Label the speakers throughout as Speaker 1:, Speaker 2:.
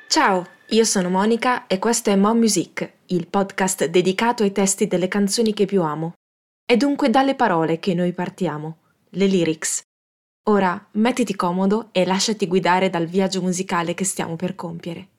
Speaker 1: Ciao, io sono Monica e questo è Mo Music, il podcast dedicato ai testi delle canzoni che più amo. È dunque dalle parole che noi partiamo, le lyrics. Ora mettiti comodo e lasciati guidare dal viaggio musicale che stiamo per compiere.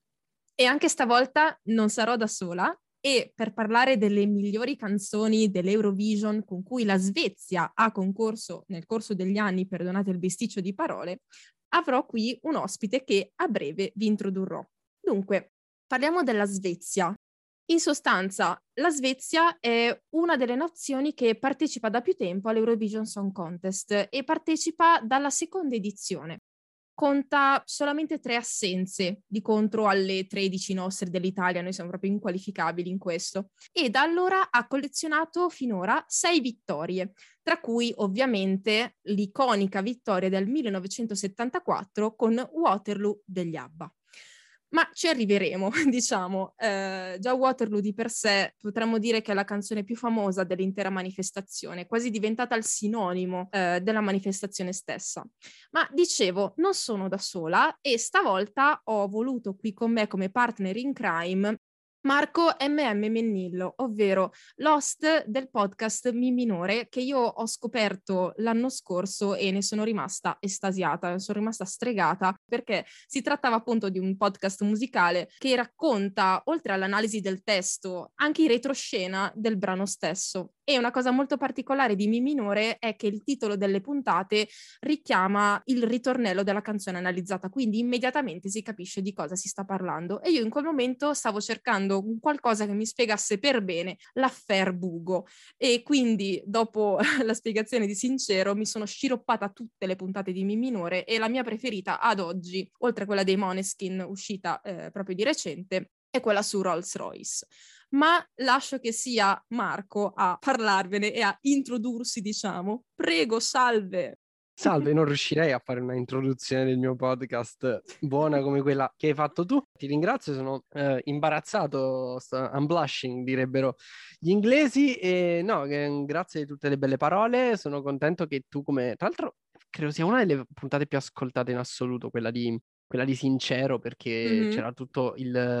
Speaker 2: E anche stavolta non sarò da sola e per parlare delle migliori canzoni dell'Eurovision con cui la Svezia ha concorso nel corso degli anni, perdonate il bisticcio di parole, avrò qui un ospite che a breve vi introdurrò. Dunque, parliamo della Svezia. In sostanza, la Svezia è una delle nazioni che partecipa da più tempo all'Eurovision Song Contest e partecipa dalla seconda edizione. Conta solamente 3 assenze di contro alle 13 nostre dell'Italia, noi siamo proprio inqualificabili in questo. E da allora ha collezionato finora 6 vittorie, tra cui ovviamente l'iconica vittoria del 1974 con Waterloo degli ABBA. Ma ci arriveremo, diciamo. Già Waterloo di per sé potremmo dire che è la canzone più famosa dell'intera manifestazione, quasi diventata il sinonimo della manifestazione stessa. Ma dicevo, non sono da sola e stavolta ho voluto qui con me come partner in crime Marco Mennillo, ovvero l'host del podcast Mi Minore, che io ho scoperto l'anno scorso e ne sono rimasta estasiata, sono rimasta stregata, perché si trattava appunto di un podcast musicale che racconta, oltre all'analisi del testo, anche in retroscena del brano stesso. E una cosa molto particolare di Mi Minore è che il titolo delle puntate richiama il ritornello della canzone analizzata, quindi immediatamente si capisce di cosa si sta parlando. E io in quel momento stavo cercando qualcosa che mi spiegasse per bene l'affair Bugo e quindi dopo la spiegazione di Sincero mi sono sciroppata tutte le puntate di Mi Minore e la mia preferita ad oggi, oltre a quella dei Måneskin uscita proprio di recente, è quella su Rolls Royce. Ma lascio che sia Marco a parlarvene e a introdursi, diciamo. Prego, salve!
Speaker 3: Salve, non riuscirei a fare una introduzione del mio podcast buona come quella che hai fatto tu. Ti ringrazio, sono imbarazzato, I'm blushing, direbbero gli inglesi. E no, grazie di tutte le belle parole. Sono contento che tu, come tra l'altro, credo sia una delle puntate più ascoltate in assoluto, quella di Sincero, perché c'era tutto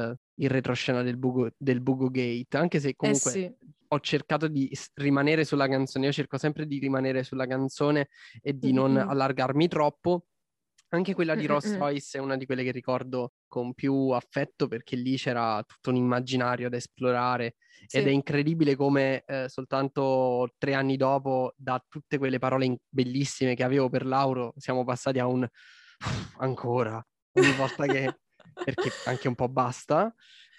Speaker 3: il retroscena del Bugo Gate, anche se comunque
Speaker 2: sì.
Speaker 3: ho cercato di rimanere sulla canzone. Io cerco sempre di rimanere sulla canzone e di non allargarmi troppo. Anche quella di Rolls Royce è una di quelle che ricordo con più affetto, perché lì c'era tutto un immaginario da esplorare ed è incredibile come soltanto 3 anni dopo, da tutte quelle parole bellissime che avevo per Lauro, siamo passati a un ancora, ogni volta che perché anche un po' basta.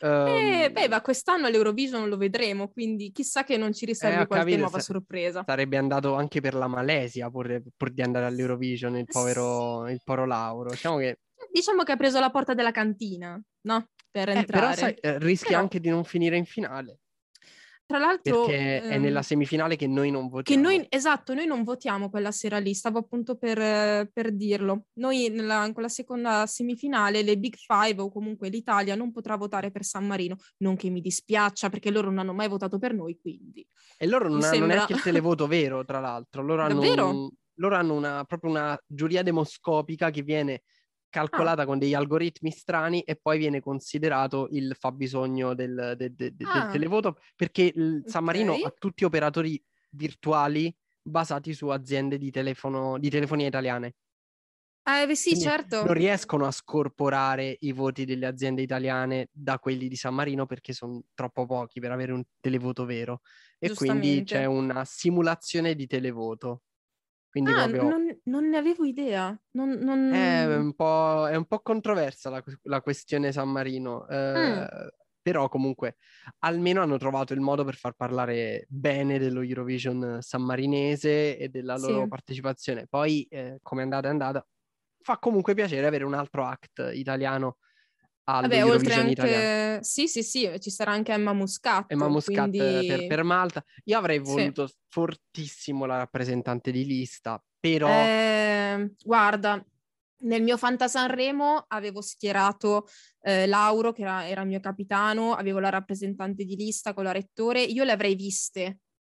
Speaker 2: Ma quest'anno all'Eurovision lo vedremo, quindi chissà che non ci riservi qualche nuova sorpresa.
Speaker 3: Sarebbe andato anche per la Malesia pur di andare all'Eurovision il povero Lauro.
Speaker 2: Diciamo che ha preso la porta della cantina, no? Per entrare.
Speaker 3: Però sai, rischia anche di non finire in finale.
Speaker 2: Tra l'altro
Speaker 3: perché è nella semifinale che noi non votiamo.
Speaker 2: Noi non votiamo quella sera lì, stavo appunto per dirlo. Noi in quella seconda semifinale le Big Five o comunque l'Italia non potrà votare per San Marino, non che mi dispiaccia perché loro non hanno mai votato per noi, quindi.
Speaker 3: E loro non hanno neanche il televoto vero, tra l'altro.
Speaker 2: Davvero?
Speaker 3: Loro hanno proprio una giuria demoscopica che viene calcolata con degli algoritmi strani e poi viene considerato il fabbisogno del televoto, perché il San Marino ha tutti operatori virtuali basati su aziende di telefonia italiane.
Speaker 2: Sì, quindi certo.
Speaker 3: Non riescono a scorporare i voti delle aziende italiane da quelli di San Marino perché sono troppo pochi per avere un televoto vero. E quindi c'è una simulazione di televoto. Quindi proprio
Speaker 2: non ne avevo idea.
Speaker 3: È un po' controversa la questione San Marino, però comunque almeno hanno trovato il modo per far parlare bene dello Eurovision sammarinese e della loro partecipazione. Poi, come è andata, fa comunque piacere avere un altro act italiano all'Eurovision italiano.
Speaker 2: Sì, ci sarà anche Emma Muscat.
Speaker 3: Emma Muscat
Speaker 2: quindi...
Speaker 3: per Malta. Io avrei voluto fortissimo la rappresentante di lista, però...
Speaker 2: guarda, nel mio Fantasanremo avevo schierato Lauro, che era il mio capitano, avevo la rappresentante di lista con la rettore, io le avrei viste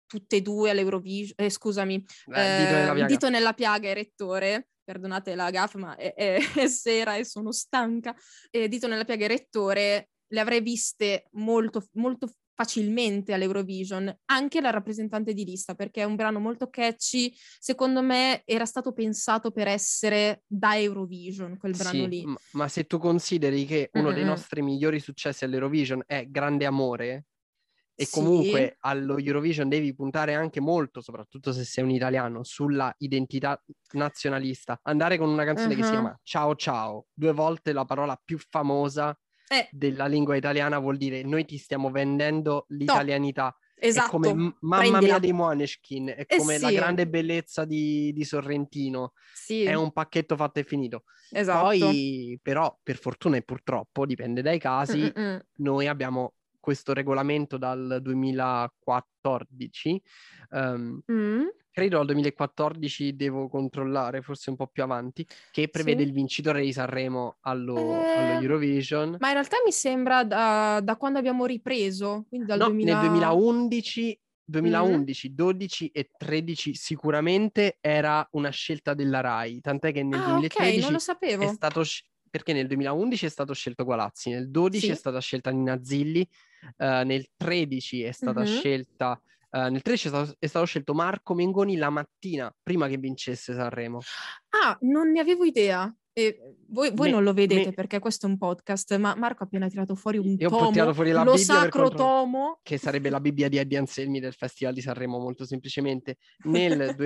Speaker 2: tutte e due all'Eurovision, scusami,
Speaker 3: Dito
Speaker 2: Dito nella piaga e Rettore, perdonate la gaffa, ma è sera e sono stanca, Dito nella piaga e Rettore le avrei viste molto, molto facilmente all'Eurovision, anche la rappresentante di lista, perché è un brano molto catchy, secondo me era stato pensato per essere da Eurovision, quel brano lì.
Speaker 3: Ma se tu consideri che uno dei nostri migliori successi all'Eurovision è Grande Amore, e comunque allo Eurovision devi puntare anche molto, soprattutto se sei un italiano, sulla identità nazionalista. Andare con una canzone che si chiama Ciao Ciao, 2 volte la parola più famosa della lingua italiana, vuol dire noi ti stiamo vendendo l'italianità.
Speaker 2: Esatto.
Speaker 3: È come Mamma Mia dei Måneskin, è come La grande bellezza di Sorrentino.
Speaker 2: Sì.
Speaker 3: È un pacchetto fatto e finito.
Speaker 2: Esatto.
Speaker 3: Poi, però, per fortuna e purtroppo, dipende dai casi, noi abbiamo questo regolamento dal 2014, credo al 2014, devo controllare, forse un po' più avanti, che prevede il vincitore di Sanremo allo Eurovision.
Speaker 2: Ma in realtà mi sembra da quando abbiamo ripreso, quindi dal
Speaker 3: nel 2011, 12 e 13 sicuramente era una scelta della Rai, tant'è che nel 2013
Speaker 2: non lo sapevo.
Speaker 3: è stato perché nel 2011 è stato scelto Gualazzi, nel 12 è stata scelta Nina Zilli, nel 13 è stata scelta nel 13 è stato scelto Marco Mengoni la mattina prima che vincesse Sanremo.
Speaker 2: Ah, non ne avevo idea. E voi non lo vedete perché questo è un podcast, ma Marco ha appena tirato fuori un tomo,
Speaker 3: ho tirato fuori la
Speaker 2: lo
Speaker 3: Bibbia
Speaker 2: sacro tomo.
Speaker 3: Che sarebbe la Bibbia di Eddie Anselmi del Festival di Sanremo, molto semplicemente. Nel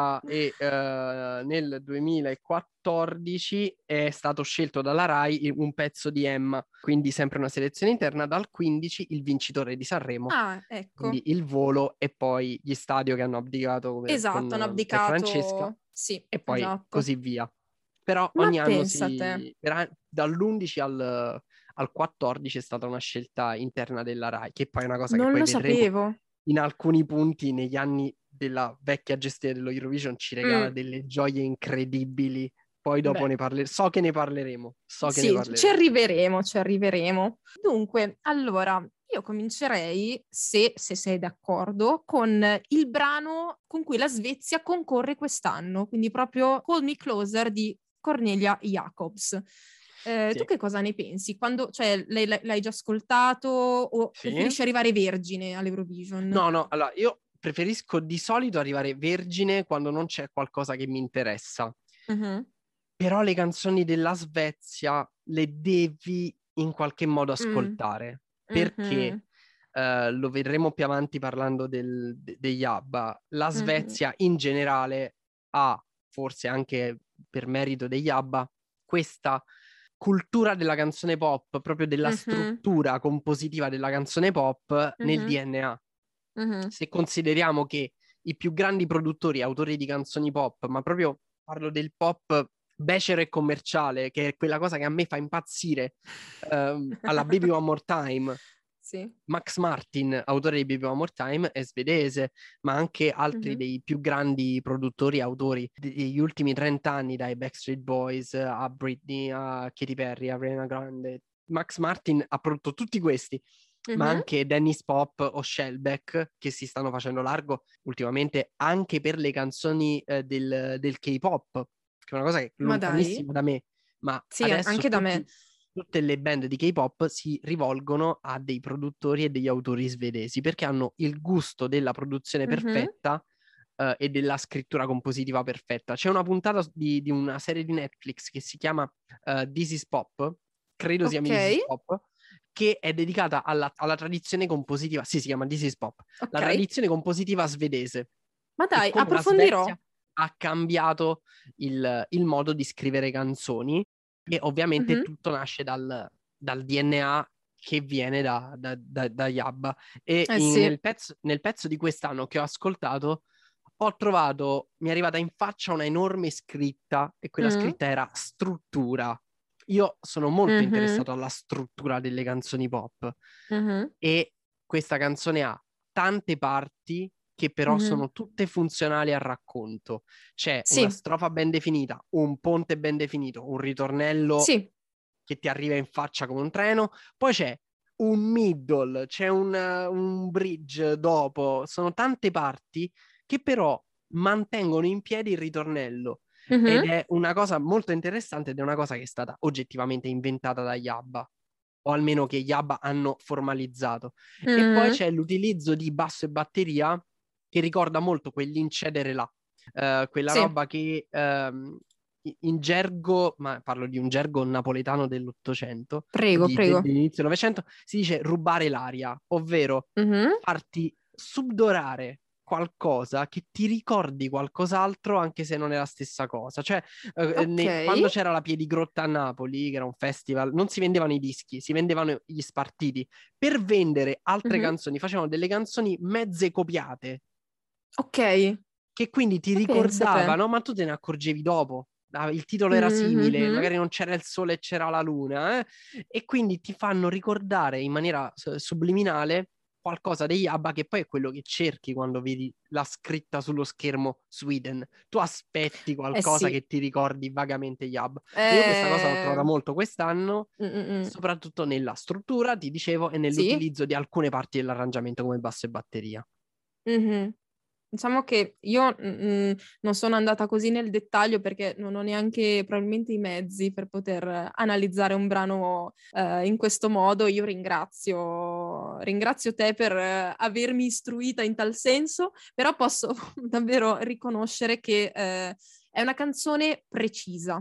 Speaker 3: 2014 è stato scelto dalla Rai un pezzo di Emma, quindi sempre una selezione interna, dal 15 il vincitore di Sanremo.
Speaker 2: Ah, ecco.
Speaker 3: Quindi il volo e poi gli stadio che hanno abdicato
Speaker 2: hanno abdicato
Speaker 3: Francesca,
Speaker 2: sì,
Speaker 3: e poi così via. Però
Speaker 2: ma
Speaker 3: ogni anno
Speaker 2: pensate.
Speaker 3: dall'11 al 14 è stata una scelta interna della Rai, che poi è una cosa
Speaker 2: non
Speaker 3: che poi
Speaker 2: lo
Speaker 3: vedremo
Speaker 2: sapevo.
Speaker 3: In alcuni punti negli anni della vecchia gestione dello Eurovision ci regala delle gioie incredibili. Poi dopo so che ne parleremo.
Speaker 2: Ci arriveremo. Dunque, allora, io comincerei, se sei d'accordo, con il brano con cui la Svezia concorre quest'anno, quindi proprio Hold Me Closer di Cornelia Jacobs. Tu che cosa ne pensi? L'hai già ascoltato o preferisci arrivare vergine all'Eurovision?
Speaker 3: No, allora io preferisco di solito arrivare vergine quando non c'è qualcosa che mi interessa. Però le canzoni della Svezia le devi in qualche modo ascoltare, perché lo vedremo più avanti parlando degli ABBA. La Svezia in generale ha, forse anche per merito degli ABBA, questa cultura della canzone pop, proprio della struttura compositiva della canzone pop nel DNA. Se consideriamo che i più grandi produttori e autori di canzoni pop, ma proprio parlo del pop becero e commerciale, che è quella cosa che a me fa impazzire, alla Baby One More Time.
Speaker 2: Sì.
Speaker 3: Max Martin, autore di Baby One More Time, è svedese, ma anche altri dei più grandi produttori e autori degli ultimi 30 anni, dai Backstreet Boys a Britney, a Katy Perry, a Ariana Grande. Max Martin ha prodotto tutti questi, ma anche Dennis Pop o Shellback, che si stanno facendo largo ultimamente anche per le canzoni del K-pop, che è una cosa che è lontanissima da me, ma
Speaker 2: sì,
Speaker 3: adesso
Speaker 2: anche da me.
Speaker 3: Tutte le band di K-pop si rivolgono a dei produttori e degli autori svedesi perché hanno il gusto della produzione perfetta e della scrittura compositiva perfetta. C'è una puntata di una serie di Netflix che si chiama This is Pop, credo si chiami This is Pop, che è dedicata alla tradizione compositiva. Sì, si chiama This is Pop, la tradizione compositiva svedese.
Speaker 2: Ma dai,
Speaker 3: come
Speaker 2: approfondirò.
Speaker 3: La Svezia ha cambiato il modo di scrivere canzoni. E ovviamente tutto nasce dal DNA che viene dagli ABBA. E nel pezzo di quest'anno che ho ascoltato, ho trovato, mi è arrivata in faccia una enorme scritta, e quella scritta era struttura. Io sono molto interessato alla struttura delle canzoni pop. E questa canzone ha tante parti che però sono tutte funzionali al racconto. C'è una strofa ben definita, un ponte ben definito, un ritornello che ti arriva in faccia come un treno, poi c'è un middle, c'è un bridge dopo, sono tante parti che però mantengono in piedi il ritornello. Ed è una cosa molto interessante ed è una cosa che è stata oggettivamente inventata dagli ABBA, o almeno che gli ABBA hanno formalizzato. E poi c'è l'utilizzo di basso e batteria che ricorda molto quell'incedere là, quella
Speaker 2: Sì.
Speaker 3: roba che in gergo, ma parlo di un gergo napoletano dell'Ottocento,
Speaker 2: Prego.
Speaker 3: dell'inizio del Novecento, si dice rubare l'aria, ovvero farti subdolare qualcosa che ti ricordi qualcos'altro anche se non è la stessa cosa. Cioè,
Speaker 2: Ok.
Speaker 3: quando c'era la Piedigrotta a Napoli, che era un festival, non si vendevano i dischi, si vendevano gli spartiti. Per vendere altre canzoni, facevano delle canzoni mezze copiate,
Speaker 2: Ok.
Speaker 3: che quindi ti
Speaker 2: Ma pensa te.
Speaker 3: ricordavano, ma tu te ne accorgevi dopo. Il titolo era simile, magari non c'era il sole e c'era la luna, e quindi ti fanno ricordare in maniera subliminale qualcosa degli ABBA, che poi è quello che cerchi quando vedi la scritta sullo schermo Sweden. Tu aspetti qualcosa
Speaker 2: Sì.
Speaker 3: che ti ricordi vagamente gli ABBA. E io questa cosa l'ho trovata molto quest'anno, soprattutto nella struttura, ti dicevo, e
Speaker 2: Sì.
Speaker 3: nell'utilizzo di alcune parti dell'arrangiamento come basso e batteria.
Speaker 2: Diciamo che io non sono andata così nel dettaglio perché non ho neanche probabilmente i mezzi per poter analizzare un brano in questo modo. Io ringrazio te per avermi istruita in tal senso, però posso davvero riconoscere che è una canzone precisa.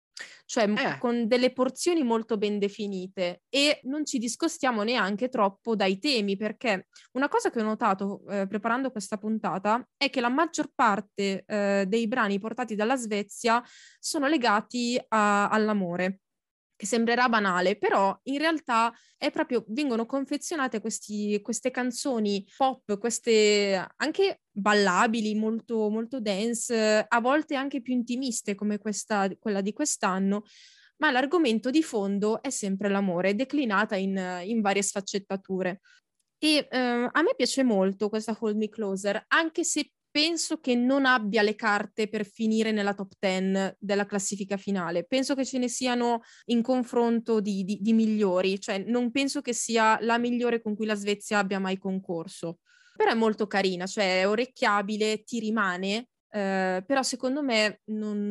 Speaker 2: Cioè con delle porzioni molto ben definite e non ci discostiamo neanche troppo dai temi, perché una cosa che ho notato preparando questa puntata è che la maggior parte dei brani portati dalla Svezia sono legati all'amore, che sembrerà banale, però in realtà è proprio, vengono confezionate queste canzoni pop, queste anche ballabili, molto, molto dance, a volte anche più intimiste come quella di quest'anno, ma l'argomento di fondo è sempre l'amore, declinata in varie sfaccettature. E a me piace molto questa Hold Me Closer, anche se penso che non abbia le carte per finire nella top 10 della classifica finale. Penso che ce ne siano in confronto di migliori, cioè non penso che sia la migliore con cui la Svezia abbia mai concorso. Però è molto carina, cioè è orecchiabile, ti rimane, però secondo me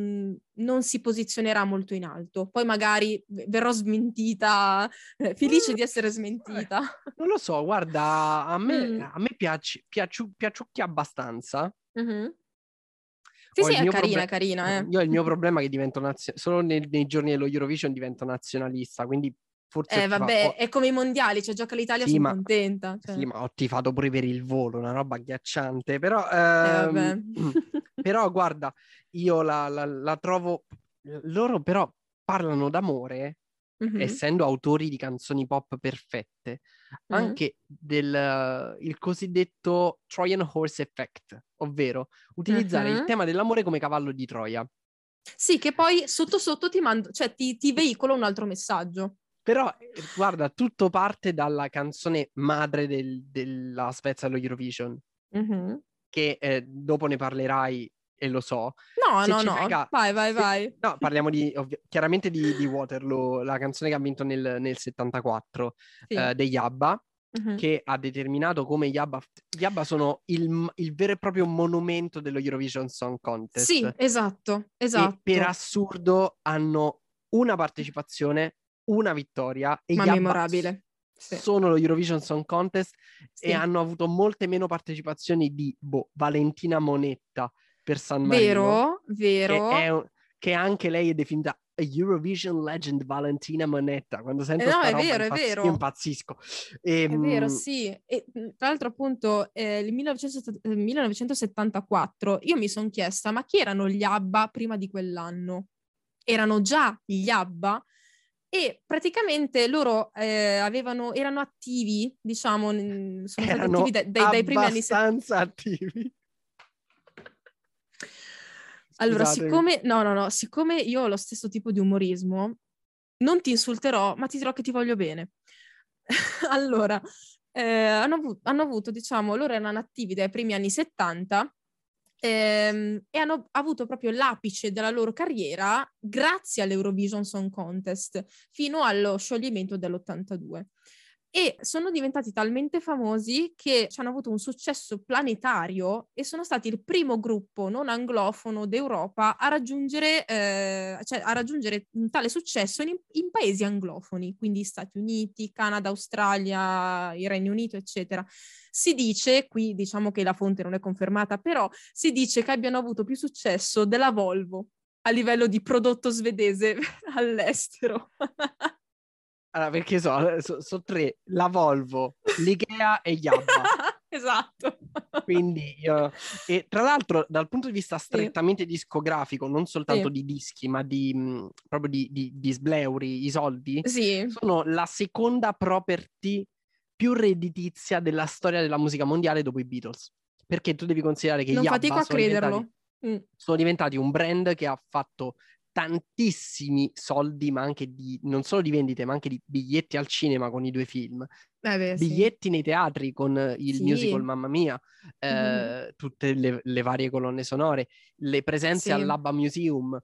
Speaker 2: non si posizionerà molto in alto. Poi magari verrò smentita, felice di essere smentita.
Speaker 3: Non lo so, guarda, a me
Speaker 2: Mm.
Speaker 3: piaciucchia abbastanza.
Speaker 2: Mhm. Sì,
Speaker 3: Ho
Speaker 2: sì,
Speaker 3: il
Speaker 2: è
Speaker 3: mio
Speaker 2: carina, è
Speaker 3: problema.
Speaker 2: carina,
Speaker 3: Io ho il mio problema che divento solo nei giorni dello Eurovision divento nazionalista, quindi forse ho tifato.
Speaker 2: Vabbè, è come i mondiali, cioè gioca l'Italia,
Speaker 3: Sì,
Speaker 2: sono
Speaker 3: ma
Speaker 2: contenta.
Speaker 3: sì,
Speaker 2: Cioè.
Speaker 3: ma ho tifato pure per il volo, una roba agghiacciante. Però,
Speaker 2: Vabbè.
Speaker 3: però guarda, io la trovo. Loro però parlano d'amore,
Speaker 2: Mhm.
Speaker 3: essendo autori di canzoni pop perfette,
Speaker 2: Mm.
Speaker 3: anche del il cosiddetto Trojan Horse Effect, ovvero utilizzare il
Speaker 2: Mhm.
Speaker 3: tema dell'amore come cavallo di Troia.
Speaker 2: Sì, che poi sotto sotto ti mando, cioè ti veicola un altro messaggio.
Speaker 3: Però, guarda, tutto parte dalla canzone madre della Svezia allo Eurovision,
Speaker 2: Mhm.
Speaker 3: che dopo ne parlerai e lo so.
Speaker 2: No,
Speaker 3: Se
Speaker 2: no,
Speaker 3: ci
Speaker 2: no,
Speaker 3: frega,
Speaker 2: vai, vai, vai.
Speaker 3: no, parliamo chiaramente di Waterloo, la canzone che ha vinto nel 74
Speaker 2: Sì.
Speaker 3: degli ABBA,
Speaker 2: Mhm.
Speaker 3: che ha determinato come gli ABBA sono il vero e proprio monumento dello Eurovision Song
Speaker 2: Sì,
Speaker 3: Contest.
Speaker 2: esatto,
Speaker 3: E per
Speaker 2: esatto.
Speaker 3: assurdo hanno una partecipazione, una vittoria, e
Speaker 2: Ma
Speaker 3: gli ABBA
Speaker 2: memorabile. Sì,
Speaker 3: sono lo Eurovision Song Contest e
Speaker 2: sì.
Speaker 3: hanno avuto molte meno partecipazioni di Valentina Monetta per San Marino,
Speaker 2: Vero,
Speaker 3: che,
Speaker 2: vero.
Speaker 3: che anche lei è definita a Eurovision Legend Valentina Monetta. Quando sento
Speaker 2: No,
Speaker 3: sta
Speaker 2: è
Speaker 3: roba
Speaker 2: vero, è
Speaker 3: io
Speaker 2: vero.
Speaker 3: impazzisco.
Speaker 2: È vero, sì. E tra l'altro, appunto, il 1974 io mi sono chiesta, ma chi erano gli ABBA prima di quell'anno? Erano già gli ABBA e praticamente loro erano attivi, diciamo, sono stati attivi
Speaker 3: Erano
Speaker 2: dai primi anni 70.
Speaker 3: abbastanza attivi.
Speaker 2: Allora,
Speaker 3: Scusatemi.
Speaker 2: siccome io ho lo stesso tipo di umorismo, non ti insulterò, ma ti dirò che ti voglio bene. Allora, hanno avuto, diciamo, loro erano attivi dai primi anni 70 e hanno avuto proprio l'apice della loro carriera grazie all'Eurovision Song Contest fino allo scioglimento dell'82. e sono diventati talmente famosi che hanno avuto un successo planetario e sono stati il primo gruppo non anglofono d'Europa a raggiungere, a raggiungere un tale successo in paesi anglofoni, quindi Stati Uniti, Canada, Australia, il Regno Unito, eccetera. Si dice, qui diciamo che la fonte non è confermata, però si dice che abbiano avuto più successo della Volvo a livello di prodotto svedese all'estero.
Speaker 3: Allora, perché so tre, la Volvo, l'Ikea e Yabba.
Speaker 2: Esatto.
Speaker 3: Quindi e tra l'altro dal punto di vista
Speaker 2: Sì.
Speaker 3: strettamente discografico, non soltanto
Speaker 2: Sì.
Speaker 3: di dischi, ma proprio di sbleuri, i soldi,
Speaker 2: Sì.
Speaker 3: sono la seconda property più redditizia della storia della musica mondiale dopo i Beatles. Perché tu devi considerare che
Speaker 2: Non fatico
Speaker 3: Yabba
Speaker 2: a crederlo.
Speaker 3: sono diventati un brand che ha fatto tantissimi soldi, ma anche non solo di vendite, ma anche di biglietti al cinema con i due film,
Speaker 2: Beh, sì.
Speaker 3: biglietti nei teatri con il musical
Speaker 2: Sì.
Speaker 3: Mamma Mia, tutte le varie colonne sonore, le presenze
Speaker 2: Sì.
Speaker 3: all'ABBA Museum,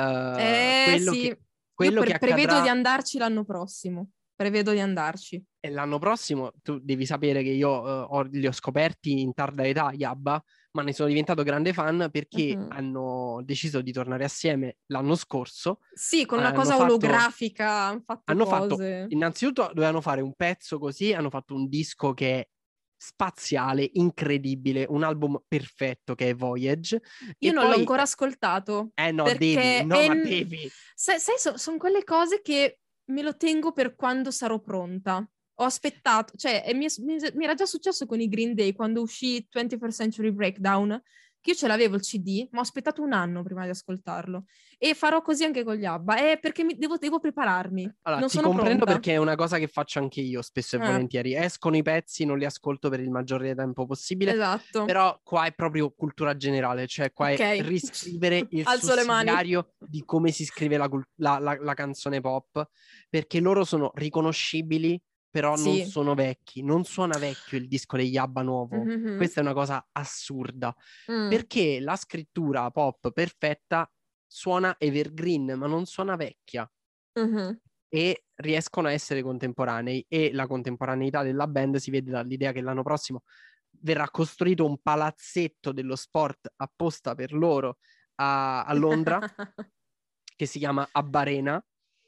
Speaker 3: quello
Speaker 2: Sì.
Speaker 3: che,
Speaker 2: Io
Speaker 3: quello che
Speaker 2: prevedo di
Speaker 3: accadrà.
Speaker 2: andarci l'anno prossimo. Prevedo di andarci.
Speaker 3: E l'anno prossimo tu devi sapere che io li ho scoperti in tarda età, gli ABBA, ma ne sono diventato grande fan perché
Speaker 2: Mhm.
Speaker 3: hanno deciso di tornare assieme l'anno scorso.
Speaker 2: Sì, con una
Speaker 3: Hanno
Speaker 2: cosa
Speaker 3: fatto,
Speaker 2: olografica hanno fatto
Speaker 3: hanno fatto,
Speaker 2: cose.
Speaker 3: innanzitutto dovevano fare un pezzo così, hanno fatto un disco che è spaziale, incredibile, un album perfetto che è Voyage.
Speaker 2: Io
Speaker 3: E
Speaker 2: non l'ho
Speaker 3: poi,
Speaker 2: ancora ascoltato
Speaker 3: no, devi,
Speaker 2: perché
Speaker 3: no, ma devi.
Speaker 2: sai, sono quelle cose che me lo tengo per quando sarò pronta. Ho aspettato, cioè, mi era già successo con i Green Day quando uscì 21st Century Breakdown, che io ce l'avevo il CD, ma ho aspettato un anno prima di ascoltarlo. E farò così anche con gli ABBA, perché devo prepararmi.
Speaker 3: Allora,
Speaker 2: Non
Speaker 3: ti
Speaker 2: sono
Speaker 3: comprendo
Speaker 2: pronta.
Speaker 3: perché è una cosa che faccio anche io spesso e
Speaker 2: Eh,
Speaker 3: volentieri. Escono i pezzi, non li ascolto per il maggiore tempo possibile,
Speaker 2: esatto.
Speaker 3: però qua è proprio cultura generale, cioè qua
Speaker 2: Ok.
Speaker 3: è riscrivere il
Speaker 2: Alzo le mani.
Speaker 3: sussidiario di come si scrive la canzone pop, perché loro sono riconoscibili, però non
Speaker 2: Sì.
Speaker 3: sono vecchi. Non suona vecchio il disco degli ABBA nuovo.
Speaker 2: Mhm.
Speaker 3: Questa è una cosa assurda,
Speaker 2: Mm.
Speaker 3: perché la scrittura pop perfetta suona evergreen, ma non suona vecchia
Speaker 2: Mhm.
Speaker 3: e riescono a essere contemporanei, e la contemporaneità della band si vede dall'idea che l'anno prossimo verrà costruito un palazzetto dello sport apposta per loro a Londra, che si chiama Abba Arena.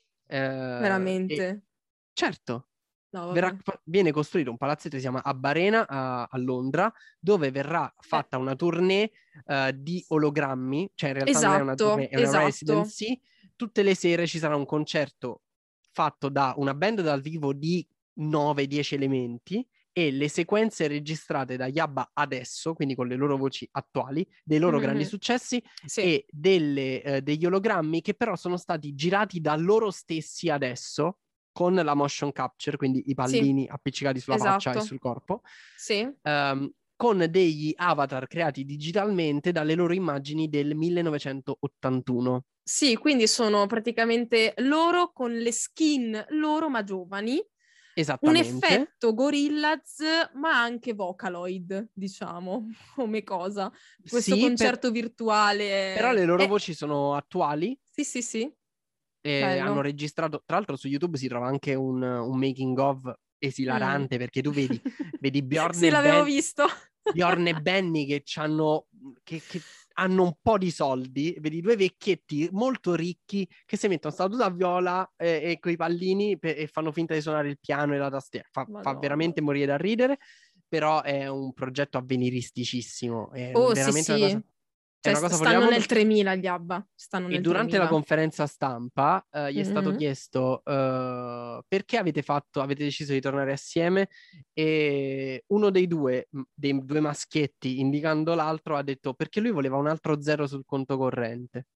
Speaker 3: E
Speaker 2: Veramente.
Speaker 3: certo,
Speaker 2: No, vabbè.
Speaker 3: viene costruito un palazzetto che si chiama Abba Arena a Londra, dove verrà
Speaker 2: Eh,
Speaker 3: fatta una tournée di ologrammi, cioè in realtà non è una tournée,
Speaker 2: esatto,
Speaker 3: è una
Speaker 2: esatto.
Speaker 3: residency. Tutte le sere ci sarà un concerto fatto da una band dal vivo di 9-10 elementi, e le sequenze registrate da Yabba adesso, quindi con le loro voci attuali, dei loro grandi
Speaker 2: Mhm.
Speaker 3: successi,
Speaker 2: Sì,
Speaker 3: e degli ologrammi che però sono stati girati da loro stessi adesso con la motion capture, quindi i
Speaker 2: sì,
Speaker 3: pallini appiccicati sulla faccia e
Speaker 2: esatto.
Speaker 3: sul corpo,
Speaker 2: Sì.
Speaker 3: con degli avatar creati digitalmente dalle loro immagini del 1981.
Speaker 2: Sì, quindi sono praticamente loro con le skin loro ma giovani, un
Speaker 3: Esattamente.
Speaker 2: effetto Gorillaz ma anche Vocaloid, diciamo, come cosa. Questo
Speaker 3: Sì,
Speaker 2: concerto
Speaker 3: però
Speaker 2: virtuale
Speaker 3: le loro voci sono attuali.
Speaker 2: Sì, sì, sì,
Speaker 3: Hanno
Speaker 2: bello.
Speaker 3: registrato, tra l'altro su YouTube si trova anche un making of
Speaker 2: Mm.
Speaker 3: esilarante, perché tu vedi
Speaker 2: Sì, l'avevo visto.
Speaker 3: Bjorn e Benny che hanno un po' di soldi, vedi due vecchietti molto ricchi che si mettono sta tuta a viola e coi pallini e fanno finta di suonare il piano e la tastiera. Fa
Speaker 2: Madonna.
Speaker 3: veramente morire da ridere, però è un progetto avveniristicissimo, è
Speaker 2: Oh, sì,
Speaker 3: veramente
Speaker 2: sì.
Speaker 3: è
Speaker 2: Cioè,
Speaker 3: una cosa
Speaker 2: stanno
Speaker 3: fuori.
Speaker 2: nel 3000 gli ABBA. Stanno
Speaker 3: E
Speaker 2: nel
Speaker 3: durante la
Speaker 2: 3000.
Speaker 3: conferenza stampa gli è stato
Speaker 2: Mhm.
Speaker 3: chiesto perché avete deciso di tornare assieme, e uno dei due maschietti, indicando l'altro, ha detto perché lui voleva un altro zero sul conto corrente.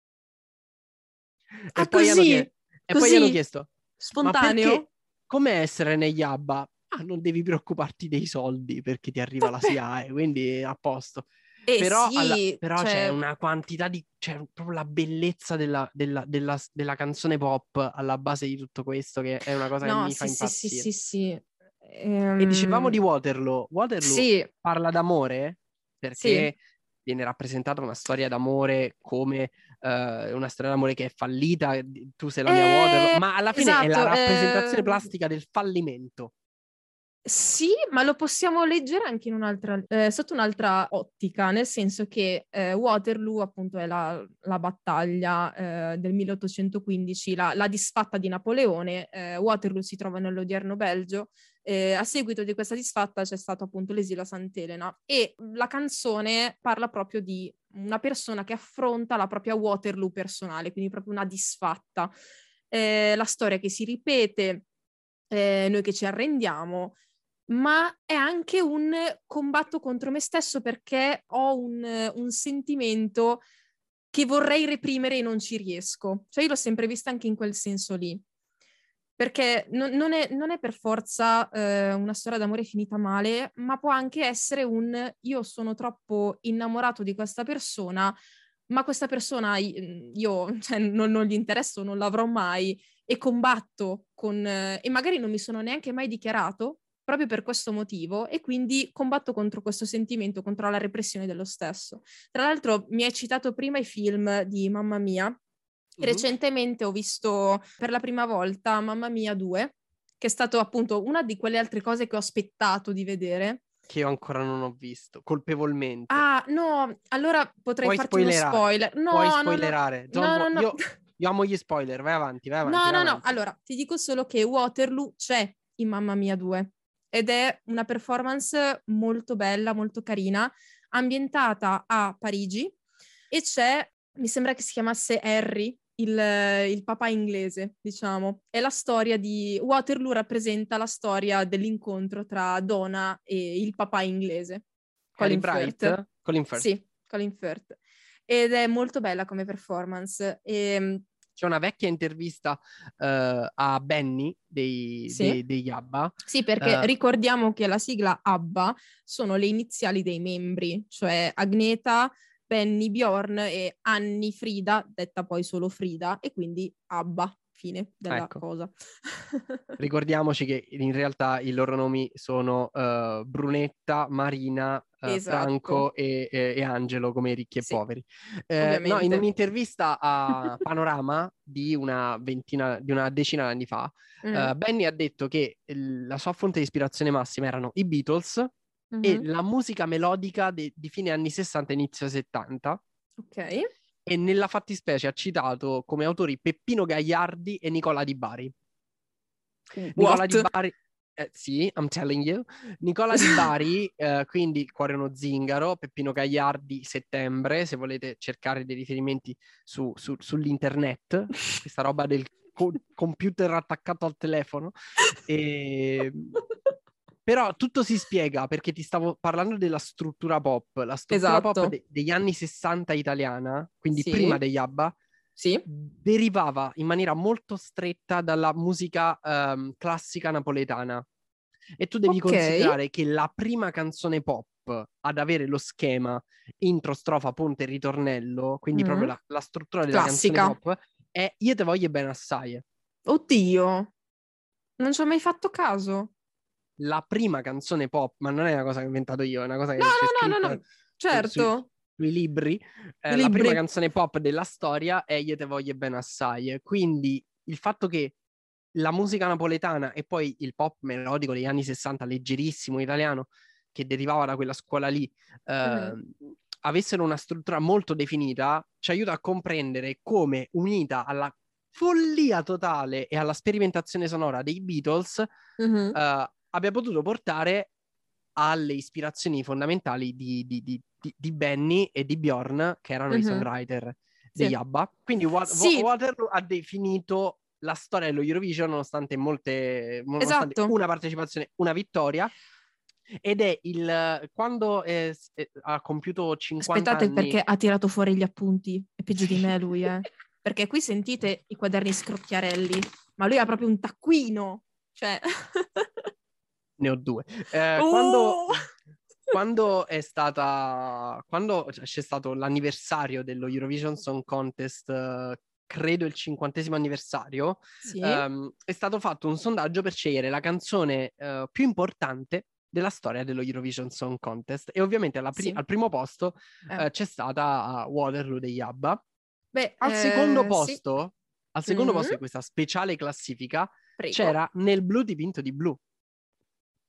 Speaker 3: E
Speaker 2: Ah,
Speaker 3: poi
Speaker 2: così?
Speaker 3: gli hanno
Speaker 2: Così?
Speaker 3: chiesto, ma perché,
Speaker 2: Spontaneo?
Speaker 3: come essere negli ABBA? Ah, non devi preoccuparti dei soldi perché ti arriva la
Speaker 2: Vabbè.
Speaker 3: SIAE, quindi è a posto.
Speaker 2: Eh
Speaker 3: Però,
Speaker 2: sì,
Speaker 3: però c'è
Speaker 2: cioè,
Speaker 3: una quantità c'è proprio la bellezza della canzone pop alla base di tutto questo, che è una cosa che
Speaker 2: no,
Speaker 3: mi fa
Speaker 2: sì, sì, sì,
Speaker 3: impazzire.
Speaker 2: sì, sì.
Speaker 3: E dicevamo di Waterloo. Waterloo
Speaker 2: Sì,
Speaker 3: parla d'amore
Speaker 2: sì.
Speaker 3: perché viene rappresentata una storia d'amore come una storia d'amore che è fallita, tu sei la mia Waterloo, ma alla fine è la
Speaker 2: Esatto.
Speaker 3: rappresentazione plastica del fallimento.
Speaker 2: Sì, ma lo possiamo leggere anche in sotto un'altra ottica, nel senso che Waterloo appunto è la battaglia del 1815, la disfatta di Napoleone. Waterloo si trova nell'odierno Belgio. A seguito di questa disfatta c'è stato appunto l'esilio a Sant'Elena e la canzone parla proprio di una persona che affronta la propria Waterloo personale, quindi proprio una disfatta. La storia che si ripete, noi che ci arrendiamo, ma è anche un combatto contro me stesso perché ho un sentimento che vorrei reprimere e non ci riesco. Cioè io l'ho sempre vista anche in quel senso lì. Perché non è per forza una storia d'amore finita male, ma può anche essere io sono troppo innamorato di questa persona, ma questa persona io cioè, non gli interesso, non l'avrò mai, e combatto e magari non mi sono neanche mai dichiarato proprio per questo motivo, e quindi combatto contro questo sentimento, contro la repressione dello stesso. Tra l'altro mi hai citato prima i film di Mamma Mia. Recentemente ho visto per la prima volta Mamma Mia 2, che è stato appunto una di quelle altre cose che ho aspettato di vedere.
Speaker 3: Che io ancora non ho visto, colpevolmente.
Speaker 2: Ah, no, allora potrei
Speaker 3: Puoi
Speaker 2: farti uno
Speaker 3: spoilerare.
Speaker 2: spoiler.
Speaker 3: Puoi
Speaker 2: No, no, no,
Speaker 3: spoilerare.
Speaker 2: no, no, no.
Speaker 3: Io amo gli spoiler, vai avanti, vai avanti,
Speaker 2: No,
Speaker 3: vai
Speaker 2: no, no.
Speaker 3: avanti.
Speaker 2: Allora, ti dico solo che Waterloo c'è in Mamma Mia 2 ed è una performance molto bella, molto carina, ambientata a Parigi, e mi sembra che si chiamasse Harry, il papà inglese, diciamo. È la storia Waterloo rappresenta la storia dell'incontro tra Donna e il papà inglese,
Speaker 3: Harry
Speaker 2: Colin Firth.
Speaker 3: Bright? Colin Firth.
Speaker 2: Sì, Colin Firth. Ed è molto bella come performance.
Speaker 3: C'è una vecchia intervista a Benny
Speaker 2: Sì.
Speaker 3: degli ABBA.
Speaker 2: Sì, perché ricordiamo che la sigla ABBA sono le iniziali dei membri, cioè Agneta, Benny, Bjorn e Anni Frida, detta poi solo Frida, e quindi ABBA, fine della cosa.
Speaker 3: Ricordiamoci che in realtà i loro nomi sono Brunetta, Marina,
Speaker 2: esatto.
Speaker 3: Franco e Angelo, come ricchi e poveri.
Speaker 2: Ovviamente.
Speaker 3: No, in un'intervista a Panorama di una decina di anni fa, Benny ha detto che la sua fonte di ispirazione massima erano i Beatles e la musica melodica di fine anni 60 inizio 70.
Speaker 2: Ok.
Speaker 3: E nella fattispecie ha citato come autori Peppino Gagliardi e Nicola Di Bari. Nicola Di Bari, sì, I'm telling you. Nicola Di Bari, quindi Il cuore è uno zingaro, Peppino Gagliardi, Settembre, se volete cercare dei riferimenti sull'internet, questa roba del computer attaccato al telefono. Però tutto si spiega perché ti stavo parlando della struttura pop. La struttura pop degli anni 60 italiana, quindi prima degli ABBA, derivava in maniera molto stretta dalla musica classica napoletana. E tu devi considerare che la prima canzone pop ad avere lo schema intro, strofa, ponte, ritornello, quindi proprio la struttura della classica canzone pop, è Io te voglio bene assai.
Speaker 2: Oddio, non ci ho mai fatto caso.
Speaker 3: La prima canzone pop, ma non è una cosa che ho inventato io, è una cosa che
Speaker 2: c'è
Speaker 3: scritta
Speaker 2: no, certo.
Speaker 3: sui libri. La prima canzone pop della storia è Io te voglio bene assai. Quindi il fatto che la musica napoletana e poi il pop melodico degli anni 60, leggerissimo italiano, che derivava da quella scuola lì, avessero una struttura molto definita, ci aiuta a comprendere come, unita alla follia totale e alla sperimentazione sonora dei Beatles, abbia potuto portare alle ispirazioni fondamentali di Benny e di Bjorn, che erano i songwriter degli ABBA. Quindi Waterloo ha definito la storia dello Eurovision nonostante una partecipazione, una vittoria. Ed è quando ha compiuto 50
Speaker 2: anni.
Speaker 3: Aspettate,
Speaker 2: perché ha tirato fuori gli appunti. È peggio di me lui, Perché qui sentite i quaderni scrocchiarelli, ma lui ha proprio un taccuino. Cioè...
Speaker 3: Ne ho due. Quando c'è stato l'anniversario dello Eurovision Song Contest, credo il 50° anniversario, è stato fatto un sondaggio per scegliere la canzone più importante della storia dello Eurovision Song Contest, e ovviamente al primo posto c'è stata Waterloo degli ABBA. Al secondo posto di questa speciale classifica c'era Nel blu dipinto di blu.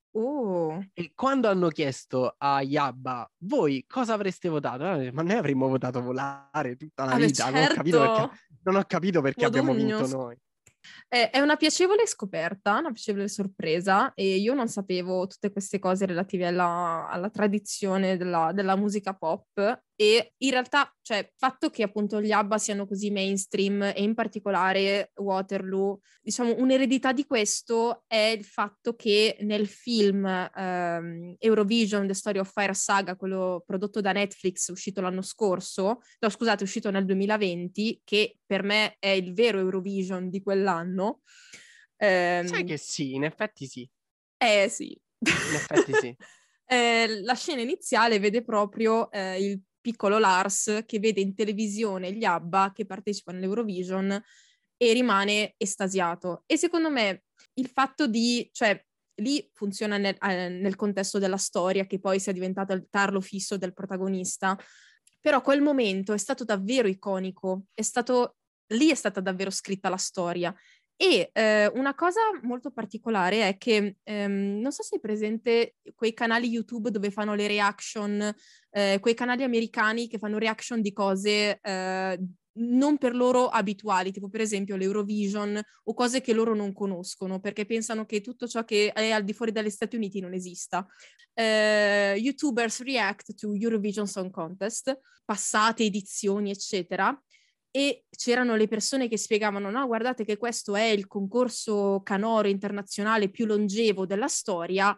Speaker 2: Oh.
Speaker 3: E quando hanno chiesto a Yabba, voi cosa avreste votato? Ma noi avremmo votato Volare tutta la vita,
Speaker 2: Certo.
Speaker 3: non ho capito perché abbiamo vinto
Speaker 2: Modugnos.
Speaker 3: noi.
Speaker 2: È una piacevole scoperta, una piacevole sorpresa, e io non sapevo tutte queste cose relative alla tradizione della musica pop, e in realtà, cioè, il fatto che appunto gli ABBA siano così mainstream, e in particolare Waterloo, diciamo un'eredità di questo è il fatto che nel film Eurovision, The Story of Fire Saga, quello prodotto da Netflix, uscito l'anno scorso, no scusate, uscito nel 2020, che per me è il vero Eurovision di quell'anno.
Speaker 3: Sai che sì, in effetti sì.
Speaker 2: Sì.
Speaker 3: In effetti sì.
Speaker 2: La scena iniziale vede proprio il piccolo Lars che vede in televisione gli ABBA che partecipano all'Eurovision e rimane estasiato. E secondo me il fatto cioè, lì funziona nel contesto della storia, che poi sia diventato il tarlo fisso del protagonista, però quel momento è stato davvero iconico, lì è stata davvero scritta la storia. E una cosa molto particolare è che non so se è presente quei canali YouTube dove fanno le reaction, quei canali americani che fanno reaction di cose non per loro abituali, tipo per esempio l'Eurovision o cose che loro non conoscono, perché pensano che tutto ciò che è al di fuori dagli Stati Uniti non esista. YouTubers react to Eurovision Song Contest, passate edizioni, eccetera. E c'erano le persone che spiegavano: no, guardate che questo è il concorso canoro internazionale più longevo della storia.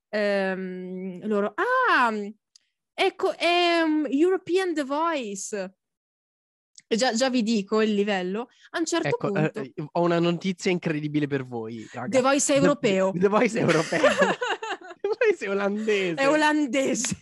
Speaker 2: Loro, ecco, è European The Voice. E già vi dico il livello. A un certo
Speaker 3: Ecco,
Speaker 2: punto,
Speaker 3: ho una notizia incredibile per voi, raga.
Speaker 2: The Voice è europeo.
Speaker 3: The Voice è europeo. The Voice è olandese.
Speaker 2: È olandese.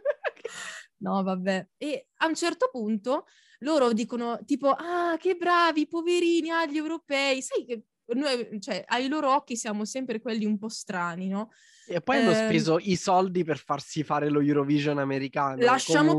Speaker 2: No, vabbè. E a un certo punto loro dicono tipo: che bravi, poverini, gli europei. Sai che noi, cioè, ai loro occhi siamo sempre quelli un po' strani, no?
Speaker 3: E poi hanno speso i soldi per farsi fare lo Eurovision americano.
Speaker 2: Lasciamo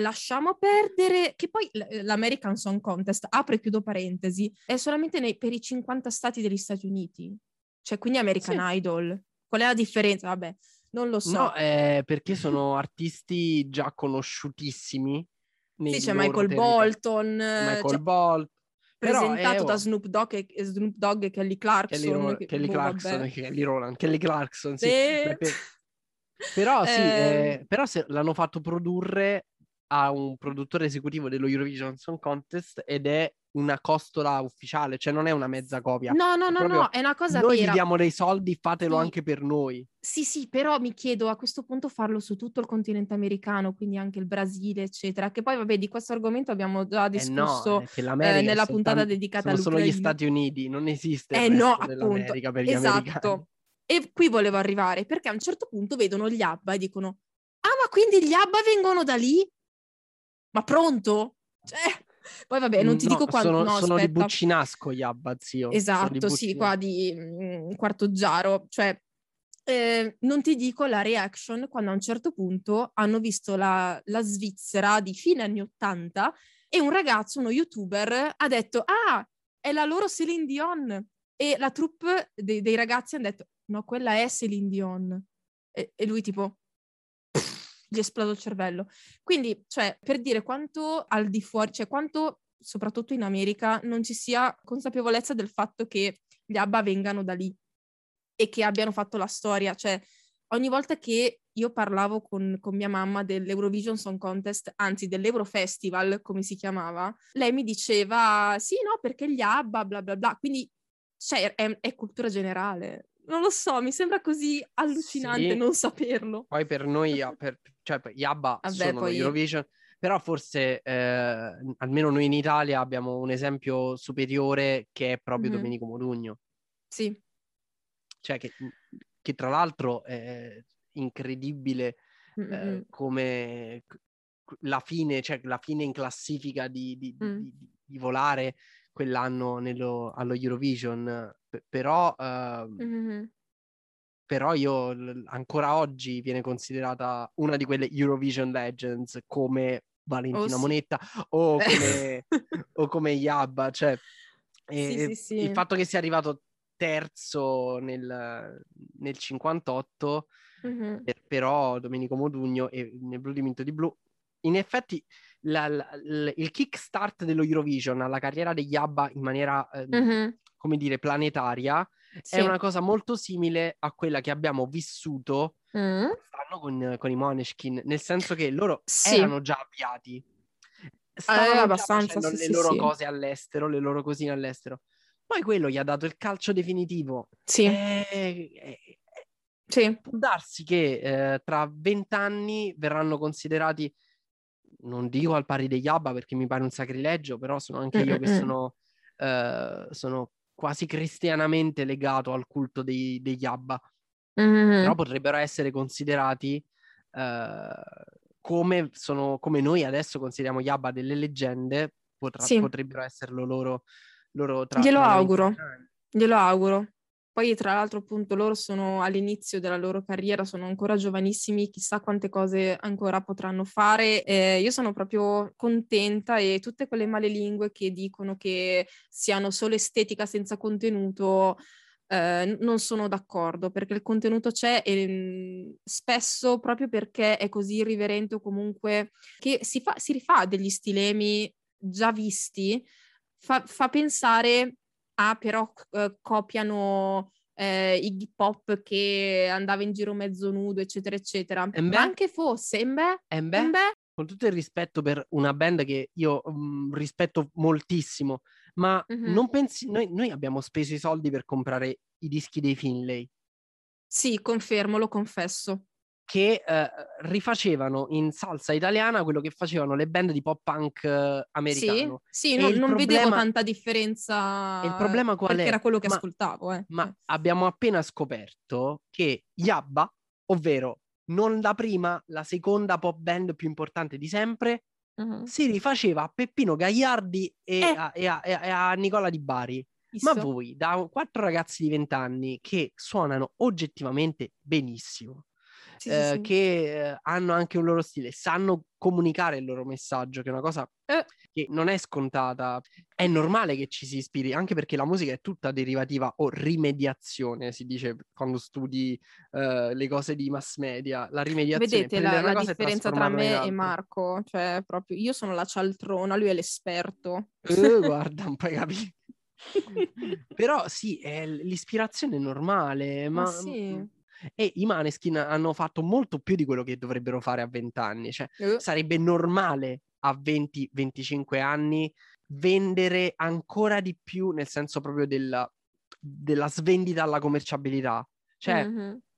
Speaker 2: perdere, che poi l'American Song Contest, apro e chiudo parentesi, è solamente per i 50 stati degli Stati Uniti. Cioè, quindi American Idol. Qual è la differenza? Vabbè, non lo so.
Speaker 3: No, perché sono artisti già conosciutissimi nei
Speaker 2: Sì, c'è
Speaker 3: loro
Speaker 2: Michael
Speaker 3: territori.
Speaker 2: Bolton,
Speaker 3: Michael Bolton. Però
Speaker 2: presentato da Snoop Dogg e Kelly Clarkson.
Speaker 3: Kelly Clarkson,
Speaker 2: Vabbè.
Speaker 3: Kelly Rowland, Kelly Clarkson, sì.
Speaker 2: Sì.
Speaker 3: Però sì, però se l'hanno fatto produrre a un produttore esecutivo dello Eurovision Song Contest ed è una costola ufficiale, cioè non è una mezza copia.
Speaker 2: No,
Speaker 3: È proprio,
Speaker 2: è una cosa
Speaker 3: noi vi
Speaker 2: vera.
Speaker 3: diamo dei soldi, fatelo
Speaker 2: Sì.
Speaker 3: anche per noi.
Speaker 2: Sì, però mi chiedo a questo punto farlo su tutto il continente americano, quindi anche il Brasile, eccetera, che poi vabbè di questo argomento abbiamo già discusso
Speaker 3: Che l'America
Speaker 2: nella puntata dedicata
Speaker 3: sono solo gli
Speaker 2: all'Ucraina.
Speaker 3: Stati Uniti, non esiste il
Speaker 2: No,
Speaker 3: resto
Speaker 2: appunto,
Speaker 3: dell'America per gli americani.
Speaker 2: esatto. E qui volevo arrivare, perché a un certo punto vedono gli ABBA e dicono: ma quindi gli ABBA vengono da lì? Ma pronto? Cioè, poi vabbè, non ti dico quanto... No,
Speaker 3: sono di
Speaker 2: aspetta.
Speaker 3: Buccinasco gli ABBA, zio.
Speaker 2: Esatto, sì, qua di Quarto Giaro. Cioè, non ti dico la reaction quando a un certo punto hanno visto la Svizzera di fine anni 80 e un ragazzo, uno youtuber, ha detto: è la loro Celine Dion. E la troupe dei ragazzi hanno detto: no, quella è Celine Dion. E lui tipo... gli esplode il cervello. Quindi, cioè, per dire quanto al di fuori, cioè quanto soprattutto in America non ci sia consapevolezza del fatto che gli ABBA vengano da lì e che abbiano fatto la storia. Cioè, ogni volta che io parlavo con mia mamma dell'Eurovision Song Contest, anzi dell'Eurofestival, come si chiamava, lei mi diceva: sì, no, perché gli ABBA, bla bla bla. Quindi, cioè, è cultura generale. Non lo so, mi sembra così allucinante
Speaker 3: Sì.
Speaker 2: non saperlo.
Speaker 3: Poi per noi, cioè gli ABBA
Speaker 2: Vabbè,
Speaker 3: sono
Speaker 2: poi...
Speaker 3: Eurovision, però forse almeno noi in Italia abbiamo un esempio superiore che è proprio Domenico Modugno.
Speaker 2: Sì.
Speaker 3: Cioè che tra l'altro è incredibile come la fine in classifica di Volare quell'anno allo Eurovision, però io ancora oggi viene considerata una di quelle Eurovision Legends come Valentina Monetta o come Yabba, cioè
Speaker 2: sì.
Speaker 3: il fatto che sia arrivato terzo nel 58, però Domenico Modugno e nel Blu Dipinto di Blu. In effetti il kickstart dello Eurovision alla carriera degli ABBA in maniera, come dire, planetaria,
Speaker 2: Sì.
Speaker 3: è una cosa molto simile a quella che abbiamo vissuto quest'anno con i Måneskin, nel senso che loro erano già avviati, stavano
Speaker 2: abbastanza,
Speaker 3: già facendo le loro cose all'estero, le loro cosine all'estero. Poi quello gli ha dato il calcio definitivo.
Speaker 2: Sì.
Speaker 3: Può darsi che tra 20 anni verranno considerati, non dico al pari degli ABBA perché mi pare un sacrilegio, però sono anche io che sono quasi cristianamente legato al culto degli ABBA. Però potrebbero essere considerati come noi adesso consideriamo gli ABBA delle leggende, potrebbero esserlo loro tra
Speaker 2: Glielo
Speaker 3: noi.
Speaker 2: Glielo auguro. Poi tra l'altro appunto loro sono all'inizio della loro carriera, sono ancora giovanissimi, chissà quante cose ancora potranno fare. Io sono proprio contenta, e tutte quelle malelingue che dicono che siano solo estetica senza contenuto, non sono d'accordo, perché il contenuto c'è, e spesso proprio perché è così irriverente, o comunque che si rifà degli stilemi già visti, fa pensare però copiano Iggy Pop che andava in giro mezzo nudo, eccetera, eccetera. Ma anche fosse,
Speaker 3: con tutto il rispetto per una band che io rispetto moltissimo, ma non pensi, noi abbiamo speso i soldi per comprare i dischi dei Finlay.
Speaker 2: Sì, confermo, lo confesso.
Speaker 3: Che rifacevano in salsa italiana quello che facevano le band di pop punk americano.
Speaker 2: Sì, non vedevo tanta differenza.
Speaker 3: E il problema qual
Speaker 2: perché
Speaker 3: è?
Speaker 2: era quello che ascoltavo.
Speaker 3: Ma abbiamo appena scoperto che gli ABBA, ovvero non la prima, la seconda pop band più importante di sempre, si rifaceva a Peppino Gagliardi e a Nicola Di Bari. Ma voi, da 4 ragazzi di 20 anni che suonano oggettivamente benissimo, che hanno anche un loro stile, sanno comunicare il loro messaggio, che è una cosa che non è scontata. È normale che ci si ispiri, anche perché la musica è tutta derivativa o rimediazione, si dice quando studi le cose di mass media. La rimediazione,
Speaker 2: vedete
Speaker 3: prendere una
Speaker 2: la
Speaker 3: cosa e
Speaker 2: differenza tra
Speaker 3: trasformarla in
Speaker 2: me e
Speaker 3: altro.
Speaker 2: Marco? Cioè, proprio io sono la cialtrona, lui è l'esperto.
Speaker 3: Guarda, non puoi capire. Però sì, l'ispirazione è normale,
Speaker 2: ma sì.
Speaker 3: E i Måneskin hanno fatto molto più di quello che dovrebbero fare a 20 anni. Cioè, sarebbe normale a 20-25 anni vendere ancora di più, nel senso proprio della svendita alla commerciabilità. Cioè,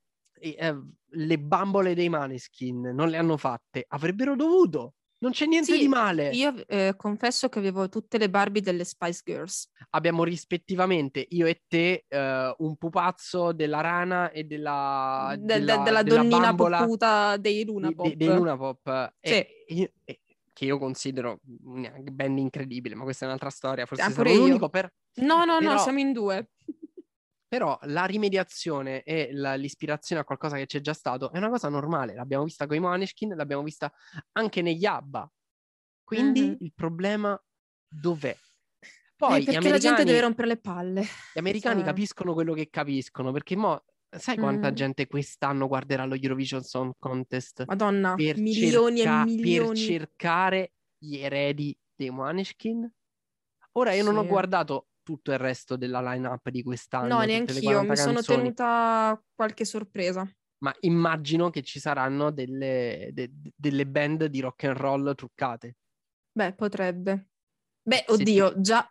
Speaker 3: le bambole dei Måneskin non le hanno fatte, avrebbero dovuto. Non c'è niente di male.
Speaker 2: Io confesso che avevo tutte le Barbie delle Spice Girls.
Speaker 3: Abbiamo rispettivamente, io e te, un pupazzo della rana e della
Speaker 2: donnina
Speaker 3: bambola
Speaker 2: popputa dei Luna Pop.
Speaker 3: dei Luna Pop.
Speaker 2: Sì.
Speaker 3: Che io considero una band incredibile, ma questa è un'altra storia. Forse
Speaker 2: pure
Speaker 3: sarò
Speaker 2: io.
Speaker 3: l'unico
Speaker 2: No, siamo in 2.
Speaker 3: Però la rimediazione e l'ispirazione a qualcosa che c'è già stato è una cosa normale. L'abbiamo vista con i Måneskin, l'abbiamo vista anche negli ABBA. Quindi il problema dov'è? Poi
Speaker 2: perché la gente deve rompere le palle.
Speaker 3: Gli americani capiscono quello che capiscono, perché sai quanta gente quest'anno guarderà lo Eurovision Song Contest?
Speaker 2: Madonna, milioni e milioni.
Speaker 3: Per cercare gli eredi dei Måneskin? Ora io non ho guardato tutto il resto della line-up di quest'anno,
Speaker 2: no,
Speaker 3: tutte
Speaker 2: neanche
Speaker 3: le
Speaker 2: io,
Speaker 3: 40
Speaker 2: mi sono
Speaker 3: canzoni,
Speaker 2: tenuta qualche sorpresa.
Speaker 3: ma immagino che ci saranno delle band di rock and roll truccate.
Speaker 2: Beh, potrebbe. Beh, oddio, già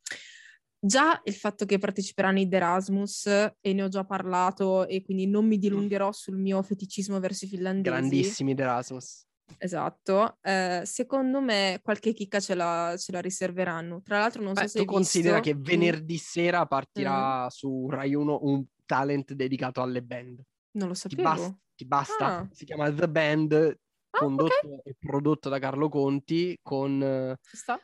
Speaker 2: il fatto che parteciperanno i The Erasmus, e ne ho già parlato, e quindi non mi dilungherò sul mio feticismo verso i finlandesi.
Speaker 3: Grandissimi The Erasmus.
Speaker 2: Esatto, secondo me qualche chicca ce la riserveranno. Tra l'altro non so se hai visto...
Speaker 3: Tu considera che venerdì sera partirà su Rai 1 un talent dedicato alle band.
Speaker 2: Non lo sapevo.
Speaker 3: Ti basta? Si chiama The Band, condotto e prodotto da Carlo Conti, con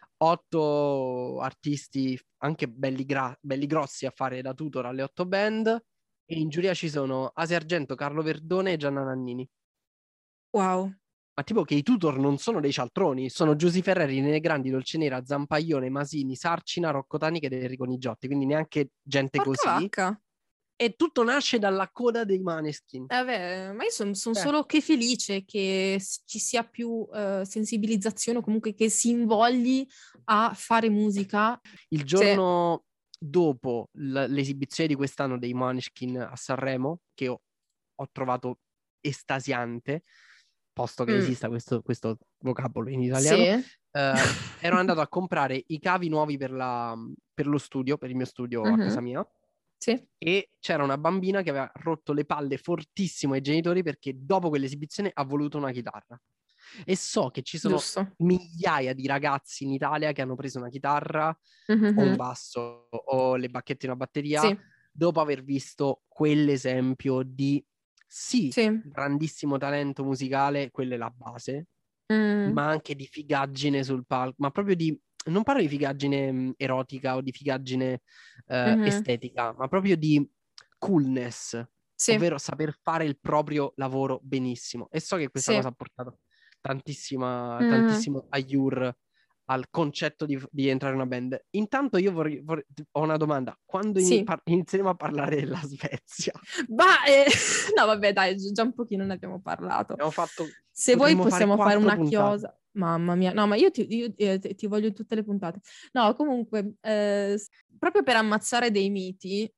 Speaker 3: 8 artisti anche belli grossi a fare da tutor alle 8 band, e in giuria ci sono Asia Argento, Carlo Verdone e Gianna Nannini.
Speaker 2: Wow.
Speaker 3: ma tipo che i Tutor non sono dei cialtroni, sono Giusy Ferreri, Nene Grandi, Dolce Nera, Zampaglione, Masini, Sarcina, Rocco Tanica ed Enrico Nigiotti, quindi neanche gente
Speaker 2: Porca
Speaker 3: così.
Speaker 2: vacca.
Speaker 3: E tutto nasce dalla coda dei Maneskin.
Speaker 2: Vabbè, ma io sono solo che felice che ci sia più sensibilizzazione o comunque che si invogli a fare musica.
Speaker 3: Il giorno dopo l'esibizione di quest'anno dei Maneskin a Sanremo, che ho trovato estasiante, posto che esista questo vocabolo in italiano, ero andato a comprare i cavi nuovi per lo studio, per il mio studio a casa mia.
Speaker 2: Sì.
Speaker 3: E c'era una bambina che aveva rotto le palle fortissimo ai genitori perché dopo quell'esibizione ha voluto una chitarra. E so che ci sono migliaia di ragazzi in Italia che hanno preso una chitarra o un basso o le bacchette in una batteria dopo aver visto quell'esempio di grandissimo talento musicale, quella è la base, ma anche di figaggine sul palco, ma proprio di... Non parlo di figaggine erotica o di figaggine estetica, ma proprio di coolness, ovvero saper fare il proprio lavoro benissimo. E so che questa cosa ha portato tantissimo aiur al concetto di entrare in una band. Intanto io ho una domanda. Quando inizieremo a parlare della Svezia?
Speaker 2: No, vabbè, dai, già un pochino ne abbiamo parlato. Se vuoi
Speaker 3: Potremmo
Speaker 2: possiamo fare una
Speaker 3: puntate.
Speaker 2: chiosa. Mamma mia, no, ma io ti voglio in tutte le puntate. No, comunque, proprio per ammazzare dei miti,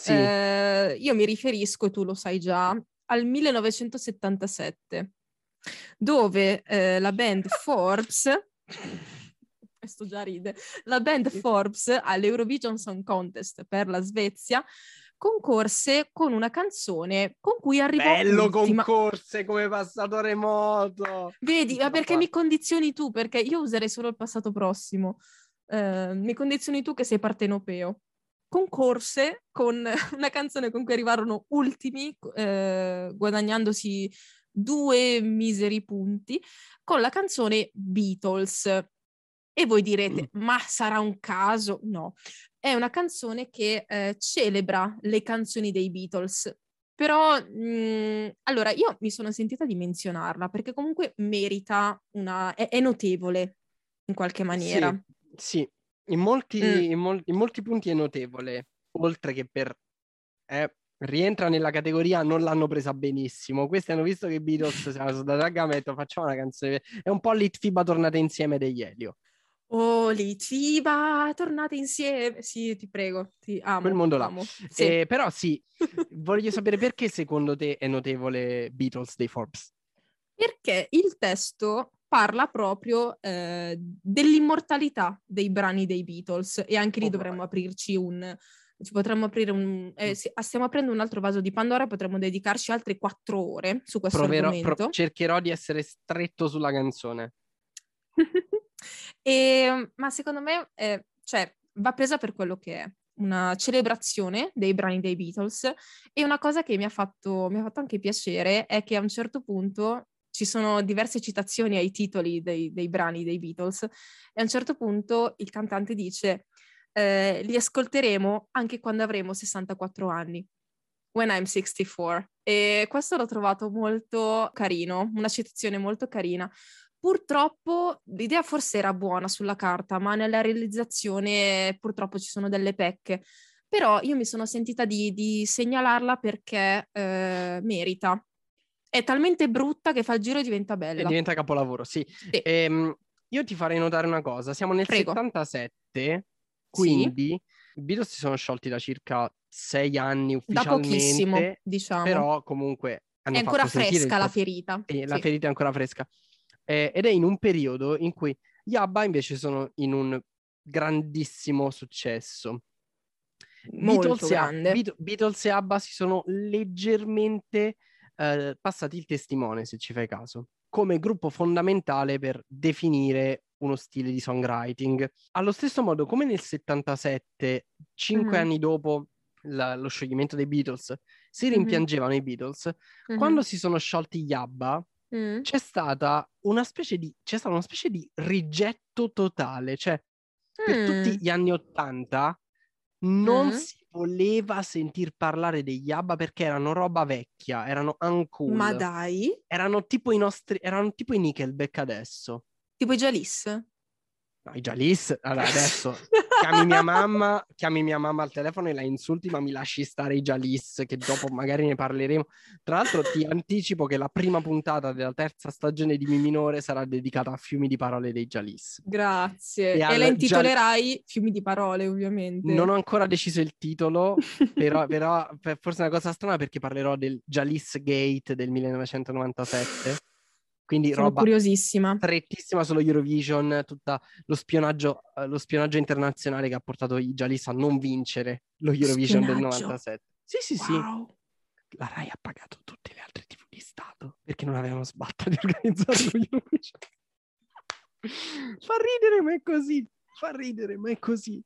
Speaker 2: io mi riferisco, e tu lo sai già, al 1977, dove la band Forbes... Questo già ride. La band Forbes all'Eurovision Song Contest per la Svezia concorse con una canzone con cui arrivò ultima.
Speaker 3: Concorse come passato remoto.
Speaker 2: Vedi, ma perché mi condizioni tu? Perché io userei solo il passato prossimo. Mi condizioni tu che sei partenopeo. Concorse con una canzone con cui arrivarono ultimi, guadagnandosi 2 miseri punti, con la canzone Beatles. E voi direte, ma sarà un caso? No, è una canzone che celebra le canzoni dei Beatles. Però, allora, io mi sono sentita di menzionarla, perché comunque merita è notevole, in qualche maniera.
Speaker 3: Sì. In molti punti è notevole, oltre che rientra nella categoria non l'hanno presa benissimo. Questi hanno visto che i Beatles si erano dati a gamma e detto facciamo una canzone, è un po' Litfiba tornate insieme degli Elio.
Speaker 2: Oh, Litfiba, tornate insieme. Sì, ti prego, ti amo.
Speaker 3: Quel mondo là.
Speaker 2: Sì.
Speaker 3: Però sì, voglio sapere perché secondo te è notevole Beatles dei Forbes?
Speaker 2: Perché il testo parla proprio dell'immortalità dei brani dei Beatles, e anche lì dovremmo aprirci ci potremmo aprire stiamo aprendo un altro vaso di Pandora e potremmo dedicarci altre 4 ore su questo argomento.
Speaker 3: Cercherò di essere stretto sulla canzone.
Speaker 2: Ma secondo me va presa per quello che è una celebrazione dei brani dei Beatles, e una cosa che mi ha fatto anche piacere è che a un certo punto ci sono diverse citazioni ai titoli dei brani dei Beatles, e a un certo punto il cantante dice li ascolteremo anche quando avremo 64 anni, when I'm 64, e questo l'ho trovato molto carino, una citazione molto carina. Purtroppo l'idea forse era buona sulla carta, ma nella realizzazione purtroppo ci sono delle pecche. Però io mi sono sentita di segnalarla perché merita. È talmente brutta che fa il giro e diventa bella.
Speaker 3: E diventa capolavoro, sì. Io ti farei notare una cosa. Siamo nel 77, quindi i Beatles si sono sciolti da circa 6 anni ufficialmente.
Speaker 2: Da pochissimo, diciamo.
Speaker 3: Però comunque hanno
Speaker 2: è ancora
Speaker 3: fatto
Speaker 2: fresca la ferita.
Speaker 3: La ferita è ancora fresca. Ed è in un periodo in cui gli ABBA invece sono in un grandissimo successo.
Speaker 2: Molto grande.
Speaker 3: Beatles e ABBA si sono leggermente passati il testimone, se ci fai caso, come gruppo fondamentale per definire uno stile di songwriting. Allo stesso modo, come nel 77, 5 anni dopo lo scioglimento dei Beatles, si rimpiangevano i Beatles, quando si sono sciolti gli ABBA, c'è stata una specie di rigetto totale, cioè per tutti gli anni 80 non si voleva sentir parlare degli ABBA perché erano roba vecchia, erano uncool.
Speaker 2: Ma dai?
Speaker 3: Erano tipo i Nickelback adesso.
Speaker 2: Tipo i Jalis?
Speaker 3: No, i Jalis, allora adesso chiami mia mamma al telefono e la insulti, ma mi lasci stare i Jalis, che dopo magari ne parleremo. Tra l'altro ti anticipo che la prima puntata della terza stagione di Mi Minore sarà dedicata a fiumi di parole dei Jalis.
Speaker 2: Grazie. E la intitolerai Fiumi di parole, ovviamente.
Speaker 3: Non ho ancora deciso il titolo, però forse è una cosa strana perché parlerò del Jalis Gate del 1997. Quindi
Speaker 2: sono
Speaker 3: roba
Speaker 2: curiosissima.
Speaker 3: strettissima sullo Eurovision, tutto lo spionaggio internazionale che ha portato i Jalis a non vincere lo Eurovision del 97. Sì.
Speaker 2: Wow.
Speaker 3: La Rai ha pagato tutte le altre TV di Stato perché non avevano sbatta di organizzare lo Eurovision. Fa ridere, ma è così.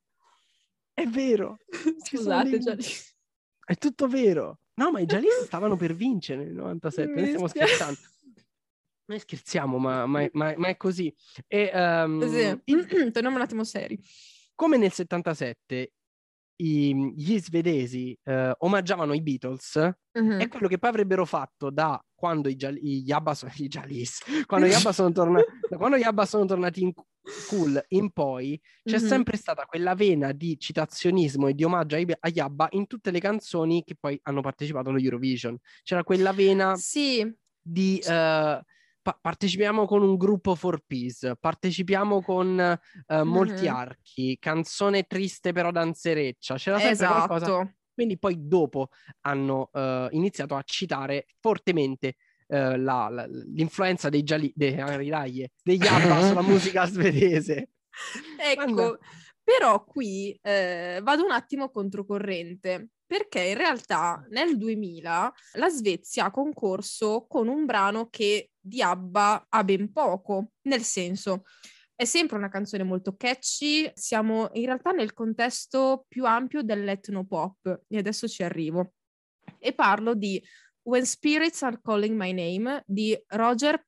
Speaker 3: È vero.
Speaker 2: Scusate, Jalis.
Speaker 3: È tutto vero. No, ma i Jalis stavano per vincere nel 97, noi stiamo scherzando. Noi scherziamo, ma è così. E,
Speaker 2: torniamo un attimo seri.
Speaker 3: come nel 77 gli svedesi omaggiavano i Beatles, è quello che poi avrebbero fatto da quando gli ABBA quando gli ABBA sono tornati in cool in poi, c'è sempre stata quella vena di citazionismo e di omaggio agli ABBA in tutte le canzoni che poi hanno partecipato allo Eurovision. C'era quella vena di partecipiamo con un gruppo for peace, partecipiamo con molti archi, canzone triste però danzereccia, c'era sempre qualcosa. Quindi poi dopo hanno iniziato a citare fortemente l'influenza degli ABBA sulla musica svedese.
Speaker 2: Ecco, però qui vado un attimo controcorrente, perché in realtà nel 2000 la Svezia ha concorso con un brano che di ABBA ha ben poco, nel senso è sempre una canzone molto catchy, siamo in realtà nel contesto più ampio dell'etnopop e adesso ci arrivo. E parlo di When Spirits Are Calling My Name di Roger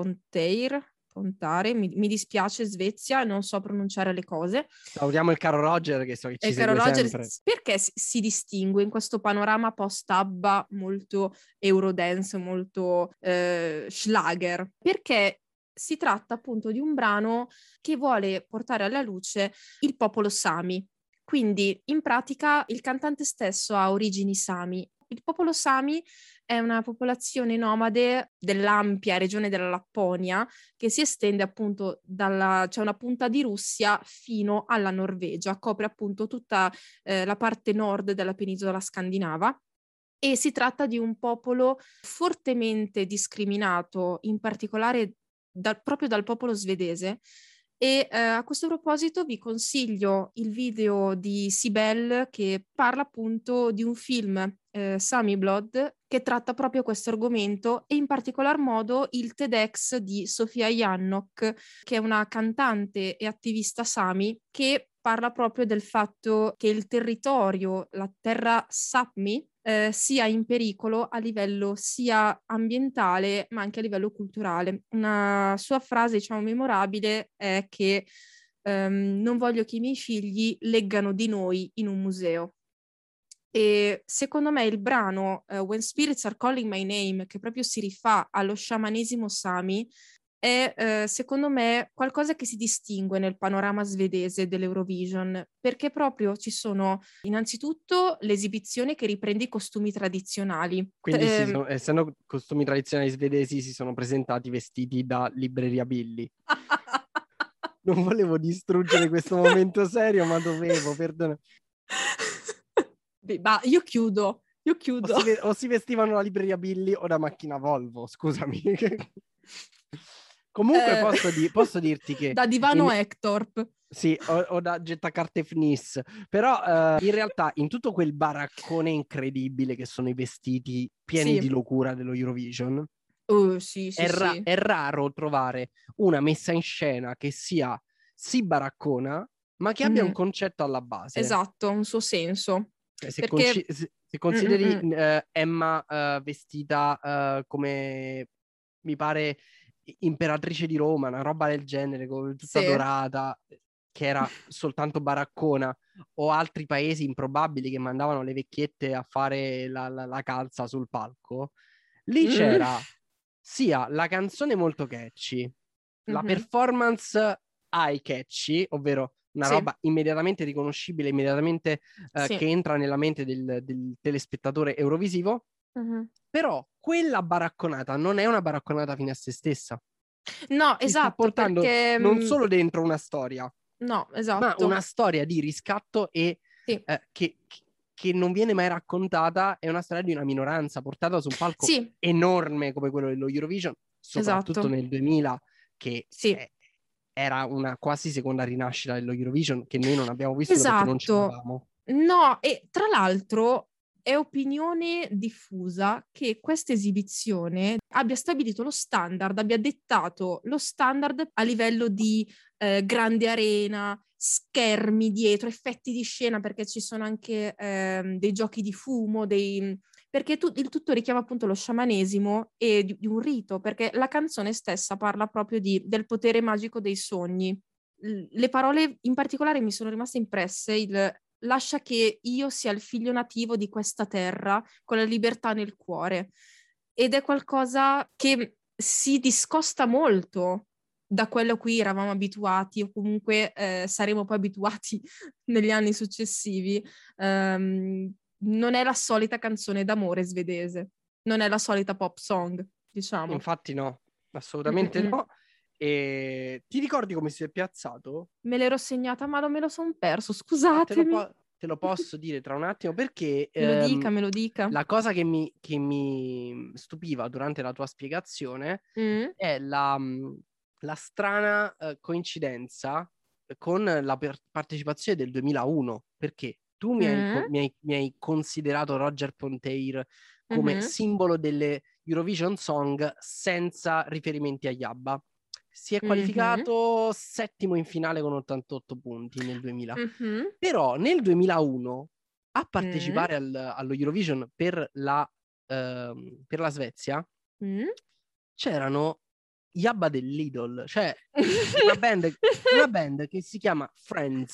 Speaker 2: Pontare, mi dispiace Svezia, non so pronunciare le cose.
Speaker 3: Salutiamo il caro Roger che so che ci segue sempre.
Speaker 2: Perché si distingue in questo panorama post-ABBA molto Eurodance, molto Schlager? Perché si tratta appunto di un brano che vuole portare alla luce il popolo Sami. Quindi in pratica il cantante stesso ha origini Sami. Il popolo Sami è una popolazione nomade dell'ampia regione della Lapponia che si estende appunto c'è una punta di Russia fino alla Norvegia, copre appunto tutta la parte nord della penisola scandinava. E si tratta di un popolo fortemente discriminato, in particolare proprio dal popolo svedese. E a questo proposito vi consiglio il video di Sibel che parla appunto di un film, Sami Blood, che tratta proprio questo argomento e in particolar modo il TEDx di Sofia Jannok, che è una cantante e attivista Sami, che parla proprio del fatto che il territorio, la terra Sapmi, sia in pericolo a livello sia ambientale ma anche a livello culturale. Una sua frase, diciamo, memorabile è che non voglio che i miei figli leggano di noi in un museo. E secondo me il brano When Spirits Are Calling My Name, che proprio si rifà allo sciamanesimo Sami, è secondo me qualcosa che si distingue nel panorama svedese dell'Eurovision, perché proprio ci sono innanzitutto l'esibizione che riprende i costumi tradizionali.
Speaker 3: Quindi essendo costumi tradizionali svedesi si sono presentati vestiti da libreria Billy. Non volevo distruggere questo momento serio, ma dovevo, perdona.
Speaker 2: Ma io chiudo.
Speaker 3: O si vestivano da libreria Billy o da macchina Volvo, scusami. Comunque posso dirti che...
Speaker 2: Da divano Ektorp.
Speaker 3: Sì, o da gettacarte FNIS. Però in realtà in tutto quel baraccone incredibile che sono i vestiti pieni di locura dello Eurovision, è raro trovare una messa in scena che sia sì baraccona, ma che abbia un concetto alla base.
Speaker 2: Esatto, un suo senso.
Speaker 3: Se consideri Emma vestita come, mi pare, imperatrice di Roma, una roba del genere, tutta dorata. che era soltanto baraccona, o altri paesi improbabili che mandavano le vecchiette a fare la calza sul palco, lì c'era sia la canzone molto catchy, la performance eye catchy, ovvero una roba immediatamente riconoscibile, immediatamente che entra nella mente del telespettatore eurovisivo, però quella baracconata non è una baracconata fine a se stessa.
Speaker 2: No,
Speaker 3: Ci sta portando
Speaker 2: perché
Speaker 3: non solo dentro una storia,
Speaker 2: no,
Speaker 3: ma una storia di riscatto e che non viene mai raccontata. È una storia di una minoranza portata su un palco enorme come quello dello Eurovision, soprattutto nel 2000, che era una quasi seconda rinascita dello Eurovision che noi non abbiamo visto perché non c'eravamo.
Speaker 2: No, e tra l'altro è opinione diffusa che questa esibizione abbia stabilito lo standard, abbia dettato lo standard a livello di grande arena, schermi dietro, effetti di scena, perché ci sono anche dei giochi di fumo, perché il tutto richiama appunto lo sciamanesimo e di un rito, perché la canzone stessa parla proprio del potere magico dei sogni. Le parole in particolare mi sono rimaste impresse, lascia che io sia il figlio nativo di questa terra con la libertà nel cuore. Ed è qualcosa che si discosta molto da quello a cui eravamo abituati o comunque saremo poi abituati negli anni successivi. Non è la solita canzone d'amore svedese, non è la solita pop song, diciamo.
Speaker 3: Infatti no, assolutamente no. E ti ricordi come si è piazzato?
Speaker 2: Me l'ero segnata, ma non me lo son perso, scusatemi.
Speaker 3: Te lo posso dire tra un attimo perché
Speaker 2: me lo dica.
Speaker 3: la cosa che mi stupiva durante la tua spiegazione è la strana coincidenza con la partecipazione del 2001, perché tu mi hai considerato Roger Pontare come simbolo delle Eurovision Song senza riferimenti agli ABBA. Si è qualificato settimo in finale con 88 punti nel 2000. Però nel 2001 a partecipare allo Eurovision per la Svezia c'erano gli ABBA dell'Idol, cioè una band che si chiama Friends.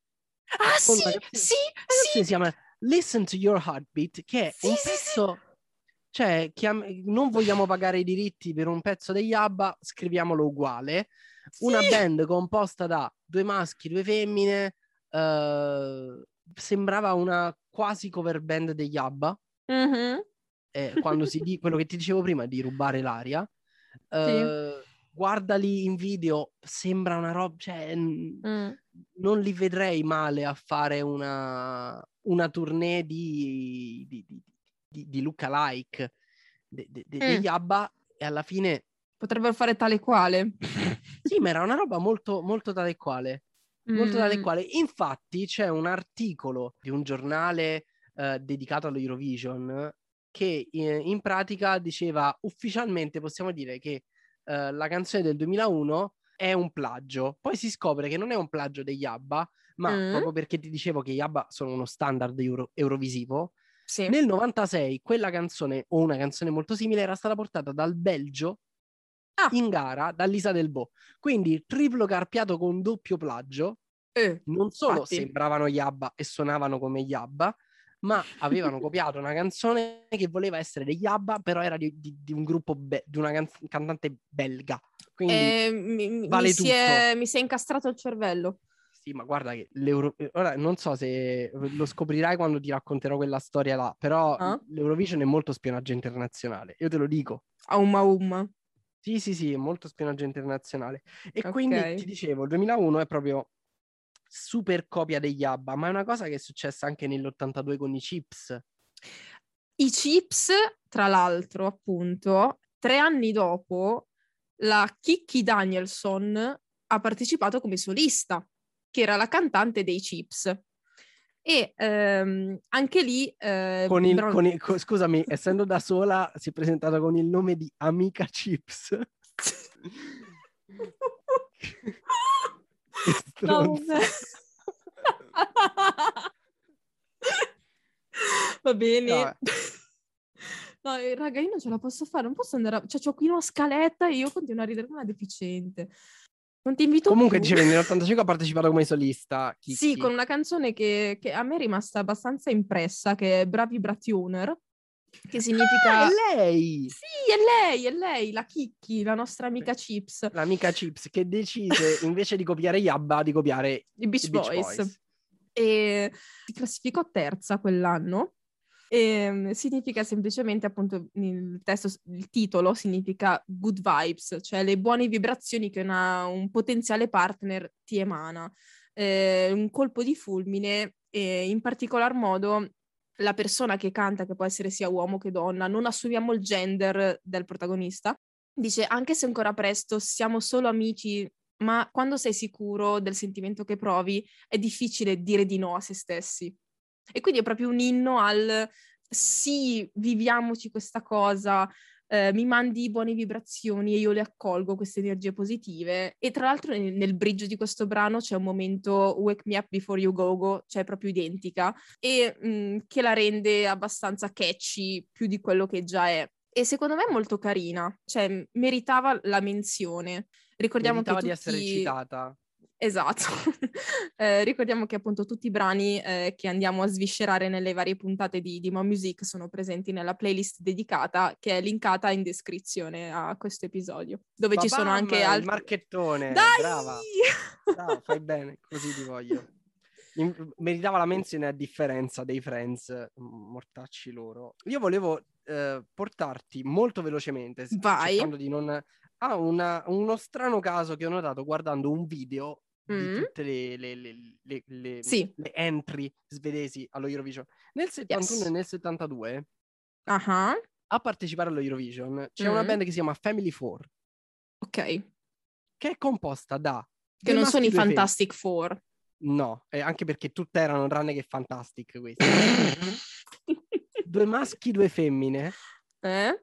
Speaker 2: Sì,
Speaker 3: si chiama Listen to Your Heartbeat, che è un pezzo... Cioè, non vogliamo pagare i diritti per un pezzo degli ABBA, scriviamolo uguale. Una band composta da 2 maschi, 2 femmine, sembrava una quasi cover band degli ABBA. Quando quello che ti dicevo prima di rubare l'aria. Guardali in video, sembra una roba, cioè non li vedrei male a fare una tournée di lookalike degli ABBA, e alla fine
Speaker 2: potrebbero fare tale e quale.
Speaker 3: Sì, ma era una roba molto, molto tale e quale. Molto tale e quale. Infatti c'è un articolo di un giornale dedicato all'Eurovision che in pratica diceva ufficialmente possiamo dire che la canzone del 2001 è un plagio. Poi si scopre che non è un plagio degli ABBA, ma proprio perché ti dicevo che gli ABBA sono uno standard eurovisivo. Nel 96 quella canzone, o una canzone molto simile, era stata portata dal Belgio in gara da Lisa Delbo. Quindi triplo carpiato con doppio plagio. Non solo sembravano gli ABBA e suonavano come gli ABBA, ma avevano copiato una canzone che voleva essere degli ABBA, però era di un gruppo, di una cantante belga. Quindi vale tutto.
Speaker 2: Mi si è incastrato il cervello.
Speaker 3: Sì, ma guarda che ora non so se lo scoprirai quando ti racconterò quella storia là, però l'Eurovision è molto spionaggio internazionale, io te lo dico.
Speaker 2: Aumma.
Speaker 3: Sì, è molto spionaggio internazionale. E quindi ti dicevo, il 2001 è proprio super copia degli ABBA, ma è una cosa che è successa anche nell'82 con i Chips.
Speaker 2: I Chips, tra l'altro, appunto, 3 anni dopo, la Kikki Danielson ha partecipato come solista, che era la cantante dei Chips. E anche lì...
Speaker 3: scusami, essendo da sola, si è presentata con il nome di Amica Chips.
Speaker 2: No, va bene. No, raga, io non ce la posso fare, non posso andare cioè, c'ho qui una scaletta e io continuo a ridere come una deficiente. Non ti invito
Speaker 3: Comunque,
Speaker 2: più.
Speaker 3: dicevi, nell'85 ha partecipato come solista.
Speaker 2: Sì, con una canzone che a me è rimasta abbastanza impressa, che è Bravi Brationer, che significa...
Speaker 3: Ah, è lei!
Speaker 2: Sì, è lei, la Kikki, la nostra amica Chips.
Speaker 3: L'amica Chips, che decise, invece di copiare Yabba, di copiare
Speaker 2: I Beach
Speaker 3: i Beach
Speaker 2: Boys.
Speaker 3: Boys.
Speaker 2: E si classificò terza quell'anno. E significa semplicemente, appunto, il titolo significa good vibes, cioè le buone vibrazioni che un potenziale partner ti emana. Un colpo di fulmine, e in particolar modo la persona che canta, che può essere sia uomo che donna, non assumiamo il gender del protagonista, dice: anche se ancora presto, siamo solo amici, ma quando sei sicuro del sentimento che provi è difficile dire di no a se stessi. E quindi è proprio un inno al sì, viviamoci questa cosa, mi mandi buone vibrazioni e io le accolgo, queste energie positive. E tra l'altro nel bridge di questo brano c'è un momento Wake Me Up Before You Go Go, cioè proprio identica, e che la rende abbastanza catchy più di quello che già è. E secondo me è molto carina, cioè meritava la menzione. Ricordiamo
Speaker 3: Meritava
Speaker 2: che
Speaker 3: di essere
Speaker 2: tutti...
Speaker 3: citata.
Speaker 2: Esatto. Ricordiamo che appunto tutti i brani che andiamo a sviscerare nelle varie puntate di Mo Music sono presenti nella playlist dedicata, che è linkata in descrizione a questo episodio, dove ci sono
Speaker 3: Babam,
Speaker 2: anche
Speaker 3: il
Speaker 2: altri...
Speaker 3: marchettone, brava.
Speaker 2: Dai!
Speaker 3: Brava, fai bene, così ti voglio. Meritava la menzione a differenza dei Friends, mortacci loro. Io volevo portarti molto velocemente,
Speaker 2: Vai.
Speaker 3: cercando di non... uno strano caso che ho notato guardando un video di tutte
Speaker 2: Sì.
Speaker 3: le entry svedesi allo Eurovision. Nel 71
Speaker 2: Yes.
Speaker 3: e nel 72
Speaker 2: Uh-huh.
Speaker 3: a partecipare allo Eurovision c'è una band che si chiama Family Four,
Speaker 2: Ok.
Speaker 3: che è composta da
Speaker 2: Che
Speaker 3: due
Speaker 2: non sono
Speaker 3: maschi e
Speaker 2: i
Speaker 3: due femmine.
Speaker 2: Fantastic Four.
Speaker 3: No, anche perché tutte erano tranne che Fantastic queste. Due maschi, due femmine.
Speaker 2: Eh?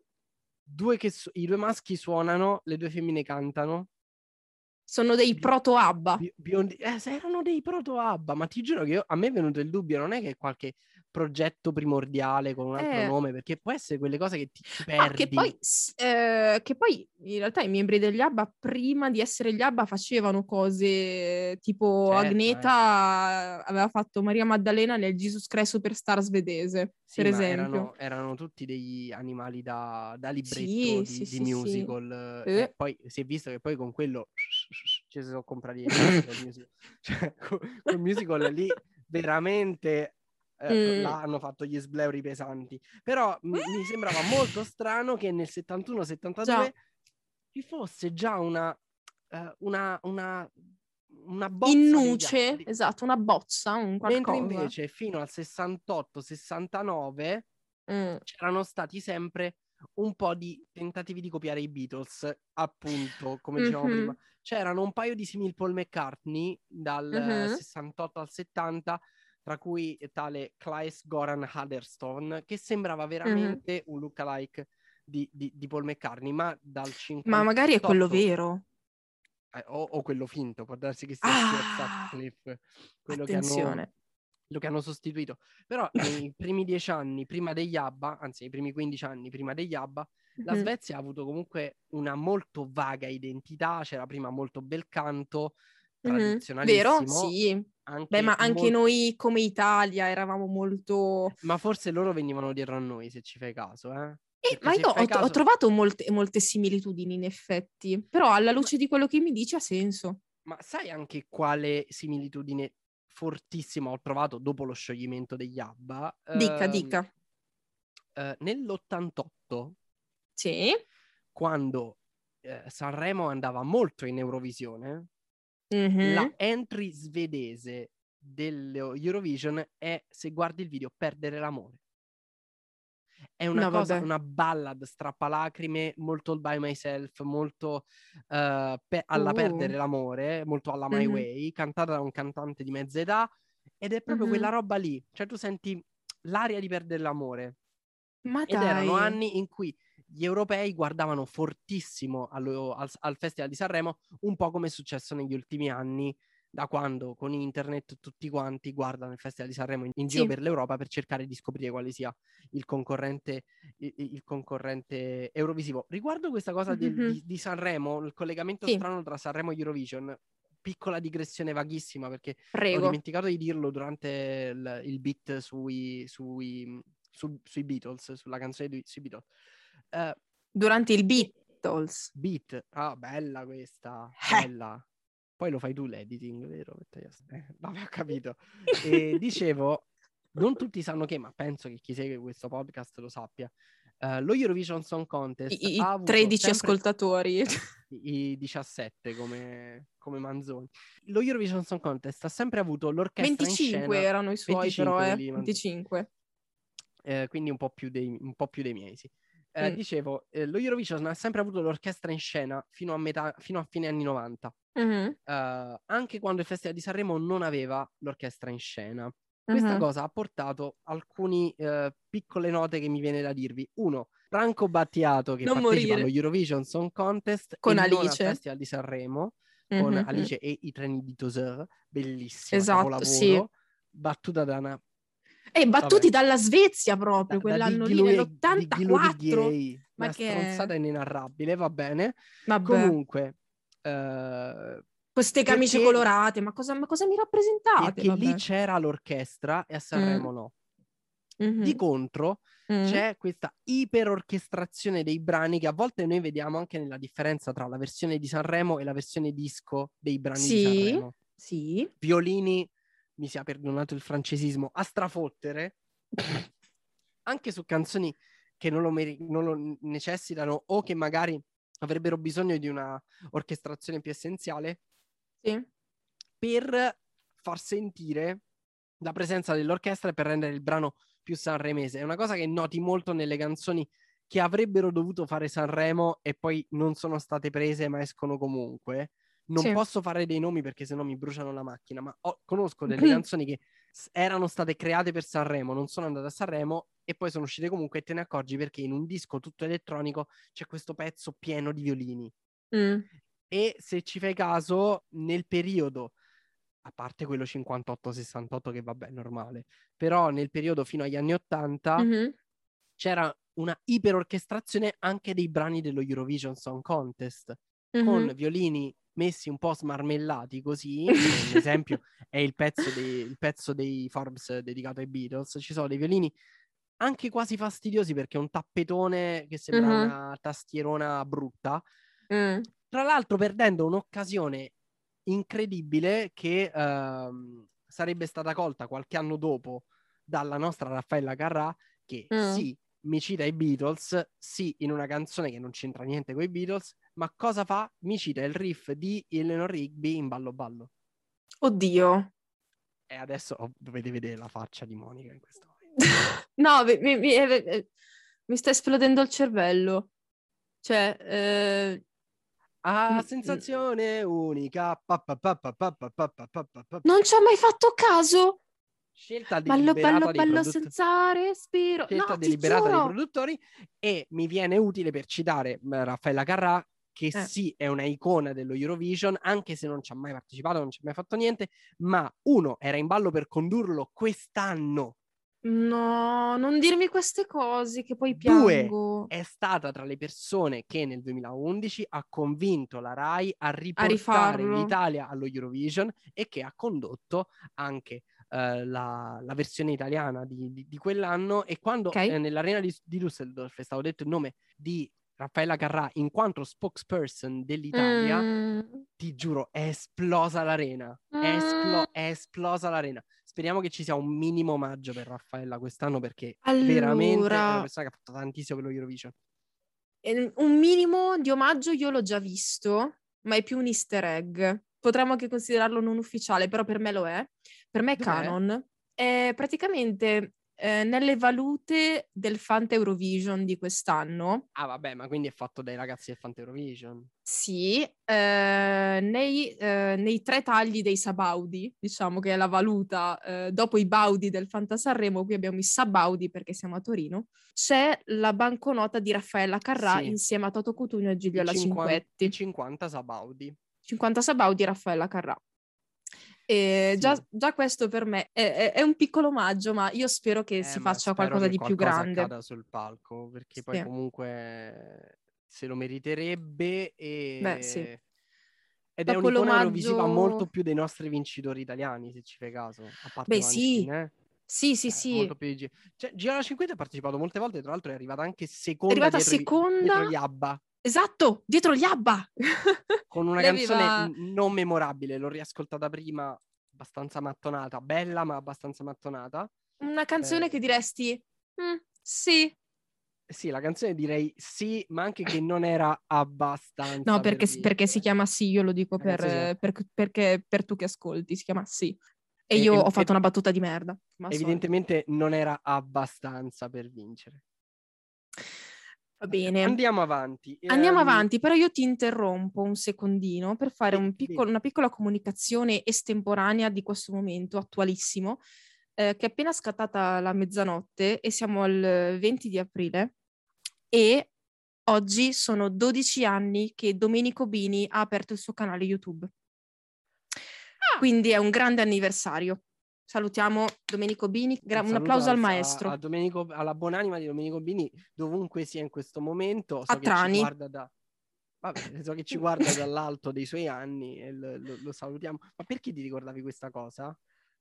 Speaker 3: I due maschi suonano, le due femmine cantano.
Speaker 2: Sono dei proto-ABBA.
Speaker 3: Se erano dei proto-ABBA, ma ti giuro che a me è venuto il dubbio, non è che è qualche progetto primordiale con un altro nome, perché può essere quelle cose che ti perdi.
Speaker 2: Che poi in realtà i membri degli ABBA prima di essere gli ABBA facevano cose tipo
Speaker 3: Certo,
Speaker 2: Agneta aveva fatto Maria Maddalena nel Jesus Christ Superstar svedese,
Speaker 3: sì,
Speaker 2: per
Speaker 3: ma
Speaker 2: esempio.
Speaker 3: erano tutti degli animali da libretto
Speaker 2: Sì, sì,
Speaker 3: di
Speaker 2: sì, sì.
Speaker 3: musical. E poi si è visto che poi con quello ci si sono comprati i col musical. Cioè, col musical lì veramente là hanno fatto gli sbleuri pesanti. Però mi sembrava molto strano che nel 71-72
Speaker 2: Già.
Speaker 3: ci fosse già una
Speaker 2: In
Speaker 3: bozza
Speaker 2: nuce, esatto, una bozza, un
Speaker 3: mentre
Speaker 2: qualcosa.
Speaker 3: invece fino al 68-69 c'erano stati sempre un po' di tentativi di copiare i Beatles, appunto, come dicevamo prima. C'erano un paio di simil Paul McCartney dal 68 al 70, tra cui tale Claes Goran Haderstone, che sembrava veramente un lookalike di Paul McCartney, ma dal 58...
Speaker 2: Ma magari è quello vero.
Speaker 3: O quello finto, può darsi che sia Stuart Sutcliffe,
Speaker 2: attenzione.
Speaker 3: quello che hanno sostituito. Però nei primi 10 anni prima degli ABBA, anzi nei primi 15 anni prima degli ABBA, la Svezia ha avuto comunque una molto vaga identità, c'era prima molto bel canto, tradizionalissimo.
Speaker 2: Vero? Sì. Ma anche noi come Italia eravamo molto...
Speaker 3: Ma forse loro venivano dietro a noi, se ci fai caso,
Speaker 2: Ma io ho trovato molte similitudini in effetti, però alla luce di quello che mi dici ha senso.
Speaker 3: Ma sai anche quale similitudine fortissima ho trovato dopo lo scioglimento degli ABBA?
Speaker 2: Dica.
Speaker 3: Nell'88,
Speaker 2: sì,
Speaker 3: quando Sanremo andava molto in Eurovisione, la entry svedese dell'Eurovision è, se guardi il video, Perdere l'amore. È una una ballad strappalacrime, molto All By Myself, molto alla Perdere l'amore, molto alla My Way, cantata da un cantante di mezza età, ed è proprio quella roba lì. Cioè tu senti l'aria di Perdere l'amore. Ed erano anni in cui gli europei guardavano fortissimo al Festival di Sanremo, un po' come è successo negli ultimi anni da quando con internet tutti quanti guardano il Festival di Sanremo in giro per l'Europa per cercare di scoprire quale sia il concorrente eurovisivo. Riguardo questa cosa di Sanremo, il collegamento strano tra Sanremo e Eurovision, piccola digressione vaghissima perché ho dimenticato di dirlo durante il beat sui Beatles, sulla canzone sui Beatles.
Speaker 2: Durante il Beatles.
Speaker 3: Beat, bella questa, bella. Poi lo fai tu l'editing, vero? Vabbè, ho capito. E dicevo, non tutti sanno che, ma penso che chi segue questo podcast lo sappia. Lo Eurovision Song Contest ha avuto
Speaker 2: 13 ascoltatori.
Speaker 3: I 17 come Manzoni. Lo Eurovision Song Contest ha sempre avuto l'orchestra
Speaker 2: 25
Speaker 3: in scena.
Speaker 2: erano i suoi,
Speaker 3: 25
Speaker 2: però,
Speaker 3: 25. Quindi un po' più dei miei, sì. Dicevo, lo Eurovision ha sempre avuto l'orchestra in scena fino a fine anni 90. Anche quando il Festival di Sanremo non aveva l'orchestra in scena. Questa cosa ha portato alcune piccole note che mi viene da dirvi. Uno, Franco Battiato che partecipa allo Eurovision Song Contest
Speaker 2: con
Speaker 3: e
Speaker 2: Alice.
Speaker 3: non al Festival di Sanremo, con Alice e i treni di Toseur, bellissima,
Speaker 2: esatto,
Speaker 3: capolavoro,
Speaker 2: sì.
Speaker 3: battuta da una...
Speaker 2: battuti dalla Svezia proprio, quell'anno lì, nell'84.
Speaker 3: Una stronzata inenarrabile, va bene.
Speaker 2: Vabbè.
Speaker 3: Comunque...
Speaker 2: queste camicie colorate, ma cosa mi rappresentate?
Speaker 3: Perché lì c'era l'orchestra e a Sanremo no. Di contro c'è questa iperorchestrazione dei brani che a volte noi vediamo anche nella differenza tra la versione di Sanremo e la versione disco dei brani di Sanremo.
Speaker 2: Sì.
Speaker 3: Violini, mi sia perdonato il francesismo, a strafottere, anche su canzoni che non lo necessitano o che magari avrebbero bisogno di una orchestrazione più essenziale, per far sentire la presenza dell'orchestra e per rendere il brano più sanremese. È una cosa che noti molto nelle canzoni che avrebbero dovuto fare Sanremo e poi non sono state prese ma escono comunque. Non posso fare dei nomi perché sennò mi bruciano la macchina, ma conosco delle canzoni che erano state create per Sanremo, non sono andate a Sanremo e poi sono uscite comunque e te ne accorgi perché in un disco tutto elettronico c'è questo pezzo pieno di violini. E se ci fai caso, nel periodo, a parte quello 58-68 che vabbè è normale, però nel periodo fino agli anni 80 c'era una iperorchestrazione anche dei brani dello Eurovision Song Contest, con violini messi un po' smarmellati così. Un esempio è il pezzo dei Forbes dedicato ai Beatles. Ci sono dei violini anche quasi fastidiosi perché è un tappetone che sembra una tastierona brutta. Tra l'altro perdendo un'occasione incredibile che sarebbe stata colta qualche anno dopo dalla nostra Raffaella Carrà, che sì, mi cita i Beatles, sì, in una canzone che non c'entra niente con i Beatles, ma cosa fa? Mi cita il riff di Eleanor Rigby in Ballo Ballo.
Speaker 2: Oddio.
Speaker 3: E adesso dovete vedere la faccia di Monica in questo momento.
Speaker 2: No, mi sta esplodendo il cervello. Cioè...
Speaker 3: sensazione unica.
Speaker 2: Non ci ho mai fatto caso.
Speaker 3: Scelta deliberata dei
Speaker 2: bello senza respiro.
Speaker 3: Scelta deliberata dei produttori, e mi viene utile per citare Raffaella Carrà, che sì, è una icona dello Eurovision, anche se non ci ha mai partecipato, non ci ha mai fatto niente, ma uno, era in ballo per condurlo quest'anno.
Speaker 2: No, non dirmi queste cose che poi piango.
Speaker 3: 2, è stata tra le persone che nel 2011 ha convinto la Rai a riportare l'Italia allo Eurovision e che ha condotto anche la versione italiana di quell'anno. E quando nell'arena di Düsseldorf è stato detto il nome di Raffaella Carrà in quanto spokesperson dell'Italia, ti giuro, è esplosa l'arena. È esplosa l'arena. Speriamo che ci sia un minimo omaggio per Raffaella quest'anno, perché veramente è una persona che ha fatto tantissimo per lo Eurovision.
Speaker 2: Un minimo di omaggio io l'ho già visto, ma è più un easter egg. Potremmo anche considerarlo non ufficiale, però per me lo è. Per me è canon. È praticamente nelle valute del Fanta Eurovision di quest'anno.
Speaker 3: Ah vabbè, ma quindi è fatto dai ragazzi del Fanta Eurovision?
Speaker 2: Sì, nei 3 tagli dei Sabaudi, diciamo che è la valuta dopo i Baudi del Fanta Sanremo, qui abbiamo i Sabaudi perché siamo a Torino, c'è la banconota di Raffaella Carrà insieme a Toto Cutugno e Gigliola Cinquetti.
Speaker 3: 50 Sabaudi.
Speaker 2: 50 Sabaudi Raffaella Carrà. E
Speaker 3: Sì.
Speaker 2: già questo per me è un piccolo omaggio, ma io spero che si
Speaker 3: Ma
Speaker 2: faccia
Speaker 3: spero
Speaker 2: qualcosa
Speaker 3: che
Speaker 2: di più
Speaker 3: qualcosa
Speaker 2: grande.
Speaker 3: accada sul palco, perché poi
Speaker 2: Sì.
Speaker 3: comunque se lo meriterebbe
Speaker 2: Beh, sì.
Speaker 3: ed è
Speaker 2: Dopo
Speaker 3: un'icona Eurovisiva molto
Speaker 2: l'omaggio...
Speaker 3: più dei nostri vincitori italiani, se ci fai caso, a parte
Speaker 2: Beh,
Speaker 3: Maneskin,
Speaker 2: sì. Sì, sì,
Speaker 3: Cioè,
Speaker 2: sì.
Speaker 3: molto più di cioè, Giora 50 ha partecipato molte volte, tra l'altro è arrivata anche
Speaker 2: È
Speaker 3: seconda
Speaker 2: arrivata
Speaker 3: dietro
Speaker 2: seconda.
Speaker 3: gli ABBA,
Speaker 2: Esatto, dietro gli ABBA.
Speaker 3: con una
Speaker 2: Lei
Speaker 3: canzone
Speaker 2: aveva
Speaker 3: non memorabile, l'ho riascoltata prima, abbastanza mattonata, bella ma abbastanza mattonata.
Speaker 2: una canzone che
Speaker 3: Eh,
Speaker 2: diresti, sì.
Speaker 3: sì, la canzone direi sì, ma anche che non era
Speaker 2: No,
Speaker 3: abbastanza per
Speaker 2: perché si
Speaker 3: vincere.
Speaker 2: chiama sì, io lo dico
Speaker 3: La canzone si chiama-
Speaker 2: perché per tu che ascolti, si chiama sì. E
Speaker 3: e-
Speaker 2: io
Speaker 3: e-
Speaker 2: ho fatto
Speaker 3: e-
Speaker 2: una battuta di merda, come al solito.
Speaker 3: evidentemente non era abbastanza per vincere.
Speaker 2: Va bene.
Speaker 3: Andiamo avanti.
Speaker 2: Andiamo avanti, però io ti interrompo un secondino per fare
Speaker 3: Dimmi.
Speaker 2: una piccola comunicazione estemporanea di questo momento attualissimo, che è appena scattata la mezzanotte e siamo al 20 di aprile e oggi sono 12 anni che Domenico Bini ha aperto il suo canale YouTube.
Speaker 3: Ah!
Speaker 2: Quindi è un grande anniversario. Salutiamo Domenico Bini,
Speaker 3: Un
Speaker 2: un
Speaker 3: saluto
Speaker 2: applauso al
Speaker 3: a
Speaker 2: maestro.
Speaker 3: Domenico, alla buonanima di Domenico Bini, dovunque sia in questo momento.
Speaker 2: A
Speaker 3: So che ci
Speaker 2: Trani.
Speaker 3: guarda Vabbè, so che ci guarda dall'alto dei suoi anni e lo salutiamo. Ma perché ti ricordavi questa cosa?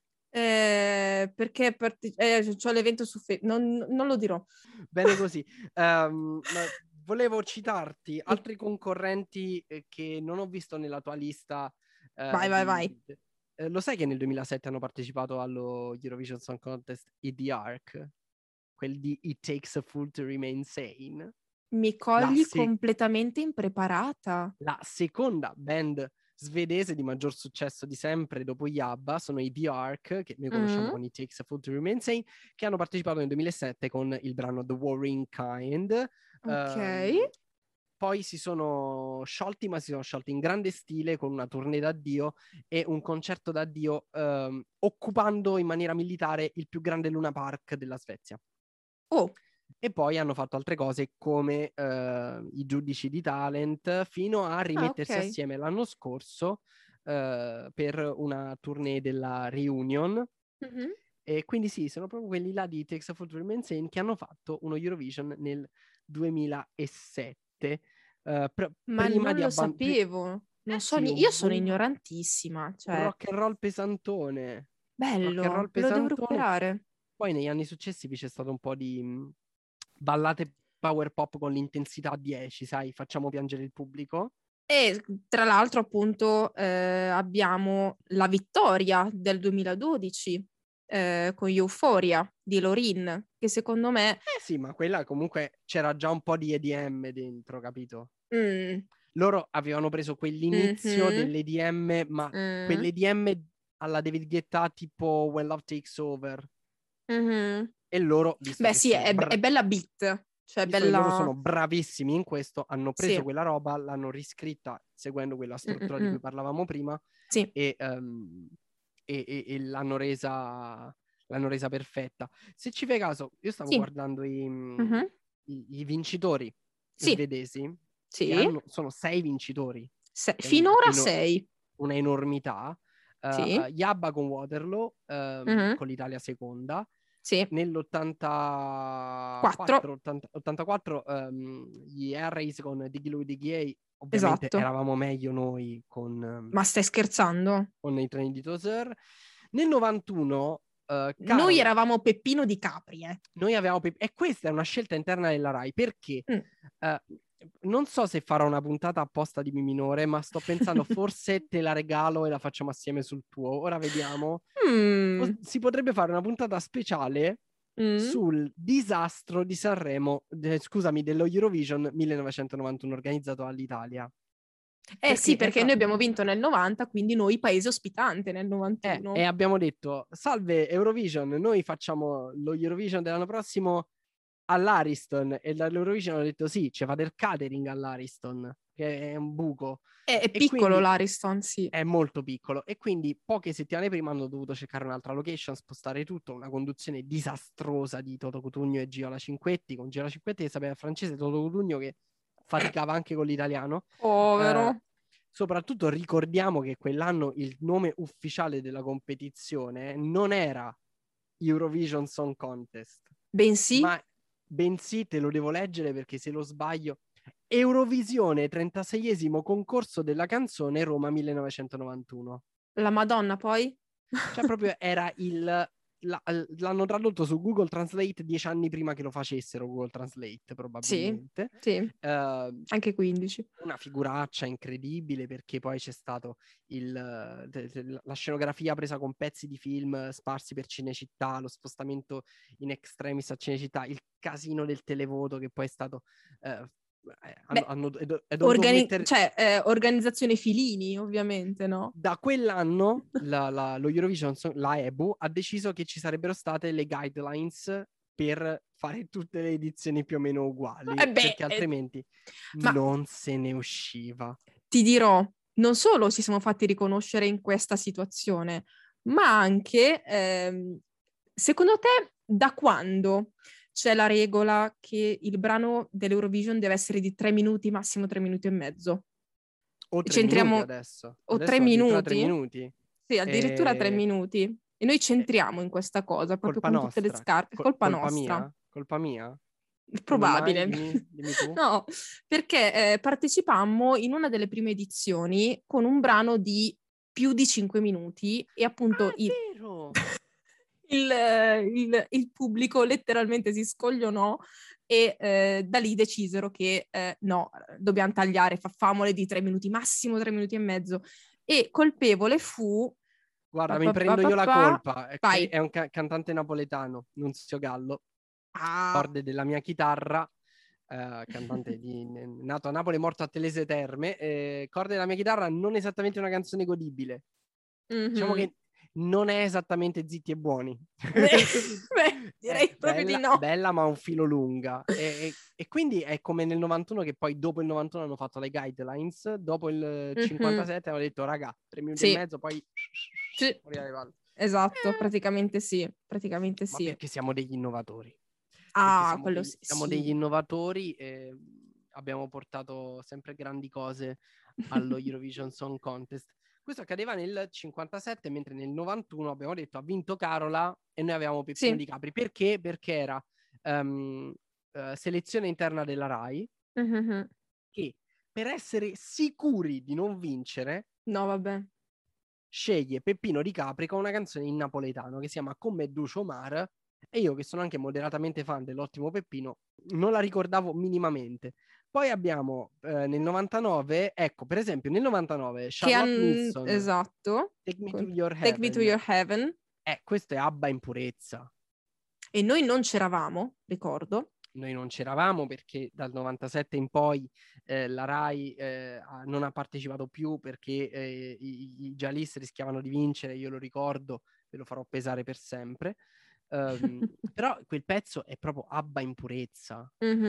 Speaker 2: Perché c'ho l'evento su Facebook, non lo dirò.
Speaker 3: Bene così. Ma volevo citarti
Speaker 2: Sì.
Speaker 3: altri concorrenti che non ho visto nella tua lista.
Speaker 2: Vai, vai, vai.
Speaker 3: Lo sai che nel 2007 hanno partecipato allo Eurovision Song Contest i The Ark? Quelli di It Takes a Fool to Remain Sane?
Speaker 2: Mi
Speaker 3: La,
Speaker 2: cogli
Speaker 3: se-
Speaker 2: completamente impreparata.
Speaker 3: la seconda band svedese di maggior successo di sempre dopo gli ABBA sono i The Ark, che noi conosciamo
Speaker 2: Mm,
Speaker 3: con It Takes a Fool to Remain Sane, che hanno partecipato nel 2007 con il brano The Warring Kind.
Speaker 2: ok.
Speaker 3: Poi si sono sciolti, ma si sono sciolti in grande stile con una tournée d'addio e un concerto d'addio occupando in maniera militare il più grande Luna Park della Svezia.
Speaker 2: Oh,
Speaker 3: E poi hanno fatto altre cose come i giudici di talent, fino a rimettersi
Speaker 2: ok.
Speaker 3: assieme l'anno scorso per una tournée della Reunion.
Speaker 2: Mhm.
Speaker 3: E quindi sì, sono proprio quelli là di Takes a Fool to Remain Sane che hanno fatto uno Eurovision nel 2007.
Speaker 2: Ma
Speaker 3: Prima
Speaker 2: non
Speaker 3: di
Speaker 2: lo
Speaker 3: abbandonare...
Speaker 2: sapevo. Non so,
Speaker 3: sì,
Speaker 2: io sono ignorantissima.
Speaker 3: un
Speaker 2: Cioè,
Speaker 3: rock and roll pesantone. Rock and roll
Speaker 2: bello, me lo devo
Speaker 3: pesantone.
Speaker 2: recuperare.
Speaker 3: Poi negli anni successivi c'è stato un po' di ballate power pop con l'intensità 10, sai, facciamo piangere il pubblico.
Speaker 2: E tra l'altro, appunto, abbiamo la vittoria del 2012 con Euphoria di Lorin, che secondo me...
Speaker 3: Sì, ma quella comunque c'era già un po' di EDM dentro, capito?
Speaker 2: Mm,
Speaker 3: Loro avevano preso quell'inizio
Speaker 2: mhm,
Speaker 3: dell'EDM, ma
Speaker 2: mm,
Speaker 3: quell'EDM alla David Guetta tipo When Love Takes Over.
Speaker 2: mhm.
Speaker 3: E loro, visto
Speaker 2: Beh,
Speaker 3: che
Speaker 2: sì, è bella beat, cioè
Speaker 3: visto che loro
Speaker 2: bella...
Speaker 3: sono bravissimi in questo, hanno
Speaker 2: Sì.
Speaker 3: preso quella roba, l'hanno riscritta seguendo quella
Speaker 2: Mm, mm,
Speaker 3: struttura di
Speaker 2: mm.
Speaker 3: cui parlavamo prima
Speaker 2: Sì,
Speaker 3: e, e l'hanno resa perfetta. Se ci fai caso, io stavo
Speaker 2: sì,
Speaker 3: guardando
Speaker 2: mhm,
Speaker 3: i vincitori
Speaker 2: sì,
Speaker 3: svedesi,
Speaker 2: sì.
Speaker 3: sono 6 vincitori, che è
Speaker 2: Finora 6,
Speaker 3: una enormità.
Speaker 2: sì,
Speaker 3: Gli ABBA con Waterloo,
Speaker 2: mhm,
Speaker 3: con l'Italia seconda.
Speaker 2: sì,
Speaker 3: Nell'84
Speaker 2: 4,
Speaker 3: 84, gli Air Race con Diggy Louie Diggy ovviamente
Speaker 2: esatto.
Speaker 3: eravamo meglio noi
Speaker 2: Ma stai scherzando?
Speaker 3: con i treni di Toser. Nel 91
Speaker 2: Noi
Speaker 3: Carol,
Speaker 2: eravamo Peppino di Capri, eh.
Speaker 3: noi avevamo e questa è una scelta interna della Rai perché
Speaker 2: Mm.
Speaker 3: eh, non so se farò una puntata apposta di Mi minore, ma sto pensando forse te la regalo e la facciamo assieme sul tuo. Ora vediamo.
Speaker 2: Mm,
Speaker 3: Si potrebbe fare una puntata speciale
Speaker 2: mm.
Speaker 3: sul disastro di Sanremo, scusami, dello Eurovision 1991 organizzato dall'Italia.
Speaker 2: Eh sì,
Speaker 3: Perché
Speaker 2: perché noi abbiamo vinto nel 90, quindi noi paese ospitante nel
Speaker 3: e
Speaker 2: 91.
Speaker 3: abbiamo detto, salve Eurovision, noi facciamo lo Eurovision dell'anno prossimo all'Ariston e dall'Eurovision hanno detto sì, ci fate il catering all'Ariston, che è un buco.
Speaker 2: È
Speaker 3: E
Speaker 2: piccolo
Speaker 3: quindi
Speaker 2: l'Ariston, sì.
Speaker 3: è molto piccolo e quindi poche settimane prima hanno dovuto cercare un'altra location, spostare tutto, una conduzione disastrosa di Toto Cutugno e Giola Cinquetti, con Giola Cinquetti che sapeva il francese, Toto Cutugno che faticava anche con l'italiano. Eh,
Speaker 2: Povero.
Speaker 3: soprattutto ricordiamo che quell'anno il nome ufficiale della competizione non era Eurovision Song Contest,
Speaker 2: Bensì
Speaker 3: te lo devo leggere perché se lo sbaglio, Eurovisione 36esimo concorso della canzone Roma 1991.
Speaker 2: la Madonna poi?
Speaker 3: Cioè proprio era l'hanno tradotto su Google Translate 10 anni prima che lo facessero Google Translate, probabilmente.
Speaker 2: Sì. Anche 15.
Speaker 3: Una figuraccia incredibile, perché poi c'è stato la scenografia presa con pezzi di film sparsi per Cinecittà, lo spostamento in extremis a Cinecittà, il casino del televoto che poi è stato...
Speaker 2: organizzazione Filini, ovviamente, no?
Speaker 3: Da quell'anno lo Eurovision, la EBU, ha deciso che ci sarebbero state le guidelines per fare tutte le edizioni più o meno uguali, perché altrimenti non se ne usciva.
Speaker 2: Ti dirò, non solo ci siamo fatti riconoscere in questa situazione, ma anche, secondo te, da quando c'è la regola che il brano dell'Eurovision deve essere di 3 minuti, massimo 3 minuti e mezzo?
Speaker 3: O 3 minuti adesso.
Speaker 2: O
Speaker 3: adesso
Speaker 2: 3 minuti?
Speaker 3: 3 minuti.
Speaker 2: Sì, addirittura 3 minuti. E noi centriamo in questa cosa, proprio con tutte le scarpe. Colpa nostra.
Speaker 3: Colpa mia?
Speaker 2: Probabile.
Speaker 3: Dimmi tu.
Speaker 2: No, perché partecipammo in una delle prime edizioni con un brano di più di 5 minuti e appunto
Speaker 3: vero!
Speaker 2: il pubblico letteralmente si scoglionò e da lì decisero che no, dobbiamo tagliare, famole di 3 minuti, massimo 3 minuti e mezzo. E colpevole fu...
Speaker 3: Guarda, mi prendo io la colpa. È un cantante napoletano, Nunzio Gallo, corde della mia chitarra, cantante nato a Napoli, morto a Telese Terme. Corde della mia chitarra, non esattamente una canzone godibile. Mm-hmm. Diciamo che non è esattamente Zitti e Buoni.
Speaker 2: Direi proprio di no.
Speaker 3: Bella ma un filo lunga. E quindi è come nel 91, che poi dopo il 91 hanno fatto le guidelines, dopo il 57 hanno detto raga, 3 minuti e mezzo, poi
Speaker 2: esatto, praticamente sì. Ma
Speaker 3: perché siamo degli innovatori.
Speaker 2: Siamo
Speaker 3: degli innovatori e abbiamo portato sempre grandi cose allo Eurovision Song Contest. Questo accadeva nel 57, mentre nel 91 abbiamo detto ha vinto Carola e noi avevamo Peppino Di Capri. Perché? Perché era selezione interna della Rai, che per essere sicuri di non vincere sceglie Peppino Di Capri con una canzone in napoletano che si chiama Come Duce Omar, e io, che sono anche moderatamente fan dell'ottimo Peppino, non la ricordavo minimamente. Poi abbiamo nel 99, ecco, per esempio nel 99 Charlotte Nilsson,
Speaker 2: esatto,
Speaker 3: Take Me to Your Heaven.
Speaker 2: Take Me to Your Heaven.
Speaker 3: Questo è ABBA in purezza.
Speaker 2: E noi non c'eravamo, ricordo.
Speaker 3: Noi non c'eravamo perché dal 97 in poi la Rai non ha partecipato più perché i Jalis rischiavano di vincere, io lo ricordo, ve lo farò pesare per sempre. Però quel pezzo è proprio ABBA in purezza.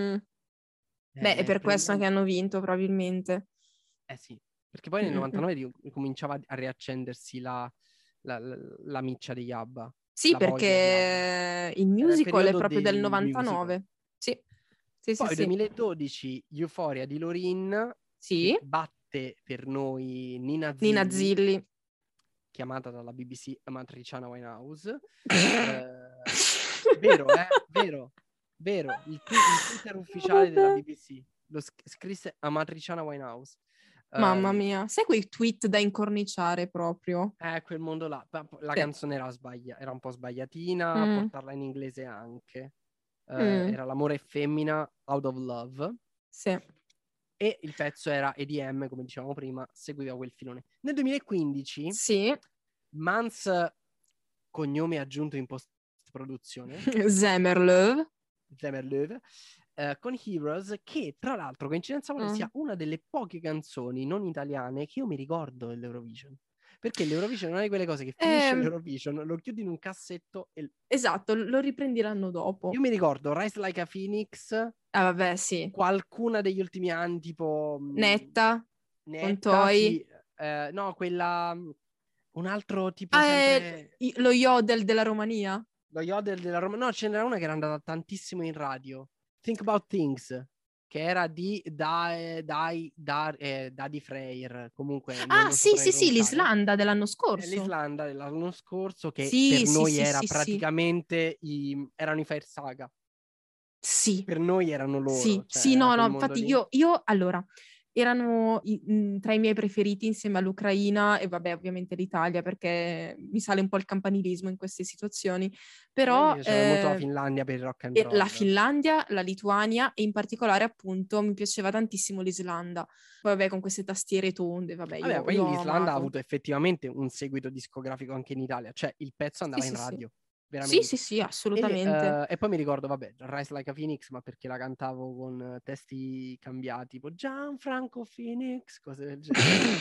Speaker 2: È per questo che hanno vinto, probabilmente.
Speaker 3: Sì, perché poi nel 99 cominciava a riaccendersi la miccia degli ABBA.
Speaker 2: Sì, perché il musical è proprio del 99. Sì.
Speaker 3: Poi 2012 Euphoria di Lorin, che batte per noi Nina Zilli, chiamata dalla BBC Amatriciana Winehouse. Vero, il Twitter ufficiale della BBC lo scrisse Amatriciana Winehouse.
Speaker 2: Mamma mia, sai quei tweet da incorniciare proprio?
Speaker 3: Quel mondo là. La canzone era un po' sbagliatina, portarla in inglese anche. Era L'amore femmina, Out of Love.
Speaker 2: Sì.
Speaker 3: E il pezzo era EDM, come dicevamo prima, seguiva quel filone. Nel 2015 Mans, cognome aggiunto in post-produzione, Zemmerlöw, con Heroes, che tra l'altro, coincidenza vuole, sia una delle poche canzoni non italiane che io mi ricordo dell'Eurovision. Perché l'Eurovision non è quelle cose che finisce l'Eurovision, lo chiudi in un cassetto e...
Speaker 2: Esatto, lo riprendi l'anno dopo.
Speaker 3: Io mi ricordo Rise Like a Phoenix.
Speaker 2: Sì.
Speaker 3: Qualcuna degli ultimi anni, tipo...
Speaker 2: Netta con Toy.
Speaker 3: Sì. No, quella... Un altro tipo sempre...
Speaker 2: Lo Yodel della Romania.
Speaker 3: Lo Yodel della Romania. No, ce n'era una che era andata tantissimo in radio. Think About Things, che era di Daddy Freyr, comunque non
Speaker 2: Ah,
Speaker 3: lo
Speaker 2: sì,
Speaker 3: saprei
Speaker 2: sì, sì,
Speaker 3: pronunciare.
Speaker 2: l'Islanda dell'anno scorso.
Speaker 3: L'Islanda dell'anno scorso, che
Speaker 2: Sì,
Speaker 3: per
Speaker 2: sì,
Speaker 3: noi
Speaker 2: sì,
Speaker 3: era
Speaker 2: sì, sì.
Speaker 3: praticamente erano i Fire Saga.
Speaker 2: Sì,
Speaker 3: Per noi erano loro,
Speaker 2: sì,
Speaker 3: cioè
Speaker 2: sì,
Speaker 3: era
Speaker 2: no,
Speaker 3: quel
Speaker 2: no,
Speaker 3: mondo
Speaker 2: infatti
Speaker 3: lì.
Speaker 2: io allora, erano tra i miei preferiti insieme all'Ucraina e vabbè, ovviamente l'Italia, perché mi sale un po' il campanilismo in queste situazioni,
Speaker 3: A me mi
Speaker 2: però
Speaker 3: piaceva molto la Finlandia per il rock and
Speaker 2: la
Speaker 3: roll.
Speaker 2: Finlandia, la Lituania e in particolare appunto mi piaceva tantissimo l'Islanda. Poi vabbè, con queste tastiere tonde, vabbè,
Speaker 3: Vabbè, poi
Speaker 2: io ho
Speaker 3: l'Islanda ha
Speaker 2: amato.
Speaker 3: avuto effettivamente un seguito discografico anche in Italia, cioè il pezzo
Speaker 2: Sì,
Speaker 3: andava in
Speaker 2: sì, sì.
Speaker 3: radio,
Speaker 2: Sì,
Speaker 3: veramente.
Speaker 2: sì, sì, assolutamente.
Speaker 3: E poi mi ricordo, vabbè, Rise Like a Phoenix, ma perché la cantavo con testi cambiati, tipo Gianfranco Phoenix, cose del genere.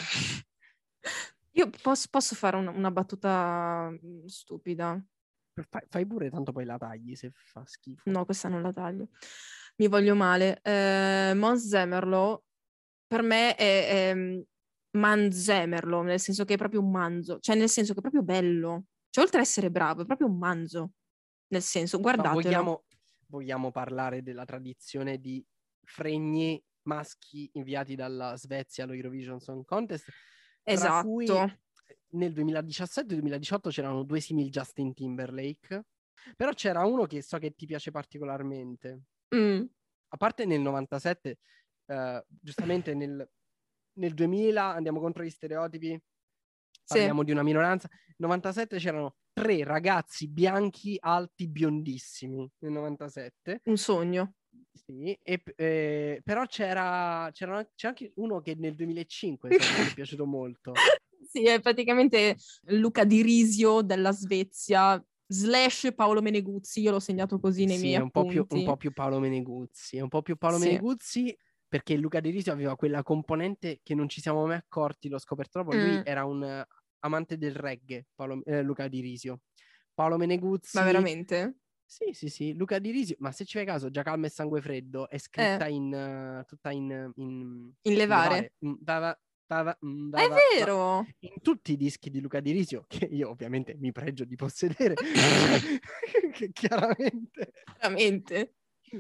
Speaker 2: Io posso fare una battuta stupida?
Speaker 3: Fai pure, tanto poi la tagli se fa schifo.
Speaker 2: No, questa non la taglio. Mi voglio male. Mons Zemerlo per me è manzemerlo, nel senso che è proprio un manzo, cioè nel senso che è proprio bello. Cioè, oltre ad essere bravo, è proprio un manzo. Nel senso,
Speaker 3: Ma
Speaker 2: guardatelo.
Speaker 3: vogliamo parlare della tradizione di fregni maschi inviati dalla Svezia allo Eurovision Song Contest, tra cui
Speaker 2: Esatto.
Speaker 3: nel 2017 e 2018 c'erano due simili Justin Timberlake, però c'era uno che so che ti piace particolarmente.
Speaker 2: Mm,
Speaker 3: A parte nel 97, giustamente nel 2000 andiamo contro gli stereotipi,
Speaker 2: sì,
Speaker 3: parliamo di una minoranza. Nel 97 c'erano 3 ragazzi bianchi alti biondissimi nel 97.
Speaker 2: un sogno.
Speaker 3: Sì, però c'è anche uno che nel 2005 so che ti è piaciuto molto.
Speaker 2: Sì, è praticamente Luca Di Risio della Svezia, slash Paolo Meneguzzi, io l'ho segnato così nei
Speaker 3: Sì,
Speaker 2: miei
Speaker 3: è un
Speaker 2: appunti.
Speaker 3: po' più Paolo Meneguzzi. È un po' più Paolo
Speaker 2: Sì.
Speaker 3: Meneguzzi perché Luca Di Risio aveva quella componente che non ci siamo mai accorti, l'ho scoperto dopo. Lui
Speaker 2: Mm,
Speaker 3: era un amante del reggae, Luca Di Risio. Paolo
Speaker 2: ma
Speaker 3: Meneguzzi.
Speaker 2: veramente?
Speaker 3: Sì, sì, sì, Luca Di Risio, ma se ci fai caso, Già calma e sangue freddo è
Speaker 2: Eh,
Speaker 3: scritta tutta
Speaker 2: in
Speaker 3: in
Speaker 2: levare.
Speaker 3: levare.
Speaker 2: Ah, è vero!
Speaker 3: In tutti i dischi di Luca Di Risio, che io ovviamente mi pregio di possedere, che chiaramente
Speaker 2: Veramente.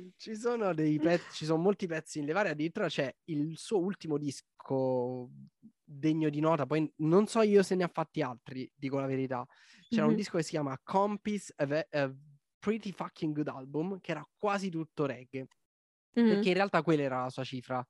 Speaker 3: ci sono molti pezzi in levare, addirittura c'è il suo ultimo disco degno di nota, poi non so io se ne ha fatti altri, dico la verità. C'era un
Speaker 2: Mhm.
Speaker 3: disco che si chiama Compis, a Pretty Fucking Good Album, che era quasi tutto reggae. Perché
Speaker 2: Mhm.
Speaker 3: in realtà quella era la sua cifra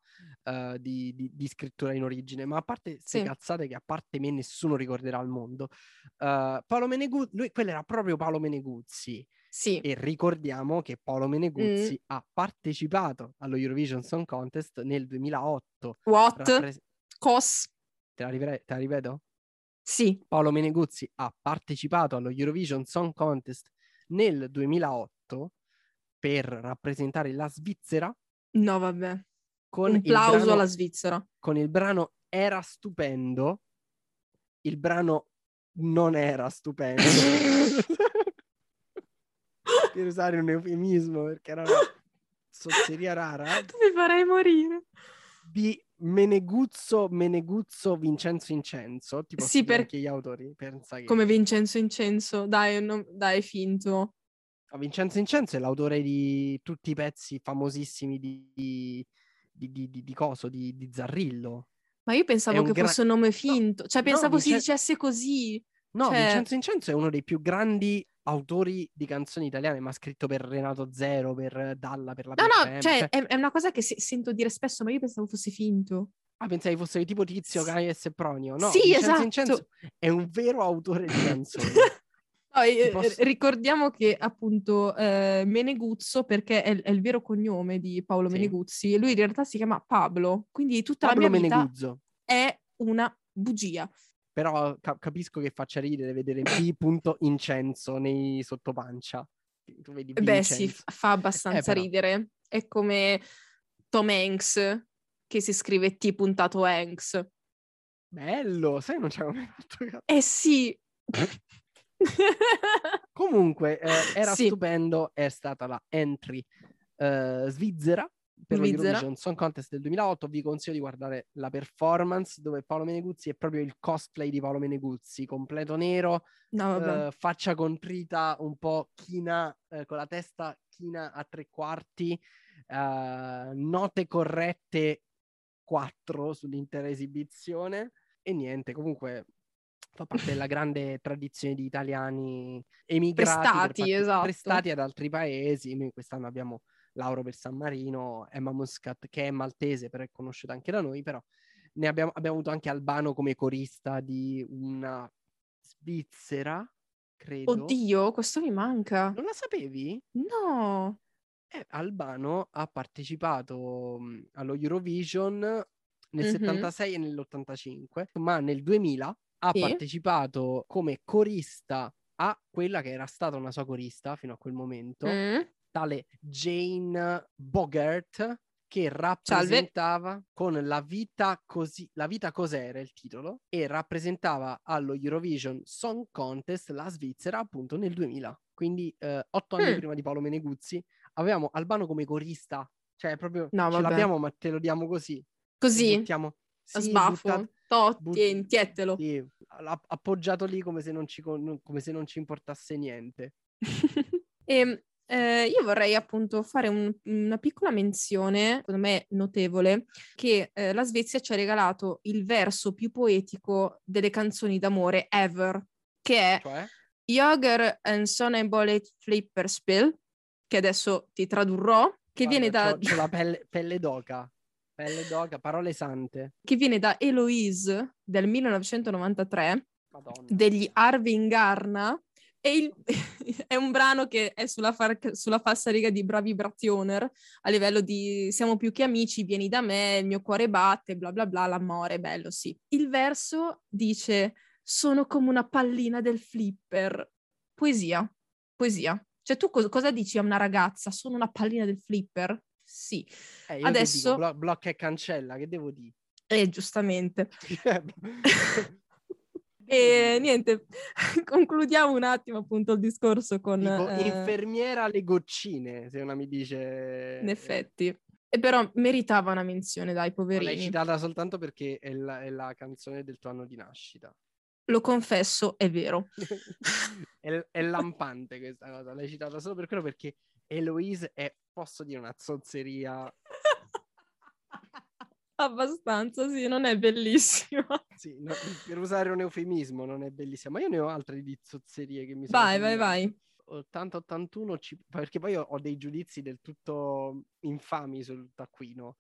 Speaker 3: di scrittura in origine, ma a parte queste
Speaker 2: Sì,
Speaker 3: cazzate che a parte me nessuno ricorderà al mondo, Paolo Meneguzzi, quello era proprio Paolo Meneguzzi.
Speaker 2: sì.
Speaker 3: E ricordiamo che Paolo
Speaker 2: Mm.
Speaker 3: Meneguzzi ha partecipato allo Eurovision Song Contest nel 2008.
Speaker 2: What?
Speaker 3: Rappres-
Speaker 2: Cos?
Speaker 3: te la ripeto?
Speaker 2: Sì.
Speaker 3: Paolo Meneguzzi ha partecipato allo Eurovision Song Contest nel 2008 per rappresentare la Svizzera
Speaker 2: No, vabbè.
Speaker 3: con
Speaker 2: Un
Speaker 3: il
Speaker 2: plauso alla
Speaker 3: brano,
Speaker 2: Svizzera.
Speaker 3: Era stupendo. Il brano non era stupendo. Per usare un eufemismo, perché era una zozzeria rara.
Speaker 2: Tu mi farei morire.
Speaker 3: Di Meneguzzo Vincenzo Incenso. Ti posso
Speaker 2: Sì,
Speaker 3: dire anche gli autori. Pensa che
Speaker 2: come Vincenzo Incenso. Dai, dai, è finto.
Speaker 3: Vincenzo Incenso è l'autore di tutti i pezzi famosissimi di Zarrillo.
Speaker 2: Ma io
Speaker 3: È
Speaker 2: pensavo
Speaker 3: un
Speaker 2: che
Speaker 3: gran...
Speaker 2: fosse un nome
Speaker 3: No,
Speaker 2: finto. Cioè,
Speaker 3: no,
Speaker 2: pensavo si dicesse così.
Speaker 3: no,
Speaker 2: Cioè,
Speaker 3: Vincenzo Incenso è uno dei più grandi autori di canzoni italiane, ma ha scritto per Renato Zero, per Dalla, per la
Speaker 2: no,
Speaker 3: Big
Speaker 2: no,
Speaker 3: Band.
Speaker 2: cioè,
Speaker 3: Cioè,
Speaker 2: è una cosa che sento dire spesso, ma io pensavo fosse finto.
Speaker 3: pensavi fosse tipo Tizio,
Speaker 2: S-
Speaker 3: Caio e Sempronio. No,
Speaker 2: sì,
Speaker 3: Vincenzo Incenso
Speaker 2: esatto.
Speaker 3: è un vero autore di canzoni.
Speaker 2: No,
Speaker 3: Ti posso...
Speaker 2: ricordiamo che appunto Meneguzzo, perché è il vero cognome di Paolo
Speaker 3: Sì.
Speaker 2: Meneguzzi, e lui in realtà si chiama Pablo, quindi tutta la
Speaker 3: Pablo
Speaker 2: mia vita
Speaker 3: Meneguzzo.
Speaker 2: è una bugia.
Speaker 3: Però capisco che faccia ridere vedere B. Incenso nei sottopancia. Tu vedi
Speaker 2: Beh, sì,
Speaker 3: Vincenzo.
Speaker 2: fa abbastanza
Speaker 3: Però,
Speaker 2: ridere. È come Tom Hanks, che si scrive T puntato Hanks.
Speaker 3: bello, sai, non ci avevo mai fatto caso.
Speaker 2: Eh sì.
Speaker 3: Comunque, era
Speaker 2: Sì,
Speaker 3: stupendo, è stata la entry svizzera per lo
Speaker 2: Svizzera.
Speaker 3: Eurovision Song Contest del 2008. Vi consiglio di guardare la performance dove Paolo Meneguzzi è proprio il cosplay di Paolo Meneguzzi, completo nero,
Speaker 2: No, vabbè.
Speaker 3: faccia contrita, un po' china, con la testa china a 3/4, note corrette 4 sull'intera esibizione e niente, comunque fa parte della grande tradizione di italiani emigrati
Speaker 2: Esatto.
Speaker 3: prestati ad altri paesi. Noi quest'anno abbiamo Lauro per San Marino, Emma Muscat che è maltese però è conosciuta anche da noi, però abbiamo avuto anche Albano come corista di una svizzera, credo.
Speaker 2: Oddio, questo mi manca.
Speaker 3: Non la sapevi?
Speaker 2: No.
Speaker 3: Albano ha partecipato allo Eurovision nel 76 e nell'85, ma nel 2000 ha partecipato come corista a quella che era stata una sua corista fino a quel momento, tale Jane Bogart, che rappresentava con La vita cos'era il titolo, e rappresentava allo Eurovision Song Contest la Svizzera appunto nel 2000. Quindi 8 anni prima di Paolo Meneguzzi avevamo Albano come corista, cioè proprio l'abbiamo, ma te lo diamo così.
Speaker 2: Così?
Speaker 3: Buttiamo,
Speaker 2: a sbaffo? Tietelo.
Speaker 3: Sì, appoggiato lì come se non ci importasse niente.
Speaker 2: Io vorrei appunto fare una piccola menzione, secondo me notevole, che la Svezia ci ha regalato il verso più poetico delle canzoni d'amore ever, che è Jager en Sonnenbollet Flipperspiel, che adesso ti tradurrò, che viene da...
Speaker 3: C'ho la pelle d'oca, parole sante.
Speaker 2: Che viene da Eloise del 1993,
Speaker 3: Madonna.
Speaker 2: degli Arvin Garna, e è un brano che è sulla falsariga di Bravi Brazioner, a livello di siamo più che amici, vieni da me, il mio cuore batte, bla bla bla, l'amore, bello, sì. Il verso dice: sono come una pallina del flipper. Poesia. Cioè tu cosa dici a una ragazza? Sono una pallina del flipper? Sì.
Speaker 3: Io adesso dico, blocca e cancella, che devo dire?
Speaker 2: Giustamente. E niente, concludiamo un attimo appunto il discorso con...
Speaker 3: Dico, infermiera alle goccine, se una mi dice...
Speaker 2: In effetti. E però meritava una menzione, dai, poverini.
Speaker 3: Ma l'hai citata soltanto perché è la canzone del tuo anno di nascita.
Speaker 2: Lo confesso, è vero.
Speaker 3: È lampante questa cosa, l'hai citata solo per quello, perché Eloise è, posso dire, una zozzeria...
Speaker 2: Abbastanza, sì, non è bellissima.
Speaker 3: Sì, no, per usare un eufemismo, non è bellissima. Ma io ne ho altre di zozzerie che mi sono...
Speaker 2: Vai.
Speaker 3: 80-81, perché poi ho dei giudizi del tutto infami sul taccuino.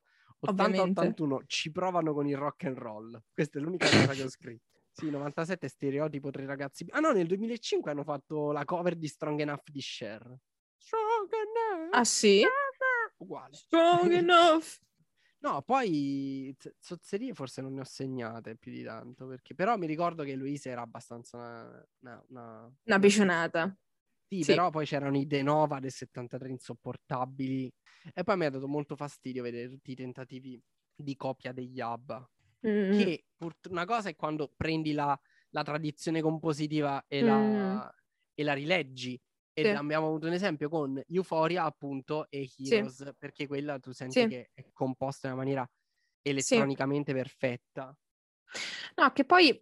Speaker 3: 80-81 ci provano con il rock and roll. Questa è l'unica cosa che ho scritto. Sì, 97 stereotipo 3 ragazzi. Ah no, nel 2005 hanno fatto la cover di Strong Enough di Cher. Strong Enough.
Speaker 2: Ah sì?
Speaker 3: Uguale.
Speaker 2: Strong Enough.
Speaker 3: No, poi zozzerie forse non ne ho segnate più di tanto, perché però mi ricordo che Luisa era abbastanza
Speaker 2: una bicionata.
Speaker 3: Sì, però poi c'erano i De Nova del 73 insopportabili, e poi mi ha dato molto fastidio vedere tutti i tentativi di copia degli ABBA. Che una cosa è quando prendi la tradizione compositiva e la rileggi. E abbiamo avuto un esempio con Euphoria, appunto, e Heroes, perché quella tu senti che è composta in una maniera elettronicamente perfetta.
Speaker 2: No, che poi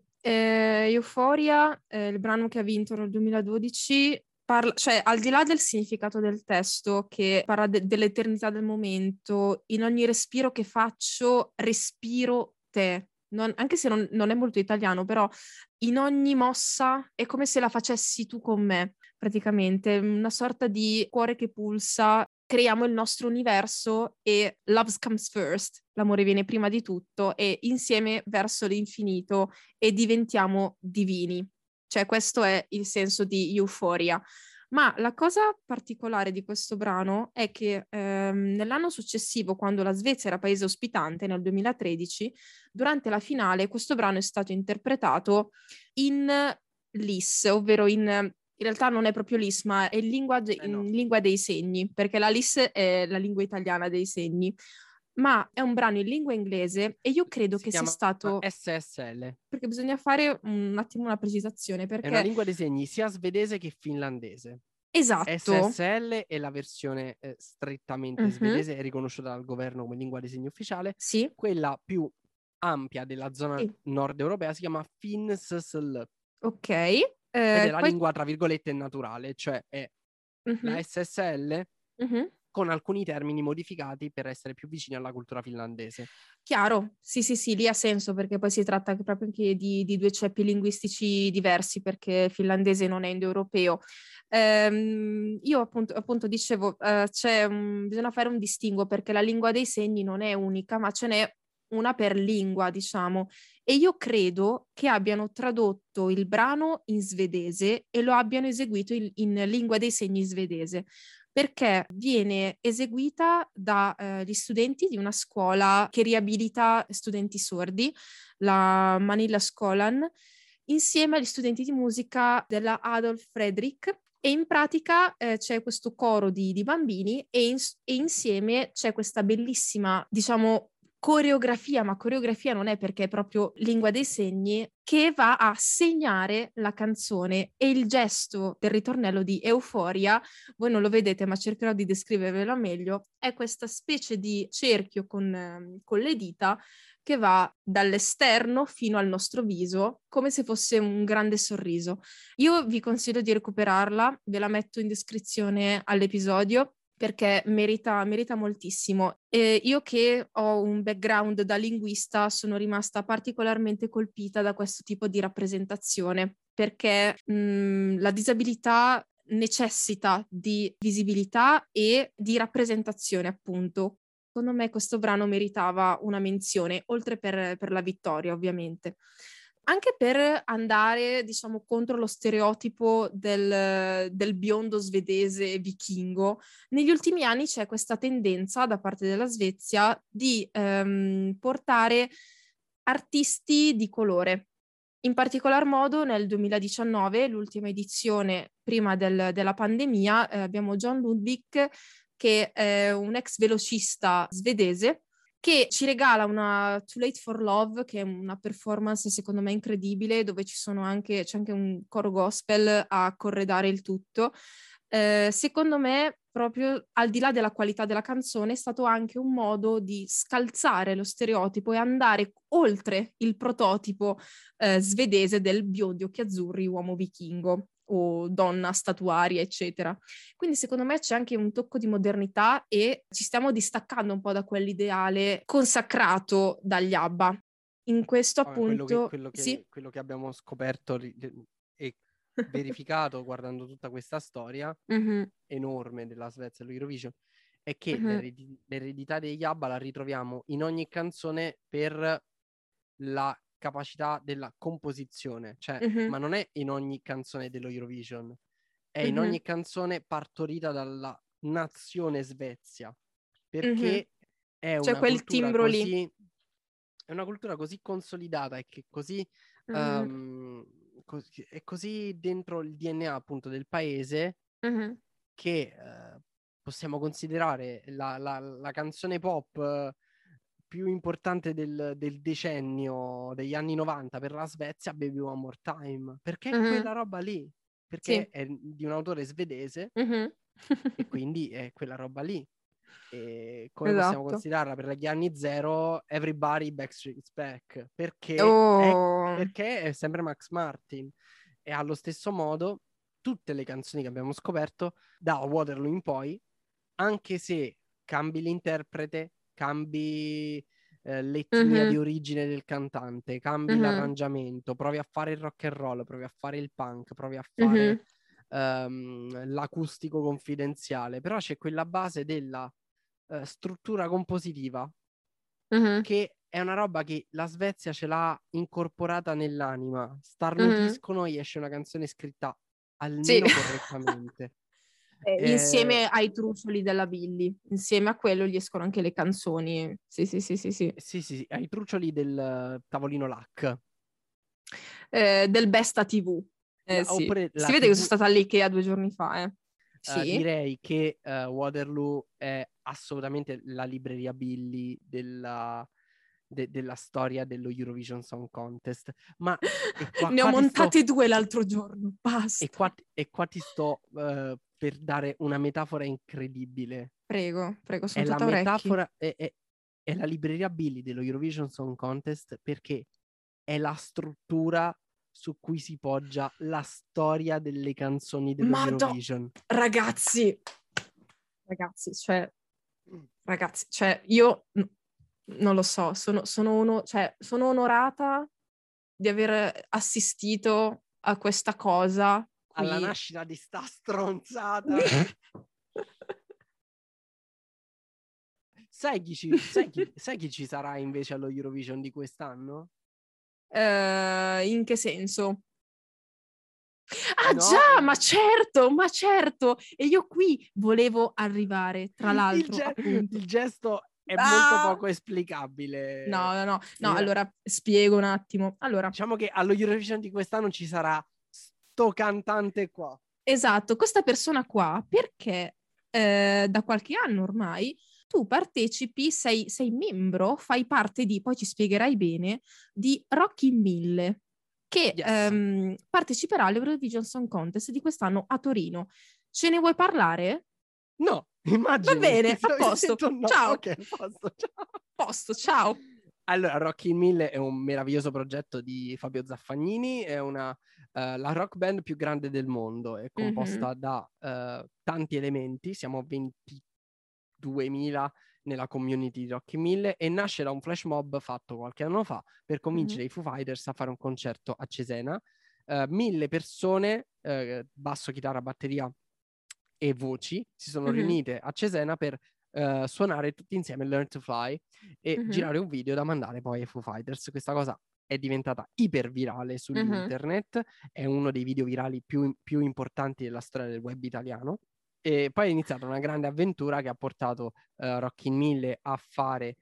Speaker 2: Euphoria, il brano che ha vinto nel 2012, parla, cioè al di là del significato del testo, che parla dell'eternità del momento, in ogni respiro che faccio, respiro te. Anche se non è molto italiano, però in ogni mossa è come se la facessi tu con me, praticamente, una sorta di cuore che pulsa, creiamo il nostro universo e love comes first, l'amore viene prima di tutto, e insieme verso l'infinito e diventiamo divini. Cioè questo è il senso di Euphoria. Ma la cosa particolare di questo brano è che nell'anno successivo, quando la Svezia era paese ospitante, nel 2013, durante la finale questo brano è stato interpretato in LIS, ovvero in realtà non è proprio LIS, ma è in lingua dei segni, perché la LIS è la lingua italiana dei segni. Ma è un brano in lingua inglese e io credo che sia stato...
Speaker 3: SSL.
Speaker 2: Perché bisogna fare un attimo una precisazione, perché...
Speaker 3: È una lingua dei segni sia svedese che finlandese.
Speaker 2: Esatto.
Speaker 3: SSL è la versione strettamente svedese, è riconosciuta dal governo come lingua dei segni ufficiale.
Speaker 2: Sì.
Speaker 3: Quella più ampia della zona nord europea si chiama FinSSL.
Speaker 2: Ok.
Speaker 3: Ed è la lingua, tra virgolette, naturale, cioè è la SSL con alcuni termini modificati per essere più vicini alla cultura finlandese.
Speaker 2: Chiaro, sì, lì ha senso, perché poi si tratta proprio anche di due ceppi linguistici diversi, perché il finlandese non è indoeuropeo. Io appunto dicevo, bisogna fare un distinguo, perché la lingua dei segni non è unica, ma ce n'è una per lingua, diciamo. E io credo che abbiano tradotto il brano in svedese e lo abbiano eseguito in lingua dei segni svedese, perché viene eseguita dagli studenti di una scuola che riabilita studenti sordi, la Manila Skolan, insieme agli studenti di musica della Adolf Fredrik. E in pratica c'è questo coro di bambini e insieme c'è questa bellissima, diciamo, coreografia, ma coreografia non è, perché è proprio lingua dei segni, che va a segnare la canzone, e il gesto del ritornello di Euforia, voi non lo vedete ma cercherò di descrivervelo meglio, è questa specie di cerchio con le dita che va dall'esterno fino al nostro viso, come se fosse un grande sorriso. Io vi consiglio di recuperarla, ve la metto in descrizione all'episodio, perché merita moltissimo. Io che ho un background da linguista sono rimasta particolarmente colpita da questo tipo di rappresentazione, perché la disabilità necessita di visibilità e di rappresentazione, appunto. Secondo me questo brano meritava una menzione, oltre per la vittoria, ovviamente. Anche per andare, diciamo, contro lo stereotipo del biondo svedese vichingo, negli ultimi anni c'è questa tendenza da parte della Svezia di portare artisti di colore. In particolar modo nel 2019, l'ultima edizione prima della pandemia, abbiamo John Lundvik, che è un ex velocista svedese, che ci regala una Too Late for Love, che è una performance secondo me incredibile, dove c'è anche un coro gospel a corredare il tutto. Secondo me, proprio al di là della qualità della canzone, è stato anche un modo di scalzare lo stereotipo e andare oltre il prototipo svedese del biondo occhi azzurri, uomo vichingo o donna statuaria, eccetera. Quindi secondo me c'è anche un tocco di modernità e ci stiamo distaccando un po' da quell'ideale consacrato dagli ABBA. In questo
Speaker 3: Vabbè,
Speaker 2: appunto, sì.
Speaker 3: quello che abbiamo scoperto e verificato guardando tutta questa storia
Speaker 2: Mhm,
Speaker 3: enorme della Svezia all'Eurovision è che
Speaker 2: mhm,
Speaker 3: l'eredità degli ABBA la ritroviamo in ogni canzone per la capacità della composizione, cioè,
Speaker 2: mhm,
Speaker 3: ma non è in ogni canzone dello Eurovision, è in
Speaker 2: mhm,
Speaker 3: ogni canzone partorita dalla nazione Svezia,
Speaker 2: mhm.
Speaker 3: perché è
Speaker 2: C'è
Speaker 3: una
Speaker 2: quel
Speaker 3: cultura
Speaker 2: timbro lì.
Speaker 3: così, è una cultura così consolidata e che così,
Speaker 2: Mhm,
Speaker 3: è così dentro il DNA appunto del paese
Speaker 2: mhm,
Speaker 3: che possiamo considerare la canzone pop più importante del decennio degli anni 90 per la Svezia, Baby One More Time, perché è
Speaker 2: mhm.
Speaker 3: quella roba lì, perché
Speaker 2: Sì.
Speaker 3: è di un autore svedese
Speaker 2: Mhm.
Speaker 3: e quindi è quella roba lì. E come possiamo
Speaker 2: Esatto.
Speaker 3: considerarla per gli anni zero, Everybody Backstreet's Back,
Speaker 2: Oh.
Speaker 3: perché è sempre Max Martin. E allo stesso modo, tutte le canzoni che abbiamo scoperto da Waterloo in poi, anche se cambi l'interprete, cambi l'etnia di
Speaker 2: Mhm,
Speaker 3: origine del cantante, cambi
Speaker 2: mhm,
Speaker 3: l'arrangiamento, provi a fare il rock and roll, provi a fare il punk, provi a fare
Speaker 2: mhm,
Speaker 3: l'acustico confidenziale, però c'è quella base della struttura compositiva
Speaker 2: mhm,
Speaker 3: che è una roba che la Svezia ce l'ha incorporata nell'anima.
Speaker 2: mhm.
Speaker 3: Starnutiscono, gli esce una canzone scritta
Speaker 2: Sì.
Speaker 3: almeno correttamente.
Speaker 2: Insieme ai trucioli della Billy, insieme a quello gli escono anche le canzoni. Sì, sì, sì, sì, sì.
Speaker 3: Sì, sì, sì, ai truccioli del tavolino LAC.
Speaker 2: Del Besta TV. Sì.
Speaker 3: Oppure
Speaker 2: Si
Speaker 3: la
Speaker 2: vede che sono
Speaker 3: TV.
Speaker 2: stata lì che 2 giorni fa, eh. Sì.
Speaker 3: Direi che Waterloo è assolutamente la libreria Billy della storia dello Eurovision Song Contest. Ma
Speaker 2: Ne ho
Speaker 3: qua ti sto,
Speaker 2: montate 2 l'altro giorno, basta.
Speaker 3: e qua ti sto per dare una metafora incredibile.
Speaker 2: Prego, prego,
Speaker 3: È
Speaker 2: sono
Speaker 3: la
Speaker 2: tutta orecchi.
Speaker 3: metafora, è la libreria Billy dello Eurovision Song Contest perché è la struttura su cui si poggia la storia delle canzoni dello
Speaker 2: Madò,
Speaker 3: Eurovision.
Speaker 2: ragazzi, Ragazzi, cioè, io non lo so, sono onorata di aver assistito a questa cosa qui.
Speaker 3: Alla nascita di sta stronzata. Sai chi ci sarà invece allo Eurovision di quest'anno?
Speaker 2: In che senso? Ah
Speaker 3: No,
Speaker 2: già, ma certo! E io qui volevo arrivare, tra l'altro, appunto.
Speaker 3: il gesto è molto poco esplicabile.
Speaker 2: No, allora spiego un attimo. Allora,
Speaker 3: diciamo che allo Eurovision di quest'anno ci sarà sto cantante qua.
Speaker 2: esatto, questa persona qua, perché da qualche anno ormai tu partecipi, sei membro, fai parte di, poi ci spiegherai bene, di Rocky 1000, che
Speaker 3: Yes.
Speaker 2: parteciperà all'Eurovision Song Contest di quest'anno a Torino. Ce ne vuoi parlare?
Speaker 3: No, immagini.
Speaker 2: Va bene, a posto.
Speaker 3: No.
Speaker 2: Ciao.
Speaker 3: Ok, posto, ciao.
Speaker 2: Posto, ciao.
Speaker 3: Allora, Rocky in 1000 è un meraviglioso progetto di Fabio Zaffagnini, è la rock band più grande del mondo, è composta da tanti elementi, siamo 22.000 nella community di Rocky in 1000 e nasce da un flash mob fatto qualche anno fa per convincere i Foo Fighters a fare un concerto a Cesena. 1000 persone, basso, chitarra, batteria e voci, si sono riunite a Cesena per suonare tutti insieme Learn to Fly e girare un video da mandare poi ai Foo Fighters. Questa cosa è diventata ipervirale su internet, è uno dei video virali più importanti della storia del web italiano. E poi è iniziata una grande avventura che ha portato Rocky in 1000 a fare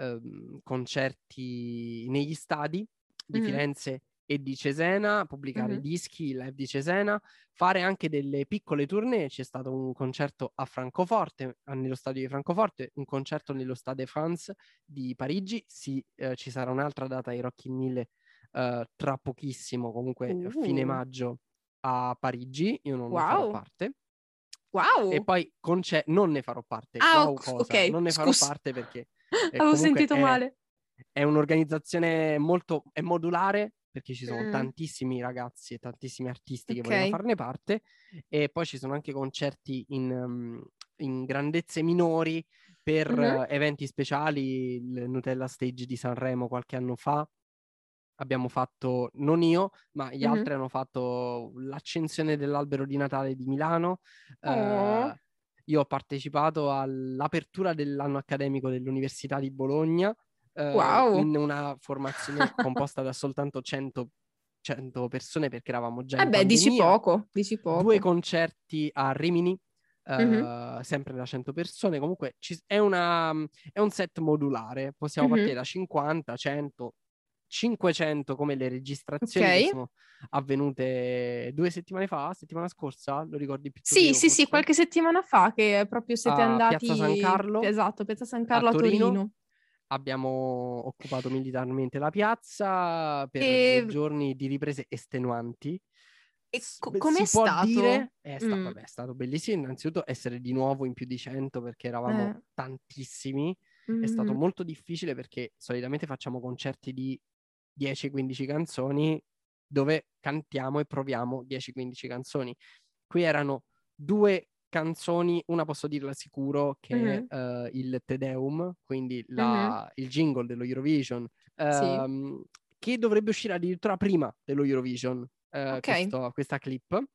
Speaker 3: concerti negli stadi di Firenze e di Cesena, pubblicare dischi live di Cesena, fare anche delle piccole tournée. C'è stato un concerto a Francoforte, nello stadio di Francoforte, un concerto nello Stade de France di Parigi. Ci sarà un'altra data ai Rocky in 1000 tra pochissimo, comunque fine maggio a Parigi. Io non ne farò parte.
Speaker 2: Wow!
Speaker 3: E poi non ne farò parte.
Speaker 2: Ok,
Speaker 3: non ne farò parte perché
Speaker 2: avevo sentito male.
Speaker 3: È un'organizzazione è modulare, perché ci sono tantissimi ragazzi e tantissimi artisti che vogliono farne parte, e poi ci sono anche concerti in grandezze minori per eventi speciali. Il Nutella Stage di Sanremo qualche anno fa abbiamo fatto, non io, ma gli altri hanno fatto l'accensione dell'albero di Natale di Milano. Io ho partecipato all'apertura dell'anno accademico dell'Università di Bologna, in una formazione composta da soltanto 100 persone, perché eravamo già in pandemia.
Speaker 2: Dici poco.
Speaker 3: 2 concerti a Rimini, sempre da 100 persone. Comunque è un set modulare, possiamo partire da 50, 100, 500 come le registrazioni che sono avvenute 2 settimane fa, settimana scorsa, lo ricordi più tu?
Speaker 2: Sì, qualche settimana fa che proprio siete andati
Speaker 3: Piazza San Carlo.
Speaker 2: Esatto, Piazza San Carlo a Torino.
Speaker 3: Abbiamo occupato militarmente la piazza per 2 giorni di riprese estenuanti.
Speaker 2: E com'è
Speaker 3: si può
Speaker 2: stato?
Speaker 3: dire è stato bellissimo innanzitutto essere di nuovo in più di 100, perché eravamo tantissimi. È stato molto difficile perché solitamente facciamo concerti di 10-15 canzoni dove cantiamo e proviamo 10-15 canzoni. Qui erano 2 canzoni, una posso dirla sicuro, che è il Te Deum, quindi il jingle dello Eurovision, che dovrebbe uscire addirittura prima dello Eurovision, questa clip.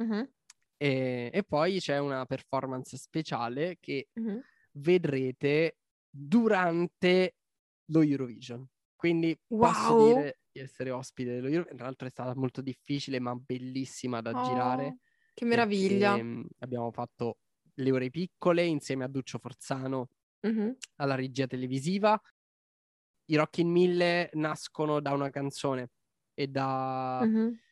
Speaker 3: E poi c'è una performance speciale che vedrete durante lo Eurovision. Quindi posso dire di essere ospite dello Eurovision. Tra l'altro è stata molto difficile ma bellissima da girare.
Speaker 2: Che meraviglia.
Speaker 3: Abbiamo fatto le ore piccole insieme a Duccio Forzano alla regia televisiva. I Rocky in 1000 nascono da una canzone e da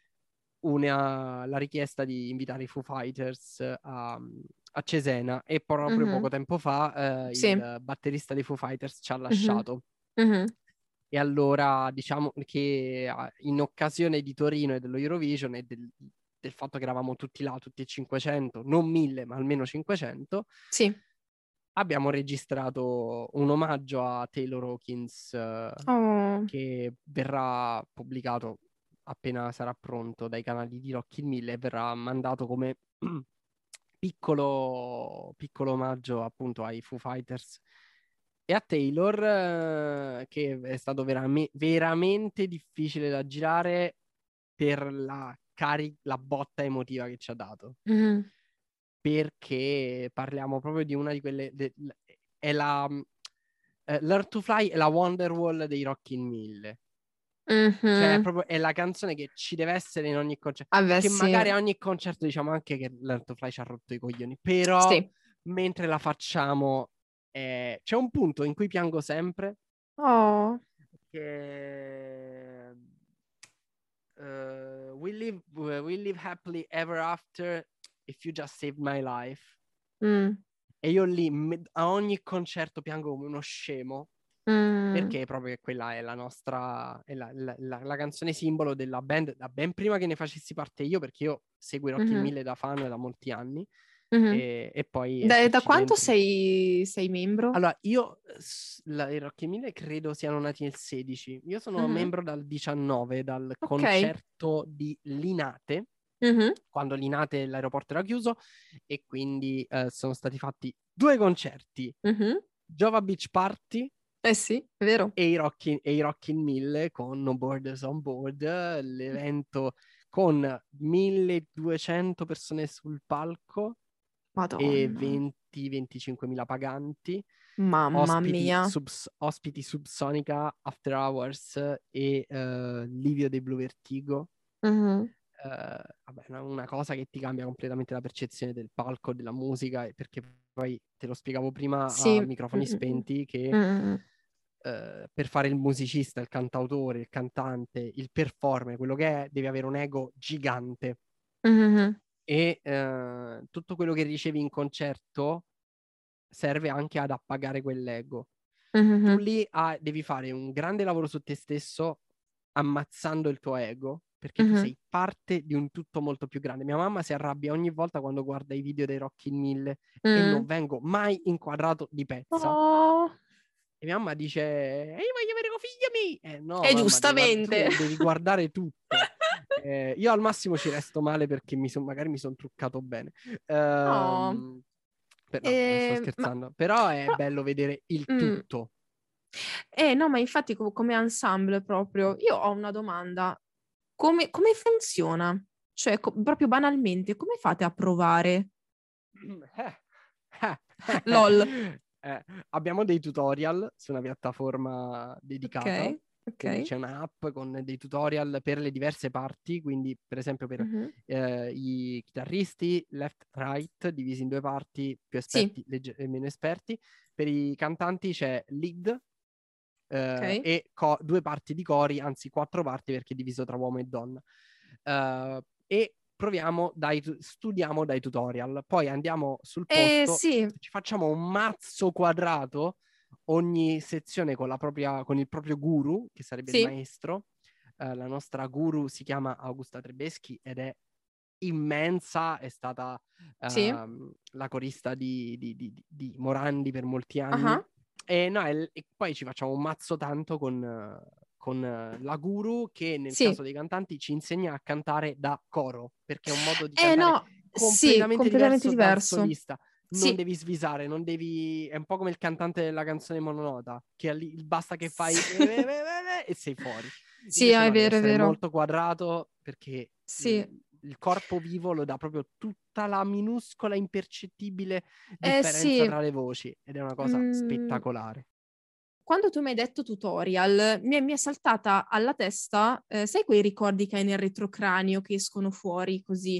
Speaker 3: la richiesta di invitare i Foo Fighters a Cesena, e proprio poco tempo fa il batterista dei Foo Fighters ci ha lasciato. E allora diciamo che in occasione di Torino e dello Eurovision e del fatto che eravamo tutti là, tutti 500, non 1000 ma almeno 500, abbiamo registrato un omaggio a Taylor Hawkins che verrà pubblicato appena sarà pronto dai canali di Rocky in 1000 e verrà mandato come piccolo omaggio appunto ai Foo Fighters e a Taylor, che è stato veramente difficile da girare per la botta emotiva che ci ha dato.
Speaker 1: Mhm.
Speaker 3: Perché parliamo proprio di una di quelle... è la... Learn to Fly è la Wonderwall dei Rockin' Mille. Cioè,
Speaker 1: Mhm.
Speaker 3: è la canzone che ci deve essere in ogni concerto.
Speaker 1: Vabbè,
Speaker 3: Che
Speaker 1: sì.
Speaker 3: magari a ogni concerto diciamo anche che Learn to Fly ci ha rotto i coglioni. Però,
Speaker 1: Sì.
Speaker 3: mentre la facciamo, c'è un punto in cui piango sempre.
Speaker 1: Oh.
Speaker 3: Che... we live happily ever after if you just saved my life.
Speaker 1: Mm.
Speaker 3: E io lì a ogni concerto piango come uno scemo.
Speaker 1: Mm.
Speaker 3: Perché proprio quella è la nostra, è la canzone simbolo della band, da ben prima che ne facessi parte io, perché io seguo i Rockin'
Speaker 1: Mhm.
Speaker 3: Mille da fan da molti anni,
Speaker 1: Mhm.
Speaker 3: e poi
Speaker 1: Da
Speaker 3: esserci
Speaker 1: quanto
Speaker 3: dentro.
Speaker 1: sei membro?
Speaker 3: Allora, io i Rockin' Mille credo siano nati nel 16, io sono
Speaker 1: Mhm.
Speaker 3: membro dal 19, dal
Speaker 1: Ok.
Speaker 3: concerto di Linate,
Speaker 1: Mhm.
Speaker 3: quando Linate l'aeroporto era chiuso, e quindi sono stati fatti 2 concerti,
Speaker 1: Mhm.
Speaker 3: Jova Beach Party
Speaker 1: Eh sì, è vero.
Speaker 3: e i Rockin' Mille con No Borders on Board, l'evento con 1200 persone sul palco e
Speaker 1: Madonna.
Speaker 3: 20-25 mila paganti,
Speaker 1: Mamma mia.
Speaker 3: ospiti Subsonica, After Hours e Livio dei Blue Vertigo.
Speaker 1: Mhm.
Speaker 3: Vabbè, una cosa che ti cambia completamente la percezione del palco, della musica, perché poi te lo spiegavo prima
Speaker 1: Sì.
Speaker 3: a microfoni
Speaker 1: Mm-mm.
Speaker 3: spenti che
Speaker 1: Mm-mm.
Speaker 3: per fare il musicista, il cantautore, il cantante, il performer, quello che è, devi avere un ego gigante.
Speaker 1: Mhm.
Speaker 3: E tutto quello che ricevi in concerto serve anche ad appagare quell'ego. Tu
Speaker 1: Mhm.
Speaker 3: lì devi fare un grande lavoro su te stesso, ammazzando il tuo ego, perché tu
Speaker 1: Mhm.
Speaker 3: sei parte di un tutto molto più grande. Mia mamma si arrabbia ogni volta quando guarda i video dei Rockin' Mille e non
Speaker 1: Mm.
Speaker 3: vengo mai inquadrato di pezza.
Speaker 1: Oh.
Speaker 3: E mia mamma dice, io voglio vedere con figli miei. No,
Speaker 1: E
Speaker 3: mamma, tu
Speaker 1: giustamente.
Speaker 3: devi guardare tutto. Io al massimo ci resto male perché magari mi sono truccato bene.
Speaker 1: No.
Speaker 3: No, sto
Speaker 1: Ma
Speaker 3: scherzando. Però è
Speaker 1: però,
Speaker 3: bello vedere il
Speaker 1: mm.
Speaker 3: tutto.
Speaker 1: No, ma infatti come ensemble proprio, io ho una domanda. Come funziona? Cioè, proprio banalmente, come fate a provare? LOL.
Speaker 3: Abbiamo dei tutorial su una piattaforma dedicata,
Speaker 1: Ok,
Speaker 3: quindi
Speaker 1: ok.
Speaker 3: c'è un'app con dei tutorial per le diverse parti, quindi per esempio per
Speaker 1: Mhm.
Speaker 3: i chitarristi left-right divisi in 2 parti, più
Speaker 1: Sì,
Speaker 3: esperti e meno esperti, per i cantanti c'è lead
Speaker 1: ok.
Speaker 3: e 2 parti di cori, anzi 4 parti perché è diviso tra uomo e donna. E studiamo dai tutorial, poi andiamo sul posto,
Speaker 1: Sì,
Speaker 3: ci facciamo un mazzo quadrato, ogni sezione con il proprio guru, che sarebbe il
Speaker 1: sì,
Speaker 3: maestro. La nostra guru si chiama Augusta Trebeschi ed è immensa, è stata
Speaker 1: sì.
Speaker 3: la corista di Morandi per molti anni.
Speaker 1: Ah.
Speaker 3: E, no, e poi ci facciamo un mazzo tanto con la guru che nel caso
Speaker 1: Sì.
Speaker 3: dei cantanti ci insegna a cantare da coro, perché è un modo di cantare
Speaker 1: No, sì,
Speaker 3: completamente
Speaker 1: completamente
Speaker 3: diverso dal
Speaker 1: diverso.
Speaker 3: solista. Non
Speaker 1: Sì,
Speaker 3: devi svisare, non devi... È un po' come il cantante della canzone mononota, che lì basta che fai
Speaker 1: sì,
Speaker 3: e sei fuori.
Speaker 1: sì,
Speaker 3: Invece no,
Speaker 1: è
Speaker 3: deve
Speaker 1: vero, è
Speaker 3: essere
Speaker 1: vero.
Speaker 3: molto quadrato perché
Speaker 1: Sì.
Speaker 3: il corpo vivo lo dà proprio tutta la minuscola, impercettibile differenza
Speaker 1: Sì.
Speaker 3: tra le voci ed è una cosa
Speaker 1: Mm,
Speaker 3: spettacolare.
Speaker 1: Quando tu mi hai detto tutorial, mi è saltata alla testa, sai quei ricordi che hai nel retrocranio che escono fuori così?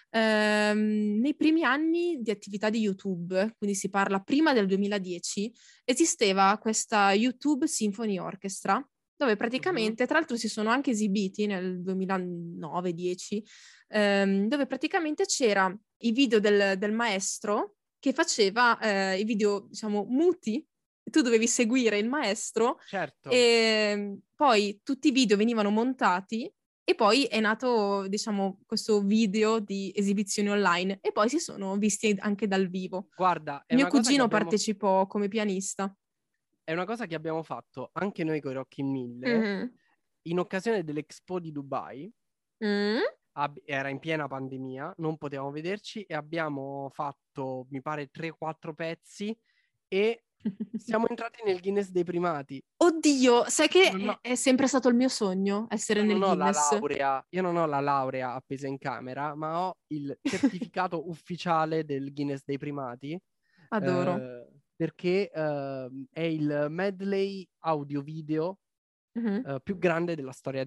Speaker 1: Nei primi anni di attività di YouTube, quindi si parla prima del 2010, esisteva questa YouTube Symphony Orchestra, dove
Speaker 3: Mhm.
Speaker 1: praticamente, tra l'altro si sono anche esibiti nel 2009-10, dove praticamente c'era i video del maestro che faceva i video, diciamo, muti. Tu dovevi seguire il maestro
Speaker 3: Certo,
Speaker 1: e poi tutti i video venivano montati e poi è nato, diciamo, questo video di esibizioni online e poi si sono visti anche dal vivo.
Speaker 3: guarda,
Speaker 1: Mio cugino partecipò come pianista.
Speaker 3: è una cosa che abbiamo fatto anche noi con i Rockin' Mille
Speaker 1: Mhm.
Speaker 3: in occasione dell'Expo di Dubai.
Speaker 1: Mm?
Speaker 3: era in piena pandemia, non potevamo vederci e abbiamo fatto, mi pare, 3-4 pezzi e siamo entrati nel Guinness dei primati.
Speaker 2: Oddio, sai che
Speaker 3: No,
Speaker 2: è sempre stato il mio sogno essere nel Guinness.
Speaker 3: io non ho la laurea appesa in camera, ma ho il certificato ufficiale del Guinness dei primati,
Speaker 2: Adoro.
Speaker 3: perché è il medley audio-video
Speaker 2: Mhm,
Speaker 3: più grande della storia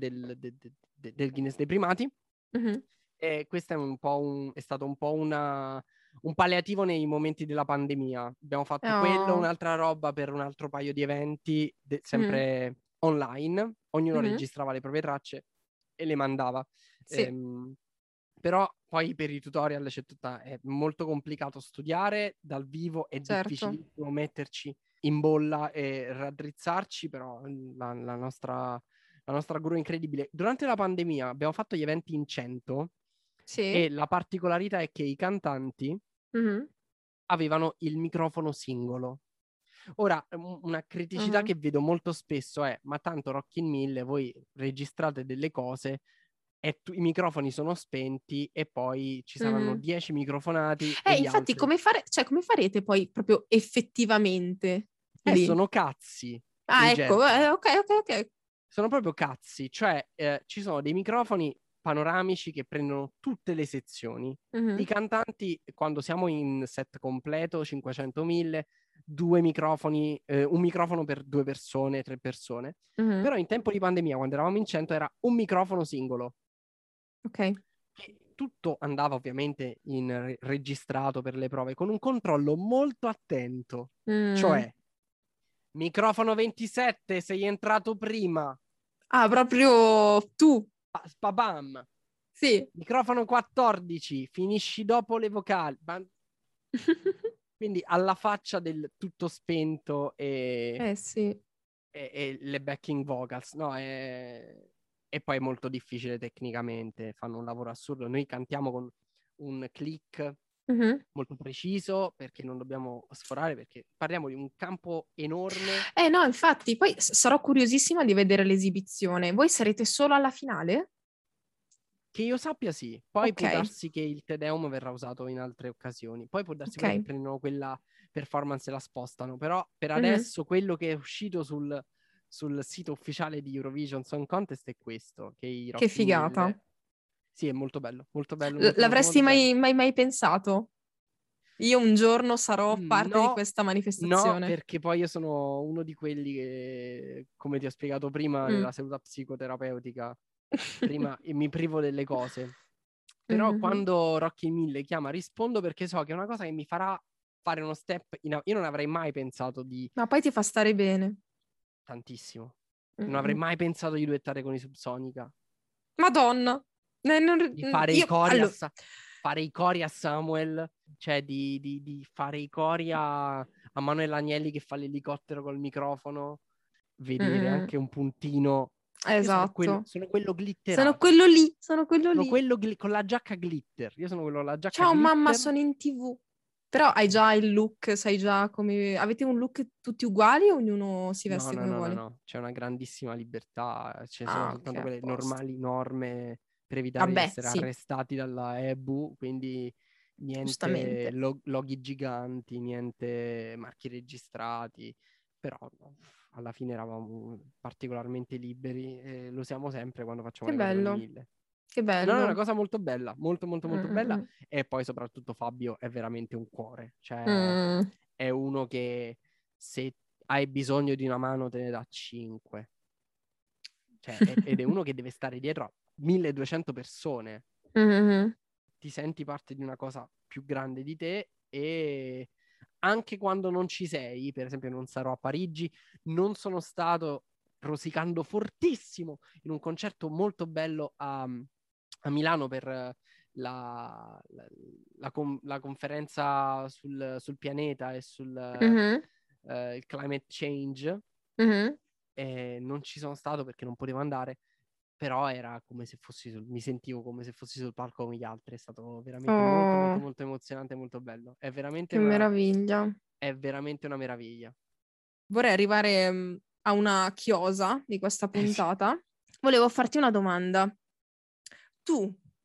Speaker 3: del Guinness dei primati.
Speaker 2: mhm.
Speaker 3: E questo è stato un po' un palliativo nei momenti della pandemia. Abbiamo fatto quello,
Speaker 2: Oh,
Speaker 3: un'altra roba per un altro paio di eventi,
Speaker 2: mhm,
Speaker 3: sempre online. Ognuno
Speaker 2: mhm.
Speaker 3: registrava le proprie tracce e le mandava.
Speaker 2: Sì,
Speaker 3: Però poi per i tutorial è molto complicato studiare dal vivo, è
Speaker 2: certo.
Speaker 3: difficilissimo metterci in bolla e raddrizzarci, però la nostra guru è incredibile. Durante la pandemia abbiamo fatto gli eventi in 100
Speaker 2: Sì.
Speaker 3: e la particolarità è che i cantanti
Speaker 2: Mhm,
Speaker 3: avevano il microfono singolo. Ora, una criticità
Speaker 2: mhm.
Speaker 3: che vedo molto spesso è: ma tanto Rock in 1000, voi registrate delle cose e i microfoni sono spenti e poi ci saranno
Speaker 2: Mhm.
Speaker 3: 10 microfonati e gli
Speaker 2: Infatti,
Speaker 3: altri.
Speaker 2: come farete poi proprio effettivamente lì?
Speaker 3: Sono cazzi
Speaker 2: Ah,
Speaker 3: in
Speaker 2: ecco,
Speaker 3: gergo.
Speaker 2: ok, ok, ok.
Speaker 3: Sono proprio cazzi, cioè ci sono dei microfoni panoramici che prendono tutte le sezioni. I
Speaker 2: Mhm,
Speaker 3: cantanti, quando siamo in set completo, 500.000, due microfoni, un microfono per 2 persone, 3 persone.
Speaker 2: mhm.
Speaker 3: Però in tempo di pandemia, quando eravamo in 100, era un microfono singolo.
Speaker 2: Ok.
Speaker 3: E tutto andava ovviamente registrato per le prove, con un controllo molto attento.
Speaker 2: Mm.
Speaker 3: Cioè, microfono 27, sei entrato prima.
Speaker 2: Ah, proprio tu.
Speaker 3: Spabam.
Speaker 2: Sì.
Speaker 3: Microfono 14, finisci dopo le vocali. Quindi alla faccia del tutto spento
Speaker 2: Sì.
Speaker 3: e le backing vocals, no? E poi è molto difficile tecnicamente, fanno un lavoro assurdo. Noi cantiamo con un click
Speaker 2: Mhm.
Speaker 3: molto preciso perché non dobbiamo sforare, perché parliamo di un campo enorme.
Speaker 2: No, infatti, poi sarò curiosissima di vedere l'esibizione. Voi sarete solo alla finale?
Speaker 3: Che io sappia sì, poi
Speaker 2: Ok,
Speaker 3: può darsi che il Te Deum verrà usato in altre occasioni, poi può darsi pure che
Speaker 2: ok.
Speaker 3: prendono quella performance e la spostano, però per
Speaker 2: Mhm.
Speaker 3: adesso quello che è uscito sul sito ufficiale di Eurovision Song Contest è questo, che i
Speaker 2: Che
Speaker 3: Rock in
Speaker 2: figata.
Speaker 3: 1000, sì è molto bello, molto bello, molto molto
Speaker 2: L'avresti
Speaker 3: molto bello.
Speaker 2: mai pensato? Io un giorno sarò parte di
Speaker 3: No,
Speaker 2: questa
Speaker 3: no,
Speaker 2: manifestazione.
Speaker 3: perché poi io sono uno di quelli che, come ti ho spiegato prima,
Speaker 2: Mm.
Speaker 3: nella seduta psicoterapeutica, prima mi privo delle cose. Però
Speaker 2: Mhm.
Speaker 3: quando Rocky 1000 chiama rispondo perché so che è una cosa che mi farà fare uno step io non avrei mai pensato di
Speaker 2: Ma poi ti fa stare bene.
Speaker 3: tantissimo. Non avrei
Speaker 2: Mm.
Speaker 3: mai pensato di duettare con i Subsonica,
Speaker 2: Madonna.
Speaker 3: di fare i
Speaker 2: Io,
Speaker 3: cori
Speaker 2: allora,
Speaker 3: fare i cori a Samuel, cioè di fare i cori a Manuel Agnelli che fa l'elicottero col microfono, vedere
Speaker 2: mm,
Speaker 3: anche un puntino. Io
Speaker 2: esatto.
Speaker 3: sono quello
Speaker 2: Sono
Speaker 3: glitterato.
Speaker 2: quello lì, sono quello
Speaker 3: Sono
Speaker 2: lì.
Speaker 3: quello con la giacca glitter. Io sono quello con la giacca
Speaker 2: Ciao mamma,
Speaker 3: glitter.
Speaker 2: sono in TV. Però hai già il look, sai già come... Avete un look tutti uguali o ognuno si
Speaker 3: No,
Speaker 2: veste
Speaker 3: no,
Speaker 2: come
Speaker 3: no, no,
Speaker 2: vuole?
Speaker 3: no, c'è una grandissima libertà, ci sono
Speaker 2: Ah, ok,
Speaker 3: soltanto
Speaker 2: a
Speaker 3: quelle
Speaker 2: posto.
Speaker 3: normali norme per evitare di
Speaker 2: Vabbè,
Speaker 3: essere
Speaker 2: sì,
Speaker 3: arrestati dalla EBU, quindi niente
Speaker 2: giustamente.
Speaker 3: loghi giganti, niente marchi registrati, però no, alla fine eravamo particolarmente liberi e lo siamo sempre quando facciamo
Speaker 2: Che
Speaker 3: le cose con i
Speaker 2: bello,
Speaker 3: 1000.
Speaker 2: che
Speaker 3: No, è una
Speaker 2: bello.
Speaker 3: cosa molto bella, molto molto
Speaker 2: Mm,
Speaker 3: molto bella
Speaker 2: mm,
Speaker 3: e poi soprattutto Fabio è veramente un cuore, cioè
Speaker 2: mm. Mm.
Speaker 3: è uno che se hai bisogno di una mano te ne dà 5. Cioè, ed è uno che deve stare dietro a 1200 persone.
Speaker 2: Mm.
Speaker 3: Ti senti parte di una cosa più grande di te e anche quando non ci sei, per esempio non sarò a Parigi, non sono stato rosicando fortissimo in un concerto molto bello a Milano per la conferenza sul pianeta e sul
Speaker 2: Mhm,
Speaker 3: il climate change.
Speaker 2: mhm.
Speaker 3: Non ci sono stato perché non potevo andare, però era come se mi sentivo come se fossi sul palco con gli altri. È stato veramente molto, molto,
Speaker 2: Oh,
Speaker 3: molto emozionante e molto bello.
Speaker 2: che meraviglia.
Speaker 3: È veramente una meraviglia.
Speaker 2: Vorrei arrivare a una chiosa di questa
Speaker 3: Sì.
Speaker 2: puntata. Volevo farti una domanda. Tu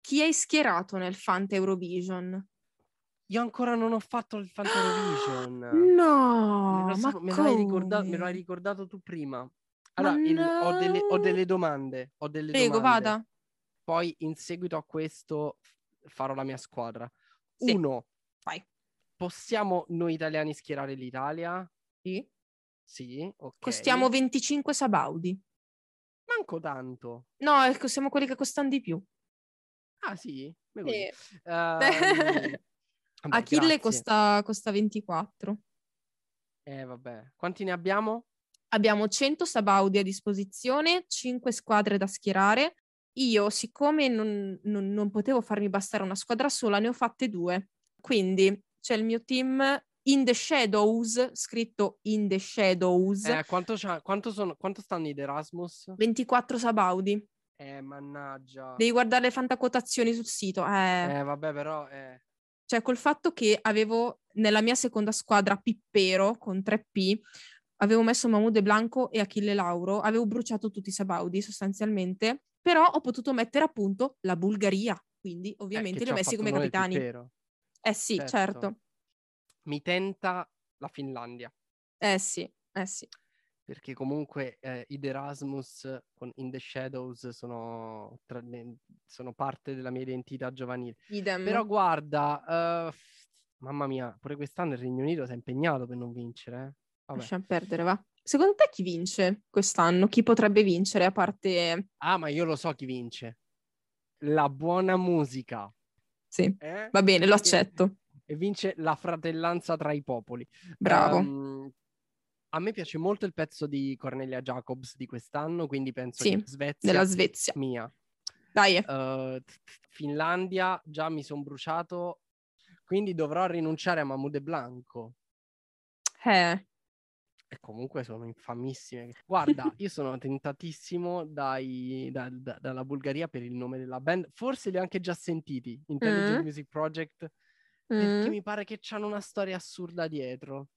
Speaker 2: chi hai schierato nel Fanta Eurovision?
Speaker 3: Io ancora non ho fatto il Fanta Eurovision.
Speaker 2: No,
Speaker 3: me lo hai ricordato tu prima.
Speaker 2: Ma
Speaker 3: Allora,
Speaker 2: no.
Speaker 3: ho delle domande.
Speaker 2: Prego, vada.
Speaker 3: Poi in seguito a questo farò la mia squadra.
Speaker 2: Sì.
Speaker 3: 1.
Speaker 2: Vai.
Speaker 3: Possiamo noi italiani schierare l'Italia?
Speaker 2: Sì.
Speaker 3: Sì, ok.
Speaker 2: Costiamo 25 sabaudi.
Speaker 3: Manco tanto.
Speaker 2: No, siamo quelli che costano di più.
Speaker 3: Ah sì?
Speaker 2: Sì.
Speaker 3: Vabbè,
Speaker 2: Achille
Speaker 3: grazie.
Speaker 2: costa 24.
Speaker 3: Vabbè. Quanti ne abbiamo?
Speaker 2: Abbiamo 100 sabaudi a disposizione, 5 squadre da schierare. Io, siccome non potevo farmi bastare una squadra sola, ne ho fatte 2. Quindi c'è il mio team In the Shadows, scritto In the Shadows,
Speaker 3: Quanto stanno id Erasmus?
Speaker 2: 24 sabaudi.
Speaker 3: Mannaggia.
Speaker 2: Devi guardare le fantaquotazioni sul sito.
Speaker 3: Vabbè, però...
Speaker 2: Cioè, col fatto che avevo nella mia seconda squadra Pippero con 3P, avevo messo Mahmoud e Blanco e Achille Lauro, avevo bruciato tutti i sabaudi sostanzialmente, però ho potuto mettere a punto la Bulgaria, quindi
Speaker 3: che
Speaker 2: ovviamente li
Speaker 3: ci
Speaker 2: ho
Speaker 3: ha
Speaker 2: messi
Speaker 3: fatto
Speaker 2: come
Speaker 3: onore il
Speaker 2: capitani.
Speaker 3: Pippero.
Speaker 2: Eh sì, certo.
Speaker 3: Mi tenta la Finlandia.
Speaker 2: Eh sì.
Speaker 3: Perché comunque id Erasmus con In the Shadows sono parte della mia identità giovanile.
Speaker 2: Idem.
Speaker 3: Però guarda, mamma mia, pure quest'anno il Regno Unito si è impegnato per non vincere. Vabbè.
Speaker 2: Lasciamo perdere, va. Secondo te chi vince quest'anno? Chi potrebbe vincere a parte...
Speaker 3: Ah, ma io lo so chi vince. La buona musica.
Speaker 2: Sì, va bene, lo accetto.
Speaker 3: E vince la fratellanza tra i popoli.
Speaker 2: Bravo.
Speaker 3: A me piace molto il pezzo di Cornelia Jacobs di quest'anno, quindi penso
Speaker 2: Sì,
Speaker 3: che Svezia
Speaker 2: della Svezia.
Speaker 3: mia.
Speaker 2: Dai.
Speaker 3: Finlandia, già mi sono bruciato, quindi dovrò rinunciare a Mahmoud e Blanco. E comunque sono infamissime. Guarda, io sono tentatissimo dalla Bulgaria per il nome della band. Forse li ho anche già sentiti, Intelligent Music Project, perché mi pare che c'hanno una storia assurda dietro.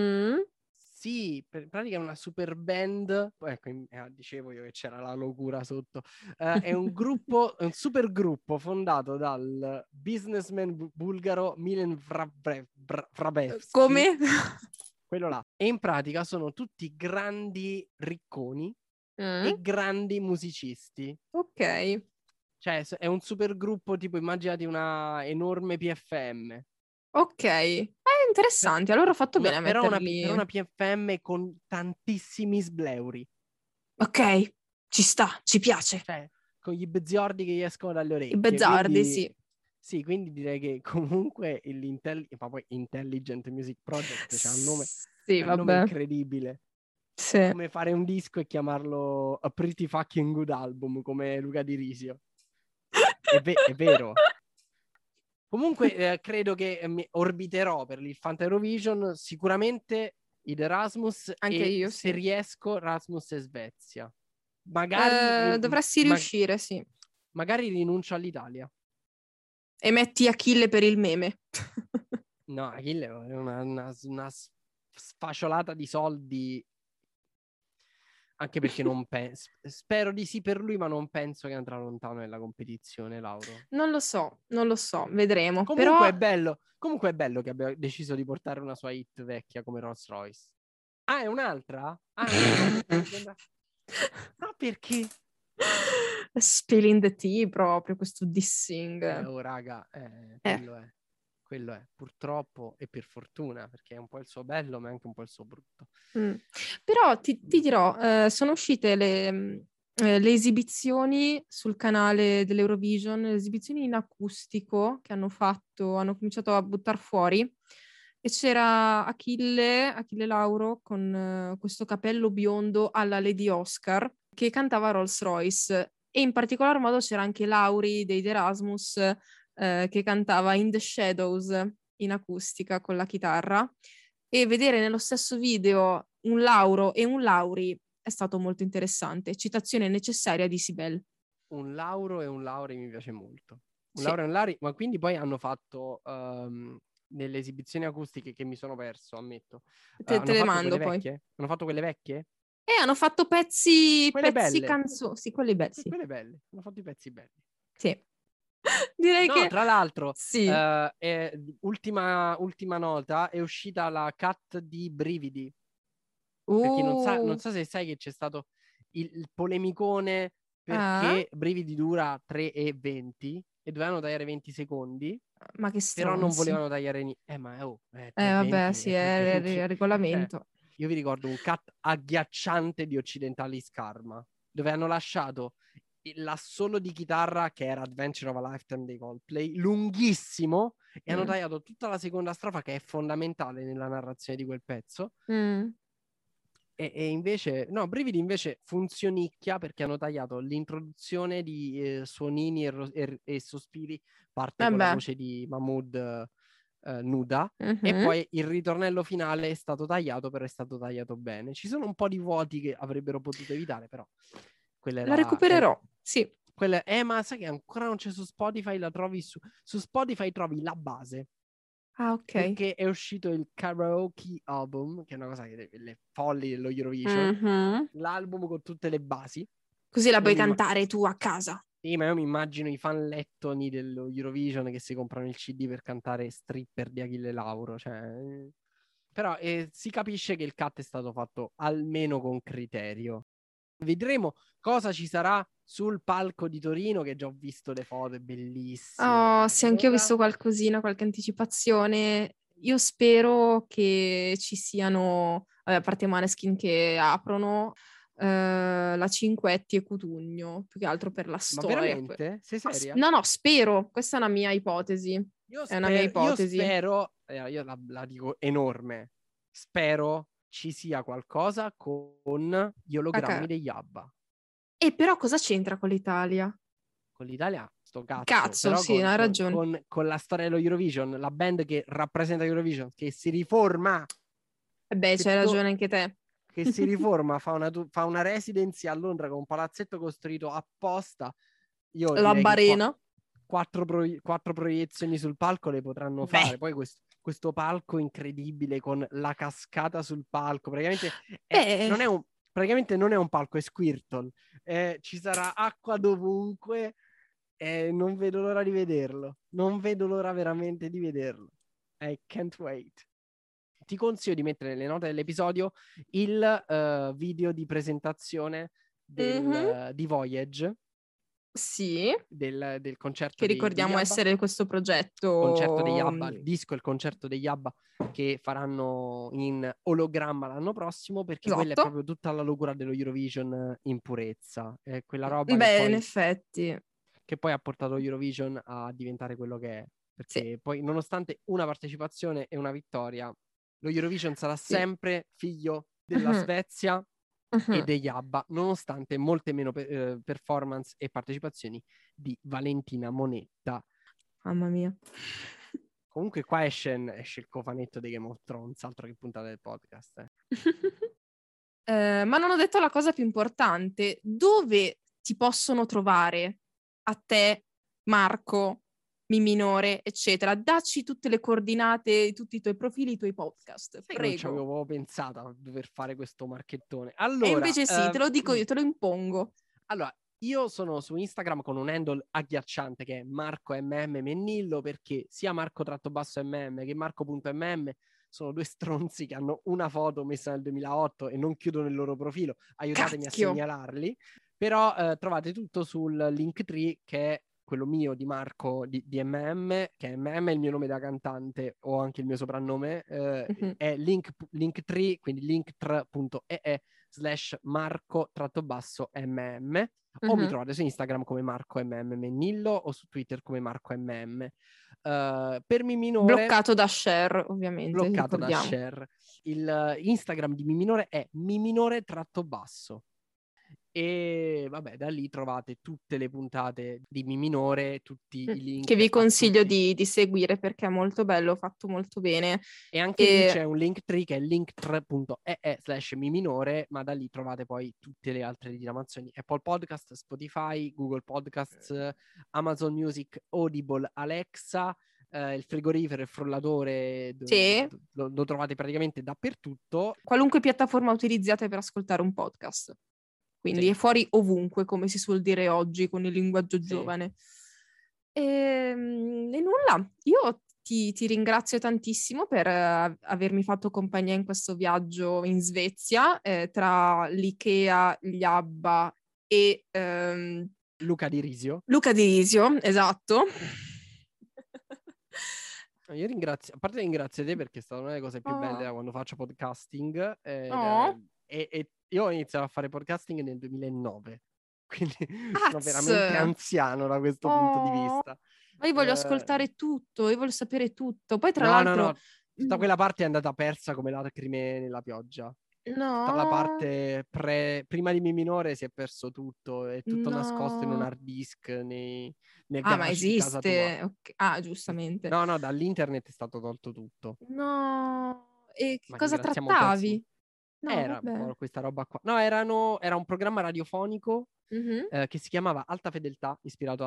Speaker 3: Sì, in pratica è una super band. Ecco, dicevo io che c'era la locura sotto. È un gruppo, è un super gruppo fondato dal businessman bulgaro Milen Vrabevsky.
Speaker 2: Come?
Speaker 3: Quello là. E in pratica sono tutti grandi ricconi e grandi musicisti.
Speaker 2: Ok.
Speaker 3: Cioè, è un super gruppo, tipo, immaginati una enorme PFM.
Speaker 2: Ok. Interessante. Allora ho fatto bene a
Speaker 3: Però
Speaker 2: metterli...
Speaker 3: una PFM con tantissimi sbleuri.
Speaker 2: Ok, ci sta, ci piace.
Speaker 3: Cioè, con gli beziordi che gli escono dalle
Speaker 2: I
Speaker 3: orecchie.
Speaker 2: bezzardi,
Speaker 3: Quindi,
Speaker 2: sì.
Speaker 3: sì, quindi direi che comunque ma poi Intelligent Music Project c'ha
Speaker 2: Sì,
Speaker 3: un nome
Speaker 2: vabbè.
Speaker 3: incredibile.
Speaker 2: Sì.
Speaker 3: È come fare un disco e chiamarlo A Pretty Fucking Good Album, come Luca Di Risio. È vero. Comunque credo che mi orbiterò per il Fanta Eurovision sicuramente id Erasmus
Speaker 2: Anche
Speaker 3: e
Speaker 2: io,
Speaker 3: se
Speaker 2: sì.
Speaker 3: riesco Erasmus e Svezia. Magari
Speaker 2: dovresti riuscire, sì.
Speaker 3: magari rinuncio all'Italia.
Speaker 2: E metti Achille per il meme.
Speaker 3: No, Achille è una sfacciolata di soldi. Anche perché non penso. Spero di sì per lui, ma non penso che andrà lontano nella competizione, Lauro.
Speaker 2: Non lo so, vedremo.
Speaker 3: Comunque
Speaker 2: Però
Speaker 3: è bello che abbia deciso di portare una sua hit vecchia come Rolls Royce. Ah, è un'altra? Ah, mi sembra... Ma perché?
Speaker 2: Spilling the tea proprio, questo dissing.
Speaker 3: Oh, raga, quello è. Quello è, purtroppo e per fortuna, perché è un po' il suo bello, ma è anche un po' il suo brutto.
Speaker 2: Però ti dirò, sono uscite le esibizioni sul canale dell'Eurovision, le esibizioni in acustico che hanno cominciato a buttare fuori e c'era Achille Lauro con questo capello biondo alla Lady Oscar che cantava Rolls Royce e in particolar modo c'era anche Lauri dei The Erasmus che cantava In the Shadows in acustica con la chitarra e vedere nello stesso video un Lauro e un Lauri è stato molto interessante. Citazione necessaria di Sibel.
Speaker 3: Un Lauro e un Lauri mi piace molto. Un
Speaker 2: Sì.
Speaker 3: Lauro e un Lauri, ma quindi poi hanno fatto nelle esibizioni acustiche che mi sono perso, ammetto.
Speaker 2: Te
Speaker 3: Hanno
Speaker 2: le
Speaker 3: fatto
Speaker 2: mando
Speaker 3: quelle
Speaker 2: poi.
Speaker 3: vecchie? Hanno fatto quelle vecchie?
Speaker 2: Hanno fatto pezzi
Speaker 3: Quelle belle.
Speaker 2: canzoni. Sì, quelli belli. Sì.
Speaker 3: Quelle belle. Hanno fatto i pezzi belli.
Speaker 2: Sì. Direi
Speaker 3: No,
Speaker 2: che
Speaker 3: tra l'altro,
Speaker 2: sì.
Speaker 3: ultima nota, è uscita la cut di Brividi. Perché non so se sai che c'è stato il polemicone perché Brividi dura 3:20 e dovevano tagliare 20 secondi,
Speaker 2: Ma che
Speaker 3: però non
Speaker 2: stronzi.
Speaker 3: volevano tagliare ma 3:20
Speaker 2: Vabbè, sì, è
Speaker 3: 3:20.
Speaker 2: il
Speaker 3: Cioè,
Speaker 2: regolamento.
Speaker 3: io vi ricordo un cut agghiacciante di Occidentali Scarma, dove hanno lasciato l'assolo di chitarra che era Adventure of a Lifetime dei Coldplay, lunghissimo, e hanno tagliato tutta la seconda strofa che è fondamentale nella narrazione di quel pezzo. E invece, no, Brividi invece funzionicchia perché hanno tagliato l'introduzione di suonini e sospiri, parte con la voce di Mahmood nuda, e poi il ritornello finale è stato tagliato, però è stato tagliato bene. Ci sono un po' di vuoti che avrebbero potuto evitare, però quella
Speaker 2: La recupererò, sì.
Speaker 3: ma sai che ancora non c'è su Spotify, la trovi su Spotify, trovi la base.
Speaker 2: Ah, ok.
Speaker 3: Perché è uscito il karaoke album, che è una cosa che le folli dello Eurovision, l'album con tutte le basi.
Speaker 2: Così la puoi cantare tu a casa.
Speaker 3: Sì, ma io mi immagino i fan lettoni dello Eurovision che si comprano il CD per cantare Stripper di Achille Lauro, cioè... Però si capisce che il cut è stato fatto almeno con criterio. Vedremo cosa ci sarà sul palco di Torino, che già ho visto le foto, è bellissimo.
Speaker 2: Oh, sì, anch'io ho visto qualcosina, qualche anticipazione. Io spero che ci siano, vabbè, a parte Maneskin che aprono, la Cinquetti e Cutugno, più che altro per la
Speaker 3: Ma
Speaker 2: storia.
Speaker 3: veramente? Sei seria?
Speaker 2: No, spero. Questa è una mia ipotesi. È una mia
Speaker 3: Io
Speaker 2: ipotesi.
Speaker 3: spero, io la dico enorme, spero ci sia qualcosa con gli ologrammi degli ABBA.
Speaker 2: E però cosa c'entra con l'Italia?
Speaker 3: Con l'Italia, sto cazzo.
Speaker 2: Cazzo,
Speaker 3: però
Speaker 2: sì, hai ragione.
Speaker 3: con la storia dello Eurovision, la band che rappresenta Eurovision, che si riforma.
Speaker 2: E beh, c'hai ragione anche te.
Speaker 3: Che si riforma, fa una residency a Londra con un palazzetto costruito apposta. Io
Speaker 2: La
Speaker 3: direi che
Speaker 2: Barena.
Speaker 3: 4 proiezioni sul palco le potranno fare. Poi questo palco incredibile con la cascata sul palco. Praticamente non è un palco, è Squirtle. Ci sarà acqua dovunque. Non vedo l'ora di vederlo. Non vedo l'ora veramente di vederlo. I can't wait. Ti consiglio di mettere nelle note dell'episodio il video di presentazione di Voyage.
Speaker 2: Sì.
Speaker 3: Del concerto
Speaker 2: che
Speaker 3: degli
Speaker 2: ricordiamo
Speaker 3: ABBA.
Speaker 2: essere questo progetto.
Speaker 3: Concerto degli ABBA, il disco e il concerto degli ABBA che faranno in ologramma l'anno prossimo, perché quella è proprio tutta la locura dello Eurovision in purezza. È quella roba
Speaker 2: in effetti.
Speaker 3: che poi ha portato Eurovision a diventare quello che è. Perché poi, nonostante una partecipazione e una vittoria, lo Eurovision sarà sempre figlio della Svezia e degli ABBA, nonostante molte meno performance e partecipazioni di Valentina Monetta.
Speaker 2: Mamma mia.
Speaker 3: Comunque qua esce il cofanetto di Game of Thrones, altro che puntata del podcast.
Speaker 2: Ma non ho detto la cosa più importante. Dove ti possono trovare a te, Marco, Mi Minore, eccetera? Dacci tutte le coordinate, tutti i tuoi profili, i tuoi podcast.
Speaker 3: Sai,
Speaker 2: prego.
Speaker 3: non ci avevo pensato a dover fare questo marchettone. Allora,
Speaker 2: e invece sì, te lo dico io, te lo impongo.
Speaker 3: Allora, io sono su Instagram con un handle agghiacciante che è Marco MM Mennillo, perché sia Marco_MM che Marco.mm sono due stronzi che hanno una foto messa nel 2008 e non chiudono il loro profilo. Aiutatemi a segnalarli. Però trovate tutto sul Linktree, che è quello mio di Marco di MM, che MM è il mio nome da cantante o anche il mio soprannome, è Linktree, quindi linktree.ee/Marco_MM, o mi trovate su Instagram come Marco MM Mennillo o su Twitter come Marco MM. Per Mi Minore,
Speaker 2: bloccato da share, ovviamente.
Speaker 3: Bloccato da share. Il Instagram di Mi Minore è Mi Minore _. E vabbè, da lì trovate tutte le puntate di Mi Minore, tutti i link.
Speaker 2: Che vi consiglio di seguire perché è molto bello, fatto molto bene.
Speaker 3: E anche lì c'è un Linktree che è linktree.ee/Mi Minore, ma da lì trovate poi tutte le altre diramazioni: Apple Podcast, Spotify, Google Podcasts, Amazon Music, Audible, Alexa, il frigorifero e il frullatore, lo trovate praticamente dappertutto.
Speaker 2: Qualunque piattaforma utilizzate per ascoltare un podcast. Quindi è fuori ovunque, come si suol dire oggi con il linguaggio giovane. E nulla, io ti ringrazio tantissimo per avermi fatto compagnia in questo viaggio in Svezia, tra l'Ikea, gli ABBA e
Speaker 3: Luca Di Risio.
Speaker 2: Luca Di Risio, esatto.
Speaker 3: Io ringrazio, a parte ringrazio te perché è stata una delle cose più belle da quando faccio podcasting. E io ho iniziato a fare podcasting nel 2009, quindi sono veramente anziano da questo punto di vista.
Speaker 2: Ma io voglio ascoltare tutto, io voglio sapere tutto. Poi tra
Speaker 3: No,
Speaker 2: l'altro...
Speaker 3: tutta quella parte è andata persa come lacrime nella pioggia. Tutta la parte prima di Mi minore si è perso tutto, è tutto nascosto in un hard disk nel garage di casa tua.
Speaker 2: Okay. Ah, giustamente.
Speaker 3: No, dall'internet è stato tolto tutto.
Speaker 2: No, e che
Speaker 3: Ma
Speaker 2: cosa trattavi? No,
Speaker 3: era un po' questa roba qua. No, era un programma radiofonico che si chiamava Alta Fedeltà, ispirato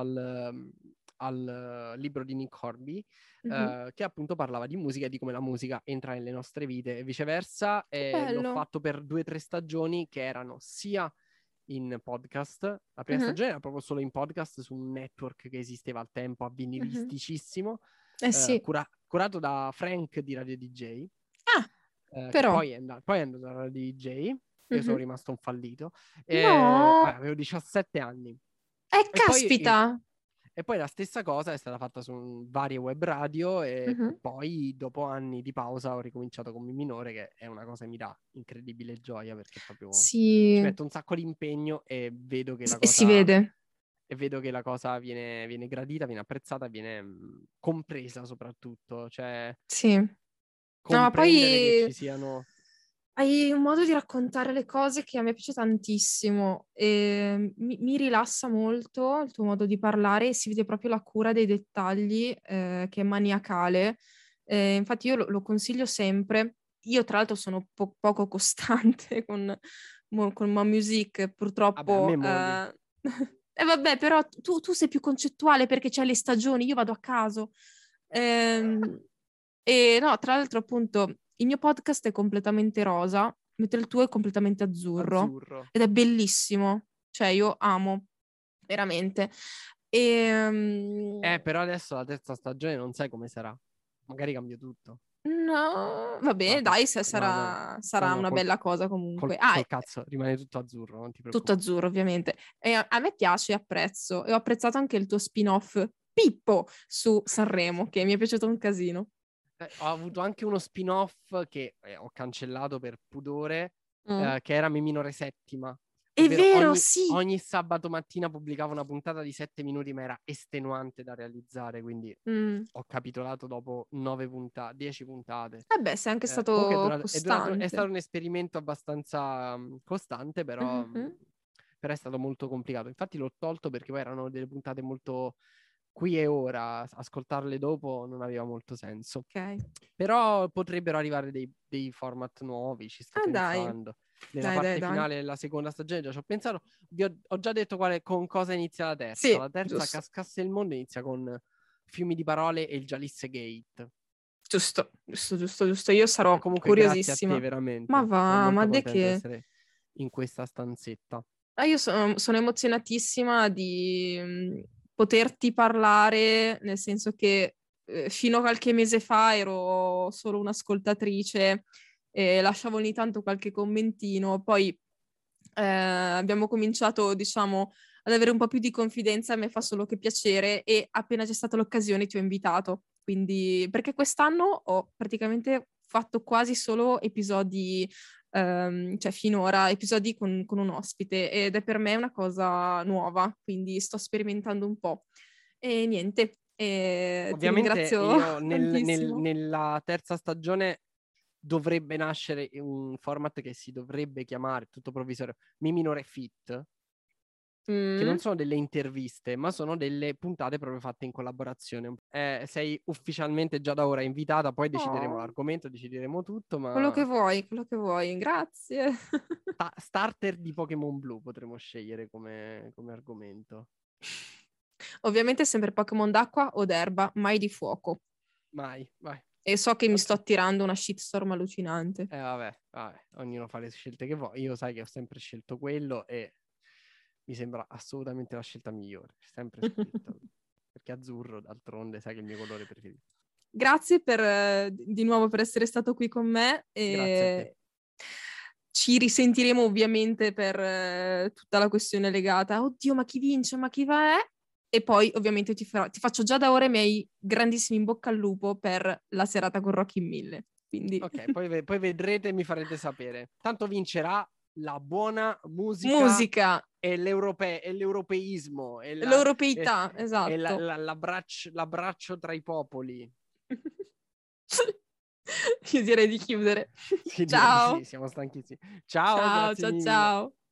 Speaker 3: al libro di Nick Hornby, che appunto parlava di musica e di come la musica entra nelle nostre vite e viceversa. E l'ho fatto per 2 o 3 stagioni che erano sia in podcast. La prima stagione era proprio solo in podcast su un network che esisteva al tempo, avveniristicissimo,
Speaker 2: sì.
Speaker 3: curato da Frank di Radio DJ.
Speaker 2: Però.
Speaker 3: Che poi è andato a Radio DJ. Io sono rimasto un fallito.
Speaker 2: No!
Speaker 3: Avevo 17 anni.
Speaker 2: Caspita!
Speaker 3: E poi la stessa cosa è stata fatta su varie web radio e poi dopo anni di pausa ho ricominciato con Mi minore, che è una cosa che mi dà incredibile gioia perché proprio ci metto un sacco di impegno e vedo che la cosa
Speaker 2: si vede.
Speaker 3: E vedo che la cosa viene gradita, viene apprezzata, viene compresa soprattutto, cioè comprendere che ci siano...
Speaker 2: Hai un modo di raccontare le cose che a me piace tantissimo e mi rilassa molto il tuo modo di parlare e si vede proprio la cura dei dettagli che è maniacale. Infatti io lo consiglio sempre. Io tra l'altro sono poco costante con Mo Music, purtroppo. E vabbè, però tu sei più concettuale perché c'hai le stagioni, io vado a caso. E no, tra l'altro appunto il mio podcast è completamente rosa, mentre il tuo è completamente azzurro. Ed è bellissimo. Cioè io amo, veramente.
Speaker 3: Però adesso la terza stagione non sai come sarà. Magari cambio tutto.
Speaker 2: No, vabbè, dai, sarà una bella cosa comunque.
Speaker 3: Col cazzo, rimane tutto azzurro, non ti preoccupare.
Speaker 2: Tutto azzurro, ovviamente. E a me piace e apprezzo. E ho apprezzato anche il tuo spin-off Pippo su Sanremo, che mi è piaciuto un casino.
Speaker 3: Ho avuto anche uno spin-off che ho cancellato per pudore, che era Mi minore settima.
Speaker 2: È vero, sì!
Speaker 3: Ogni sabato mattina pubblicavo una puntata di 7 minuti, ma era estenuante da realizzare, quindi ho capitolato dopo 10 puntate.
Speaker 2: Sei anche stato costante.
Speaker 3: È stato un esperimento abbastanza costante, però è stato molto complicato. Infatti l'ho tolto perché poi erano delle puntate molto... qui e ora, ascoltarle dopo non aveva molto senso. Però potrebbero arrivare dei format nuovi, ci sto pensando. Nella parte finale della seconda stagione già ci ho pensato. Ho già detto con cosa inizia la terza.
Speaker 2: Sì,
Speaker 3: la terza, Cascasse il mondo, inizia con Fiumi di parole e il Gialisse Gate.
Speaker 2: Giusto. Io sarò curiosissima.
Speaker 3: Grazie a te, veramente.
Speaker 2: Ma va, ma
Speaker 3: di
Speaker 2: essere
Speaker 3: in questa stanzetta.
Speaker 2: Io sono emozionatissima di poterti parlare, nel senso che fino a qualche mese fa ero solo un'ascoltatrice e lasciavo ogni tanto qualche commentino, poi abbiamo cominciato, diciamo, ad avere un po' più di confidenza, a me fa solo che piacere e appena c'è stata l'occasione ti ho invitato, quindi perché quest'anno ho praticamente fatto quasi solo episodi, cioè finora episodi con un ospite ed è per me una cosa nuova, quindi sto sperimentando un po'. E niente,
Speaker 3: ovviamente
Speaker 2: ti ringrazio
Speaker 3: io nella terza stagione dovrebbe nascere un format che si dovrebbe chiamare, tutto provvisorio, Mi minore fit, che non sono delle interviste, ma sono delle puntate proprio fatte in collaborazione. Sei ufficialmente già da ora invitata, poi decideremo l'argomento, decideremo tutto, ma...
Speaker 2: Quello che vuoi, grazie.
Speaker 3: Starter di Pokémon Blu potremmo scegliere come argomento.
Speaker 2: Ovviamente sempre Pokémon d'acqua o d'erba, mai di fuoco.
Speaker 3: Mai, vai.
Speaker 2: E so che mi sto attirando una shitstorm allucinante.
Speaker 3: Vabbè, ognuno fa le scelte che vuole. Io sai che ho sempre scelto quello e mi sembra assolutamente la scelta migliore. Sempre scritto. perché azzurro, d'altronde, sai che è il mio colore preferito.
Speaker 2: Grazie di nuovo per essere stato qui con me.
Speaker 3: Grazie a te.
Speaker 2: Ci risentiremo ovviamente per tutta la questione legata. Oddio, ma chi vince? Ma chi va? E poi ovviamente ti faccio già da ora i miei grandissimi in bocca al lupo per la serata con Rocky in 1000. Quindi...
Speaker 3: Ok, poi vedrete e mi farete sapere. Tanto vincerà la buona
Speaker 2: musica
Speaker 3: e l'europeismo. E
Speaker 2: l'europeità, esatto.
Speaker 3: l'abbraccio tra i popoli.
Speaker 2: Io direi di chiudere.
Speaker 3: Sì,
Speaker 2: Ciao.
Speaker 3: sì, siamo stanchissimi. Ciao, grazie mille.
Speaker 2: Ciao.